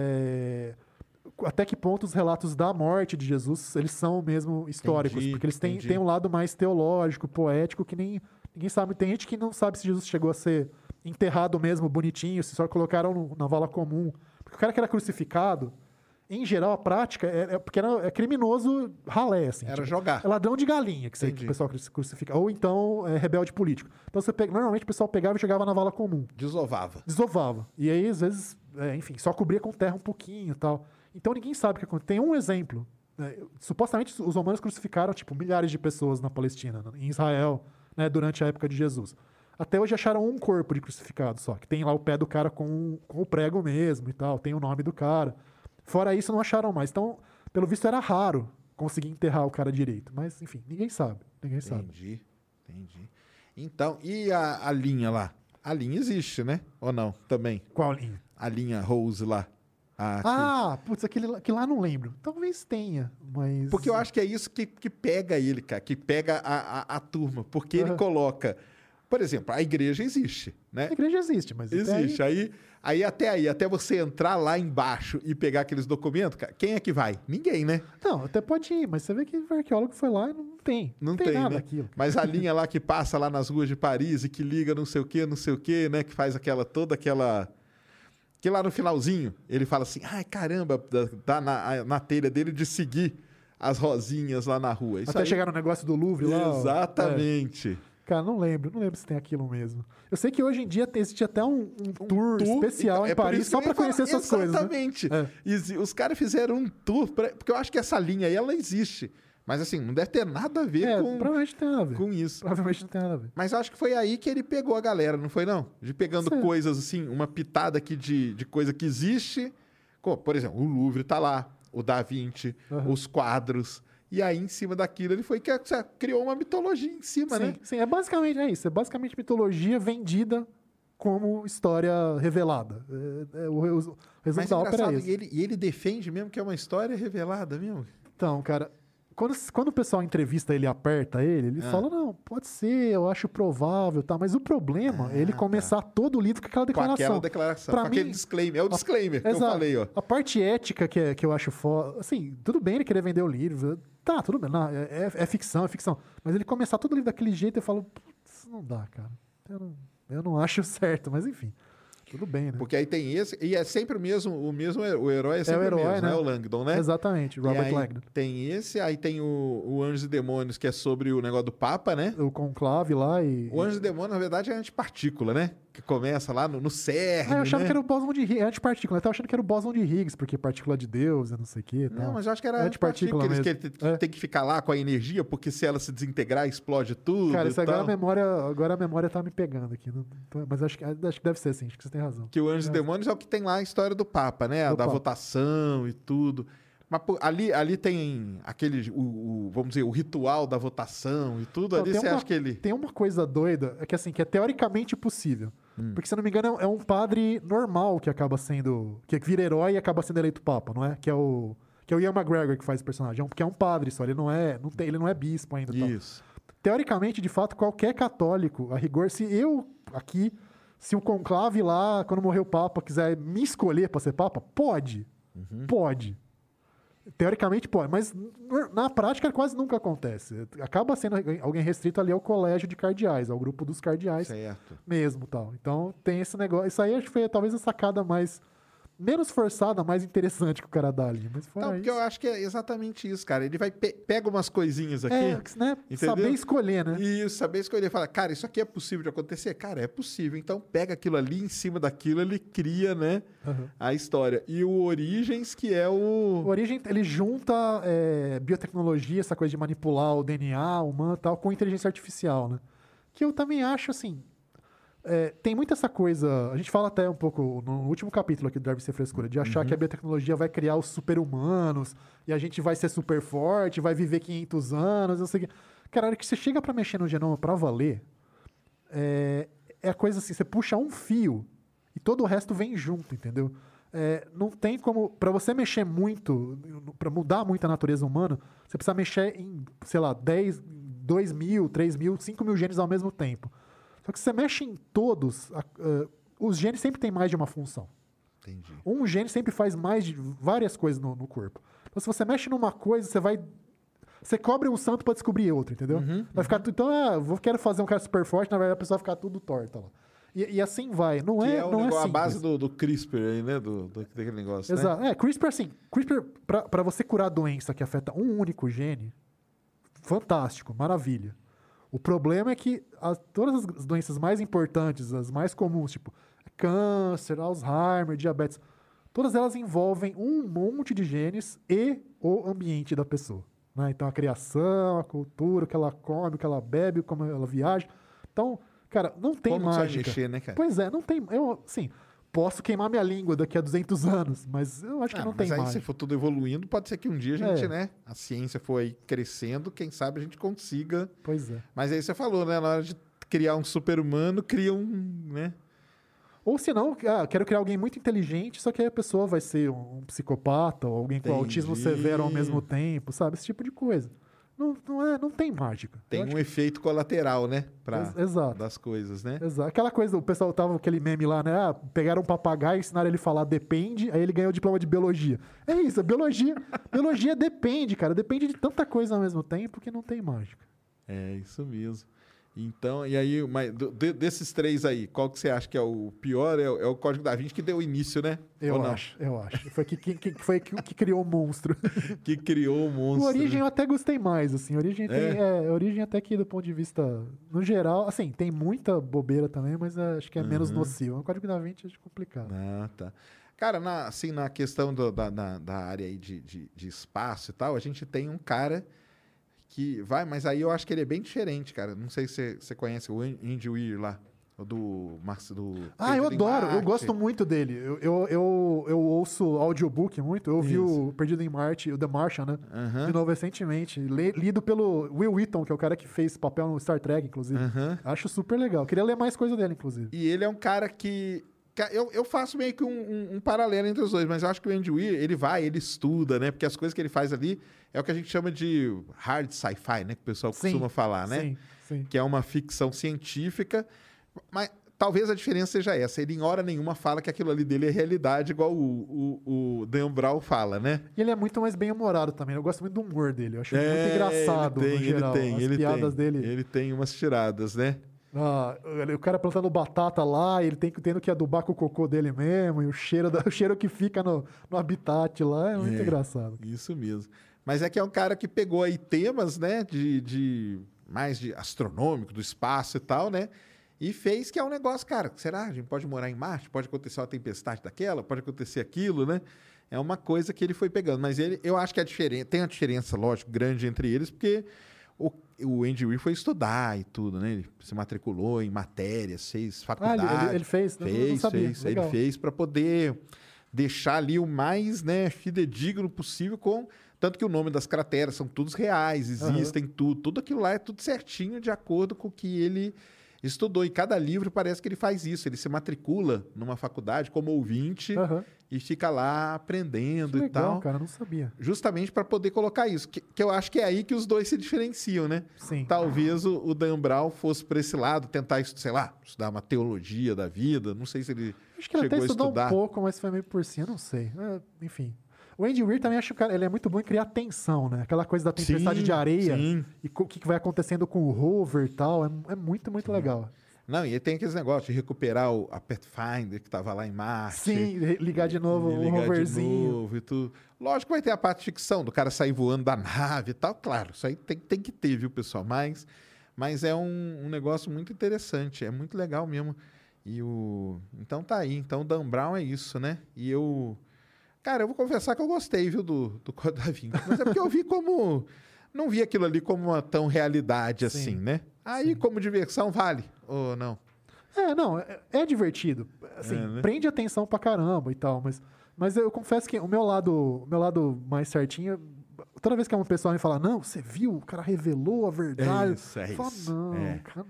até que ponto os relatos da morte de Jesus eles são mesmo históricos, porque eles têm um lado mais teológico, poético, que ninguém sabe. Tem gente que não sabe se Jesus chegou a ser enterrado mesmo bonitinho, se só colocaram na vala comum. Porque o cara que era crucificado, em geral, a prática porque é criminoso ralé, assim. Era jogar. É ladrão de galinha que o pessoal crucifica. Ou então é rebelde político. Então normalmente o pessoal pegava e jogava na vala comum. Desovava. E aí, às vezes, enfim, só cobria com terra um pouquinho e tal. Então ninguém sabe o que aconteceu. Tem um exemplo. Supostamente os romanos crucificaram milhares de pessoas na Palestina, em Israel, né, durante a época de Jesus. Até hoje acharam um corpo de crucificado só, que tem lá o pé do cara com o prego mesmo e tal, tem o nome do cara. Fora isso, não acharam mais. Então, pelo visto, era raro conseguir enterrar o cara direito. Mas, enfim, ninguém sabe. Entendi. Então, e a linha lá? A linha existe, né? Ou não? Também. Qual linha? A linha Rose lá. Putz, aquele lá não lembro. Talvez tenha, mas... Porque eu acho que é isso que pega ele, cara. Que pega a turma. Porque ele coloca... Por exemplo, a igreja existe, né? A igreja existe, mas... Existe. Até você entrar lá embaixo e pegar aqueles documentos, cara, quem é que vai? Ninguém, né? Não, até pode ir, mas você vê que o arqueólogo foi lá e não tem. Não tem nada aquilo. Mas a linha lá que passa lá nas ruas de Paris e que liga não sei o quê, né? Que faz toda aquela... Que lá no finalzinho, ele fala assim, ai, caramba, tá na telha dele de seguir as rosinhas lá na rua. Isso até chegar no negócio do Louvre lá. Exatamente. Cara, não lembro se tem aquilo mesmo. Eu sei que hoje em dia existe até um tour especial em Paris só para conhecer essas coisas. Exatamente. Né? Os caras fizeram um tour, porque eu acho que essa linha aí, ela existe. Mas assim, não deve ter nada a ver provavelmente tem nada a ver. Com isso. Provavelmente não tem nada a ver. Mas eu acho que foi aí que ele pegou a galera, não foi não? De pegando coisas assim, uma pitada aqui de coisa que existe. Por exemplo, o Louvre tá lá, o Da Vinci, os quadros... E aí, em cima daquilo, ele foi que criou uma mitologia em cima, né? Sim, é basicamente isso. É basicamente mitologia vendida como história revelada. O resumo da ópera é esse. E ele defende mesmo que é uma história revelada mesmo? Então, cara, quando o pessoal entrevista ele e aperta ele fala, não, pode ser, eu acho provável, tá? Mas o problema é ele começar todo o livro com aquela declaração. Com aquela declaração, com aquele disclaimer. É o disclaimer que eu falei, ó. A parte ética que eu acho foda, assim, tudo bem ele querer vender o livro, tá, tudo bem, não, é ficção. Mas ele começar todo o livro daquele jeito, eu falo, putz, não dá, cara. Eu não acho certo, mas enfim. Tudo bem, né? Porque aí tem esse, e é sempre o herói é sempre o herói, mesmo, né? É o Langdon, né? Exatamente, Robert Langdon. Tem esse, aí tem o Anjos e Demônios, que é sobre o negócio do Papa, né? O conclave lá e... O Anjos e Demônios, na verdade, é antipartícula, né? Que começa lá no CERN, eu achava que era o bóson de Higgs, antipartícula. Eu tava achando que era o bóson de Higgs, porque partícula de Deus, eu não sei o que. Não, mas eu acho que era antipartícula mesmo. Que ele tem que ficar lá com a energia, porque se ela se desintegrar, explode tudo. Cara, isso agora a memória tá me pegando aqui. Mas acho que deve ser assim, acho que você tem razão. Que o Anjos e Demônios é o que tem lá a história do Papa, né? Da votação e tudo. Mas ali tem aquele, vamos dizer, o ritual da votação e tudo. Ali você acha que ele... Tem uma coisa doida, que assim, que é teoricamente possível. Porque, se eu não me engano, é um padre normal que acaba sendo... Que vira herói e acaba sendo eleito papa, não é? Que é o Ian McGregor que faz o personagem. Que é um padre só, ele não é bispo ainda. Isso. Tal. Teoricamente, de fato, qualquer católico, a rigor, se o conclave lá, quando morrer o papa, quiser me escolher para ser papa, pode. Pode. Teoricamente pode, mas na prática quase nunca acontece. Acaba sendo alguém restrito ali ao colégio de cardeais, ao grupo dos cardeais mesmo, tal. Então tem esse negócio. Isso aí acho que foi talvez a sacada mais menos forçada, mais interessante que o cara dá ali. Mas Não, porque eu acho que é exatamente isso, cara. Ele vai pega umas coisinhas aqui. né? Saber escolher, né? Isso, saber escolher. Fala, cara, isso aqui é possível de acontecer? Cara, é possível. Então pega aquilo ali, em cima daquilo, ele cria, né? A história. E o Origins, que é o... O Origem, ele junta biotecnologia, essa coisa de manipular o DNA humano e tal, com inteligência artificial, né? Que eu também acho, assim... tem muita essa coisa... A gente fala até um pouco no último capítulo aqui do Deve Ser Frescura, de achar que a biotecnologia vai criar os super-humanos e a gente vai ser super forte, vai viver 500 anos, não sei o quê. Cara, a hora que você chega pra mexer no genoma pra valer, é a coisa assim, você puxa um fio e todo o resto vem junto, entendeu? Não tem como... Pra você mexer muito, pra mudar muito a natureza humana, você precisa mexer em, sei lá, 10, 2 mil, 3 mil, 5 mil genes ao mesmo tempo. Só que você mexe em todos, os genes sempre têm mais de uma função. Entendi. Um gene sempre faz mais de várias coisas no corpo. Então, se você mexe numa coisa, você cobre um santo para descobrir outro, entendeu? Vai ficar tudo... Então, quero fazer um cara super forte, na verdade a pessoa vai ficar tudo torta lá. E assim vai. Não é a base do CRISPR aí, né? Daquele negócio, exato. Né? CRISPR, assim, para você curar a doença que afeta um único gene, fantástico, maravilha. O problema é que todas as doenças mais importantes, as mais comuns, tipo câncer, Alzheimer, diabetes, todas elas envolvem um monte de genes e o ambiente da pessoa. Né? Então, a criação, a cultura, o que ela come, o que ela bebe, como ela viaja. Então, cara, não tem como mágica. Como você vai mexer, né, cara? Pois é, não tem... Assim, posso queimar minha língua daqui a 200 anos, mas eu acho que não tem mágica. Mas aí, se for tudo evoluindo, pode ser que um dia a gente, né? A ciência for aí crescendo, quem sabe a gente consiga... Pois é. Mas aí você falou, né? Na hora de criar um super-humano, cria né? Ou se não, quero criar alguém muito inteligente, só que aí a pessoa vai ser um psicopata ou alguém com autismo severo ao mesmo tempo, sabe? Esse tipo de coisa. Não tem mágica. Tem um efeito colateral, né? Exato. Das coisas, né? Exato. Aquela coisa, o pessoal tava aquele meme lá, né? Pegaram um papagaio e ensinaram ele a falar depende, aí ele ganhou o diploma de biologia. É isso, biologia depende, cara. Depende de tanta coisa ao mesmo tempo que não tem mágica. É, isso mesmo. Então, e aí, desses três aí, qual que você acha que é o pior? É o Código da Vinci que deu início, né? Eu acho. Foi que criou o monstro. Que criou o monstro. O Origem eu até gostei mais, assim. Origem até que do ponto de vista, no geral, assim, tem muita bobeira também, mas acho que é menos nocivo. O Código da Vinci é complicado. Ah, tá. Cara, na questão da área aí de espaço e tal, a gente tem um cara... mas aí eu acho que ele é bem diferente, cara. Não sei se você conhece o Andy Weir lá, do eu adoro, eu gosto muito dele. Eu ouço audiobook muito, eu vi o Perdido em Marte, o The Martian, né? De novo recentemente, lido pelo Will Wheaton, que é o cara que fez papel no Star Trek, inclusive. Acho super legal. Queria ler mais coisa dele, inclusive. E ele é um cara que... Eu faço meio que um paralelo entre os dois, mas eu acho que o Andy Weir, ele estuda, né? Porque as coisas que ele faz ali é o que a gente chama de hard sci-fi, né? Que o pessoal costuma falar, né? Sim. Que é uma ficção científica, mas talvez a diferença seja essa. Ele, em hora nenhuma, fala que aquilo ali dele é realidade, igual o Dan Brown fala, né? E ele é muito mais bem-humorado também. Eu gosto muito do humor dele. Eu acho muito engraçado, no geral. As piadas dele. Ele tem umas tiradas, né? O cara plantando batata lá, ele tendo que adubar com o cocô dele mesmo, e o cheiro que fica no habitat lá é muito engraçado. Isso mesmo. Mas é que é um cara que pegou aí temas, né, mais de astronômico, do espaço e tal, né, e fez que é um negócio, cara, será? A gente pode morar em Marte? Pode acontecer uma tempestade daquela? Pode acontecer aquilo, né? É uma coisa que ele foi pegando. Mas eu acho que tem uma diferença, lógico, grande entre eles, porque... O Andy Weir foi estudar e tudo, né? Ele se matriculou em matérias, fez faculdade. Ele fez? Não sabia. Fez. Ele fez para poder deixar ali o mais, né, fidedigno possível tanto que o nome das crateras são todos reais, existem tudo aquilo lá é tudo certinho de acordo com o que ele estudou. E cada livro parece que ele faz isso. Ele se matricula numa faculdade como ouvinte e fica lá aprendendo legal, e tal. Cara, não sabia. Justamente para poder colocar isso. Que eu acho que é aí que os dois se diferenciam, né? Sim. Talvez o Dan Brown fosse para esse lado, tentar, sei lá, estudar uma teologia da vida. Não sei se ele acho que ele até estudou um pouco, mas foi meio por cima, não sei. Enfim. O Andy Weir também acho que ele é muito bom em criar tensão, né? Aquela coisa da tempestade de areia e o que vai acontecendo com o rover e tal. É muito, muito legal. Não, e tem aqueles negócios de recuperar a Pathfinder que tava lá em Marte. Sim, ligar de novo o roverzinho. De novo e tudo. Lógico que vai ter a parte de ficção, do cara sair voando da nave e tal. Claro, isso aí tem que ter, viu, pessoal? Mas é um negócio muito interessante, é muito legal mesmo. Então tá aí. Então o Dan Brown é isso, né? E cara, eu vou confessar que eu gostei, viu, do Código da Vinci. Mas é porque eu vi como... Não vi aquilo ali como uma tão realidade assim, né? Aí, como diversão, vale. Ou não? Não, é divertido. Assim, né? prende atenção pra caramba e tal, mas eu confesso que o meu lado mais certinho, toda vez que uma pessoa me fala, não, você viu, o cara revelou a verdade. É Fala, isso. Cara,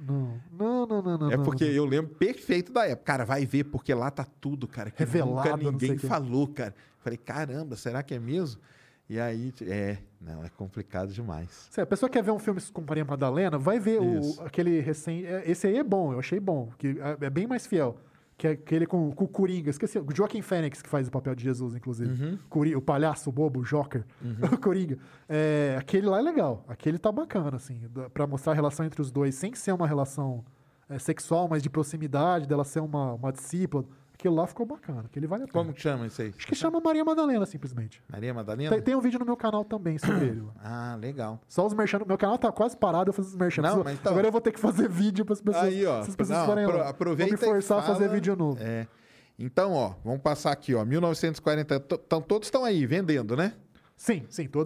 não. É porque eu lembro perfeito da época. Cara, vai ver, porque lá tá tudo, cara, que revelado, nunca ninguém falou, cara. Falei, caramba, será que é mesmo? E aí, não, é complicado demais. Se a pessoa quer ver um filme com Maria Madalena, vai ver aquele recém... Esse aí é bom, eu achei bom, que é bem mais fiel. Que é aquele com o Coringa, esqueci, o Joaquin Phoenix, que faz o papel de Jesus, inclusive. O palhaço, o bobo, o Joker, o Coringa. Aquele lá é legal, aquele tá bacana, assim, pra mostrar a relação entre os dois, sem ser uma relação sexual, mas de proximidade, dela ser uma discípula. Aquilo lá ficou bacana, aquele vale a pena. Como que chama isso aí? Acho que chama Maria Madalena, simplesmente. Maria Madalena? Tem um vídeo no meu canal também sobre ele. Ah, legal. Só os merchan. Meu canal tá quase parado, eu faço os merchan. Não, mas então... Agora eu vou ter que fazer vídeo para as pessoas. Aí, ó. Se as pessoas forem lá. Aproveita vou me forçar a fazer vídeo novo. Então, ó, vamos passar aqui, ó. 1940. Todos estão aí, vendendo, né? Sim.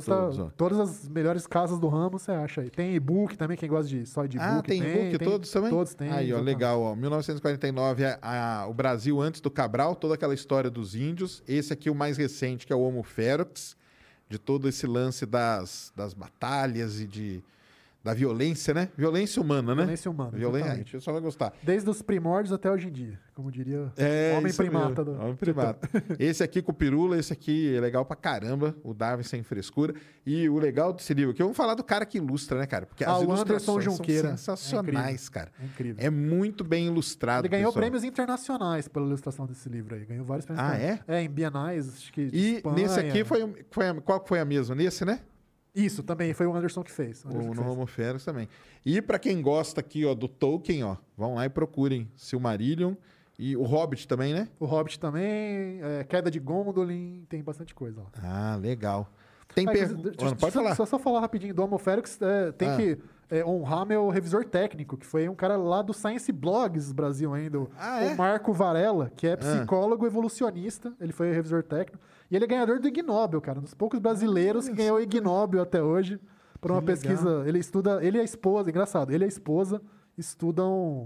Todas as melhores casas do ramo você acha aí. Tem e-book também, quem gosta só de e-book. Tem e-book todos também? Todos têm. Aí, ó, legal, ó. 1949, o Brasil antes do Cabral, toda aquela história dos índios. Esse aqui, o mais recente, que é o Homo Ferox, de todo esse lance das batalhas e da violência, né? Violência humana, né? Violência humana, o pessoal vai gostar. Desde os primórdios até hoje em dia, como diria o homem primata. Homem primata. Esse aqui com o Pirula, esse aqui é legal pra caramba, o Darwin sem frescura. E o legal desse livro aqui, vamos falar do cara que ilustra, né, cara? Porque as ilustrações são sensacionais, cara. É incrível. É muito bem ilustrado, Ele ganhou pessoal. prêmios internacionais pela ilustração desse livro aí. Ganhou vários prêmios. Em bienais, acho que E Espanha. nesse aqui, qual que foi a mesma? Nesse, né? Isso, também. Foi o Anderson que fez. O Homo Ferox também. E pra quem gosta aqui, ó, do Tolkien, ó, vão lá e procurem Silmarillion e o Hobbit também, né? O Hobbit também, Queda de Gondolin, tem bastante coisa lá. Ah, legal. Tem pergunta. Pode falar. Só falar rapidinho do Homo Ferox, tem que honrar meu revisor técnico, que foi um cara lá do Science Blogs Brasil ainda, o Marco Varela, que é psicólogo evolucionista, ele foi revisor técnico, e ele é ganhador do Ig Nobel, cara, um dos poucos brasileiros que ganhou o Ig Nobel até hoje, por uma pesquisa, ele e a esposa, engraçado, ele e a esposa estudam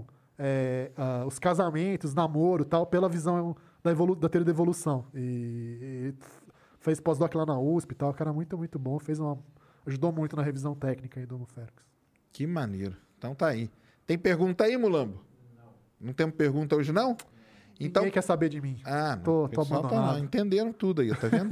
os casamentos, namoro e tal, pela visão da teoria da evolução, e fez pós-doc lá na USP e tal, cara, muito, muito bom, ajudou muito na revisão técnica aí do Homo Ferox. Que maneiro. Então tá aí. Tem pergunta aí, Mulambo? Não temos pergunta hoje, não? Então... Ninguém quer saber de mim. Ah, não. Tô abandonado. Entenderam tudo aí, tá vendo?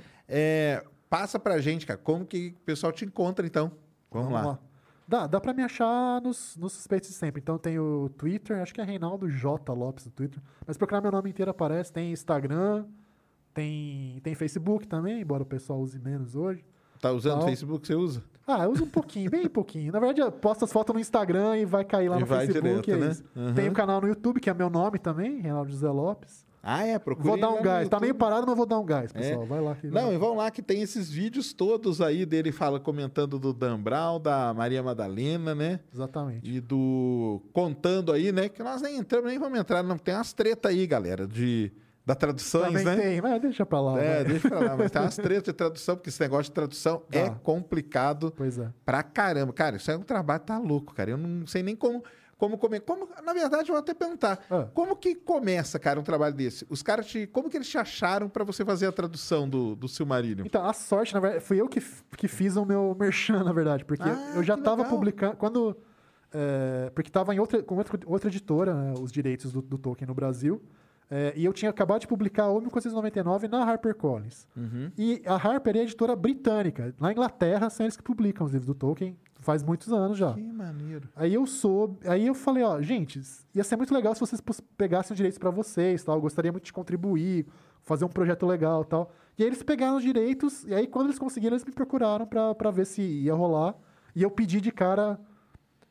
Passa pra gente, cara, como que o pessoal te encontra, então. Vamos lá. Dá pra me achar nos Suspeitos de Sempre. Então tem o Twitter, acho que é Reinaldo J. Lopes no Twitter. Mas procurar meu nome inteiro aparece. Tem Instagram, tem Facebook também, embora o pessoal use menos hoje. Tá usando o Facebook, você usa? Eu uso um pouquinho, bem pouquinho. Na verdade, eu posto as fotos no Instagram e vai cair lá no Facebook. Direto, né? Isso. Tem um canal no YouTube, que é meu nome também, Reinaldo José Lopes. Procura. Vou dar um gás. Tá meio parado, mas vou dar um gás, pessoal. Vai lá. E vão lá que tem esses vídeos todos aí dele comentando do Dan Brown, da Maria Madalena, né? Exatamente. E contando aí, né? Que nós nem entramos, nem vamos entrar. Não tem umas tretas aí, galera, da traduções, também né? Tem, mas deixa pra lá. Deixa pra lá. Mas tem umas tretas de tradução, porque esse negócio de tradução é complicado pra caramba. Cara, isso é um trabalho, tá louco, cara. Eu não sei nem como na verdade, eu vou até perguntar. Como que começa, cara, um trabalho desse? Os caras como que eles te acharam pra você fazer a tradução do Silmarillion? Então, a sorte, na verdade, fui eu que fiz o meu merchan, na verdade. Porque eu já tava publicando... porque tava com outra editora, né, os direitos do Tolkien no Brasil. E eu tinha acabado de publicar o 1499 na HarperCollins. E a Harper é a editora britânica. Na Inglaterra, são eles que publicam os livros do Tolkien. Faz muitos anos já. Que maneiro. Aí eu falei, gente, ia ser muito legal se vocês pegassem os direitos para vocês, tal. Eu gostaria muito de contribuir, fazer um projeto legal, tal. E aí eles pegaram os direitos, e aí quando eles conseguiram, eles me procuraram para ver se ia rolar. E eu pedi de cara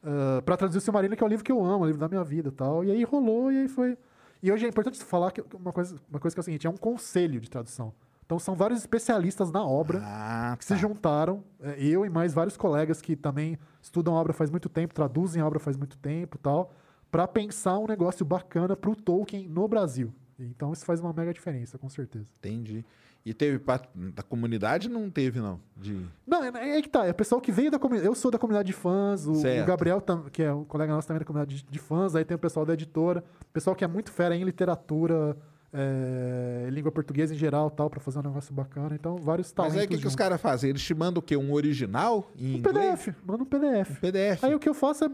pra traduzir o Silmarillion, que é o livro que eu amo, o livro da minha vida e tal. E aí rolou, e aí foi... E hoje é importante falar que uma coisa que é o seguinte, é um conselho de tradução. Então são vários especialistas na obra que se juntaram, eu e mais vários colegas que também estudam a obra faz muito tempo, traduzem a obra faz muito tempo e tal, para pensar um negócio bacana pro Tolkien no Brasil. Então isso faz uma mega diferença, com certeza. Entendi. E teve parte da comunidade? Não teve, não? Não, é que tá. É o pessoal que veio da comunidade. Eu sou da comunidade de fãs. O Gabriel, que é um colega nosso também da comunidade de fãs. Aí tem o pessoal da editora. O pessoal que é muito fera em literatura, língua portuguesa em geral, tal, pra fazer um negócio bacana. Então, vários talentos. Mas aí o que os caras fazem? Eles te mandam o quê? Um original em inglês? PDF. Manda um PDF. PDF. Aí o que eu faço é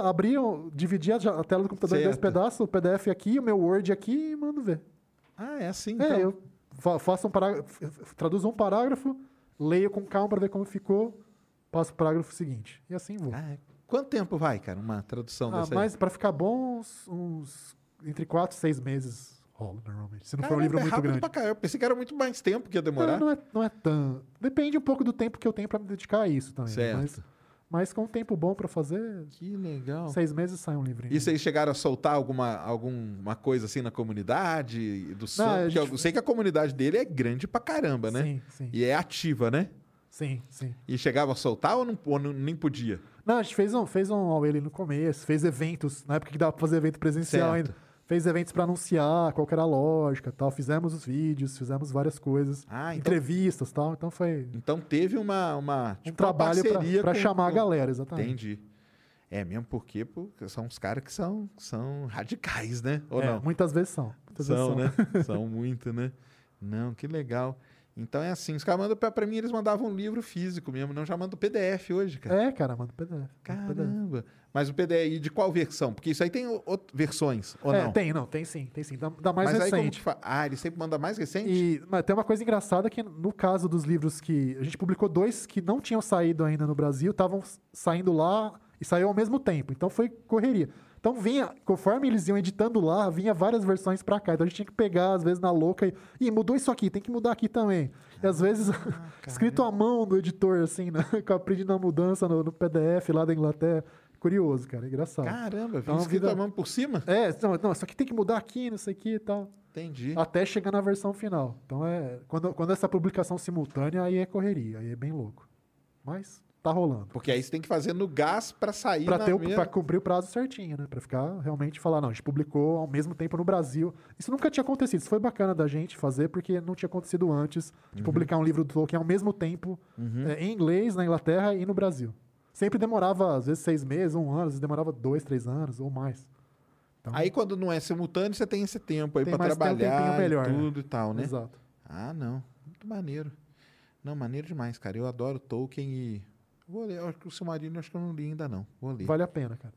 dividir a tela do computador em 2 pedaços, o PDF aqui, o meu Word aqui e mando ver. Ah, é assim, então? Eu faço traduzo um parágrafo, leio com calma para ver como ficou, passo o parágrafo seguinte. E assim vou. Quanto tempo vai, cara, uma tradução dessa aí? Mas para ficar bom, uns entre 4 e 6 meses rola, normalmente. Se não for um livro muito grande. Eu pensei que era muito mais tempo que ia demorar. Não é tão... Depende um pouco do tempo que eu tenho para me dedicar a isso também. Certo. Mas com um tempo bom para fazer... Que legal. 6 meses sai um livrinho. E vocês chegaram a soltar alguma coisa assim na comunidade? Eu sei que a comunidade dele é grande pra caramba, né? Sim, sim. E é ativa, né? Sim, sim. E chegava a soltar ou nem podia? Não, a gente fez um Away ali no começo, fez eventos, na época que dava pra fazer evento presencial ainda. Fez eventos pra anunciar qual que era a lógica tal. Fizemos os vídeos, fizemos várias coisas. Entrevistas e tal. Então foi... Então teve um trabalho pra chamar a galera, exatamente. Entendi. É mesmo porque são uns caras que são radicais, né? Ou não? Muitas vezes são. Né? São muito, né? Não, que legal. Então é assim, os caras mandam pra mim, eles mandavam um livro físico mesmo, não já mandam PDF hoje, cara. Cara, manda PDF. Caramba. Mas o PDF, de qual versão? Porque isso aí tem versões, ou não? Tem sim. Da mais recente. Aí como que ele sempre manda mais recente? Mas tem uma coisa engraçada que no caso dos livros que... A gente publicou 2 que não tinham saído ainda no Brasil, estavam saindo lá e saiu ao mesmo tempo. Então foi correria. Então conforme eles iam editando lá, vinha várias versões pra cá. Então a gente tinha que pegar, às vezes, na louca e mudou isso aqui, tem que mudar aqui também. E às vezes, escrito à mão do editor, assim, né? Pedindo a mudança no PDF lá da Inglaterra. Curioso, cara, engraçado. Caramba, então, escrito à mão por cima? Não, isso aqui tem que mudar aqui, não sei o que e tal. Entendi. Até chegar na versão final. Então quando essa publicação simultânea, aí é correria, aí é bem louco. Mas tá rolando. Porque aí você tem que fazer no gás pra sair pra cumprir o prazo certinho, né? Pra ficar realmente falar, não, a gente publicou ao mesmo tempo no Brasil. Isso nunca tinha acontecido. Isso foi bacana da gente fazer, porque não tinha acontecido antes de publicar um livro do Tolkien ao mesmo tempo em inglês, na Inglaterra e no Brasil. Sempre demorava, às vezes, 6 meses, 1 ano, às vezes demorava 2, 3 anos ou mais. Então, aí quando não é simultâneo, você tem esse tempo aí pra trabalhar melhor, tudo e tal, né? Exato. Ah, não. Muito maneiro. Não, maneiro demais, cara. Eu adoro Tolkien e... Vou ler. Acho que o Silmarillion acho que eu não li ainda, não. Vou ler. Vale a pena, cara.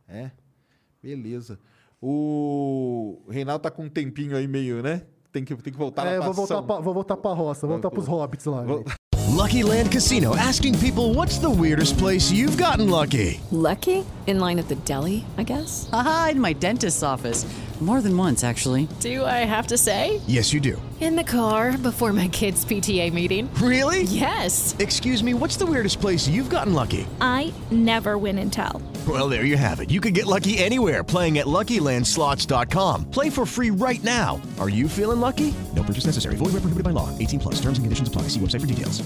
Beleza. O Reinaldo tá com um tempinho aí meio, né? Tem que voltar na passão. Vou voltar pra roça, vou voltar pros hobbits lá. Lucky Land Casino, asking people, what's the weirdest place you've gotten lucky? Lucky? In line at the deli, I guess? Aha, in my dentist's office. More than once, actually. Do I have to say? Yes, you do. In the car before my kids' PTA meeting. Really? Yes. Excuse me, what's the weirdest place you've gotten lucky? I never win and tell. Well, there you have it. You can get lucky anywhere, playing at LuckyLandSlots.com. Play for free right now. Are you feeling lucky? No purchase necessary. Void where prohibited by law. 18 plus. Terms and conditions apply. See website for details.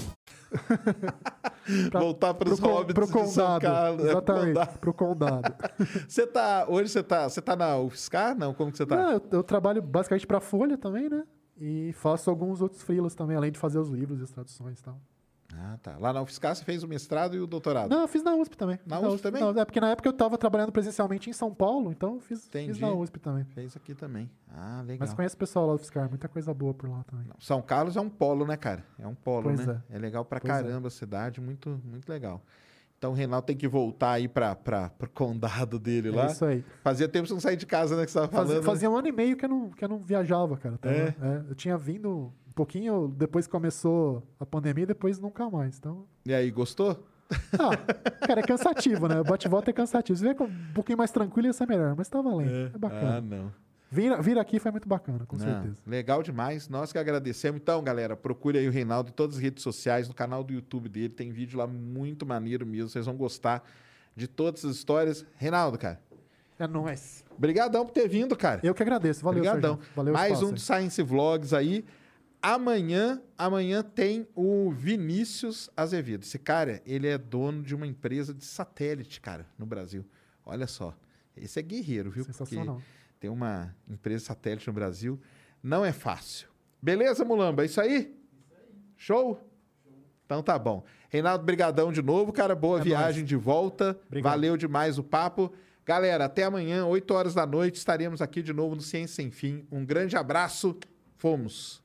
Voltar para os hobbits pro de São Carlos. Exatamente, pro condado. Hoje você tá na UFSCar? Não, como que você tá? Não, eu trabalho basicamente pra Folha também, né? E faço alguns outros freelas também, além de fazer os livros e as traduções e tal. Ah, tá. Lá na UFSCar você fez o mestrado e o doutorado? Não, eu fiz na USP também. Na USP também? Não, porque na época eu tava trabalhando presencialmente em São Paulo, então fiz na USP também. Fez aqui também. Ah, legal. Mas conheço o pessoal lá do UFSCar, muita coisa boa por lá também. Não, São Carlos é um polo, né, cara? É um polo, pois né? É legal pra caramba a cidade, muito, muito legal. Então o Reinaldo tem que voltar aí pro condado dele lá. É isso aí. Fazia tempo que você não saía de casa, né, que você tava falando. Fazia 1 ano e meio que eu não viajava, cara. Eu tinha vindo um pouquinho depois que começou a pandemia, depois nunca mais. Então... E aí, gostou? Cara, é cansativo, né? O bate-volta é cansativo. Se vier com um pouquinho mais tranquilo ia ser melhor, mas tá valendo. É bacana. Ah, não. Vir aqui foi muito bacana, com certeza. Legal demais. Nós que agradecemos. Então, galera, procure aí o Reinaldo em todas as redes sociais, no canal do YouTube dele. Tem vídeo lá muito maneiro mesmo. Vocês vão gostar de todas as histórias. Reinaldo, cara. É nóis. Obrigadão por ter vindo, cara. Eu que agradeço. Valeu, Obrigadão. Sérgio. Valeu o Mais espaço um do Science Vlogs aí. Amanhã tem o Vinícius Azevedo. Esse cara, ele é dono de uma empresa de satélite, cara, no Brasil. Olha só. Esse é guerreiro, viu? Sensacional. Porque tem uma empresa de satélite no Brasil. Não é fácil. Beleza, Mulamba? É isso aí? Show? Então tá bom. Reinaldo, brigadão de novo, cara. Boa viagem de volta. Obrigado. Valeu demais o papo. Galera, até amanhã, 8 horas da noite, estaremos aqui de novo no Ciência Sem Fim. Um grande abraço. Fomos.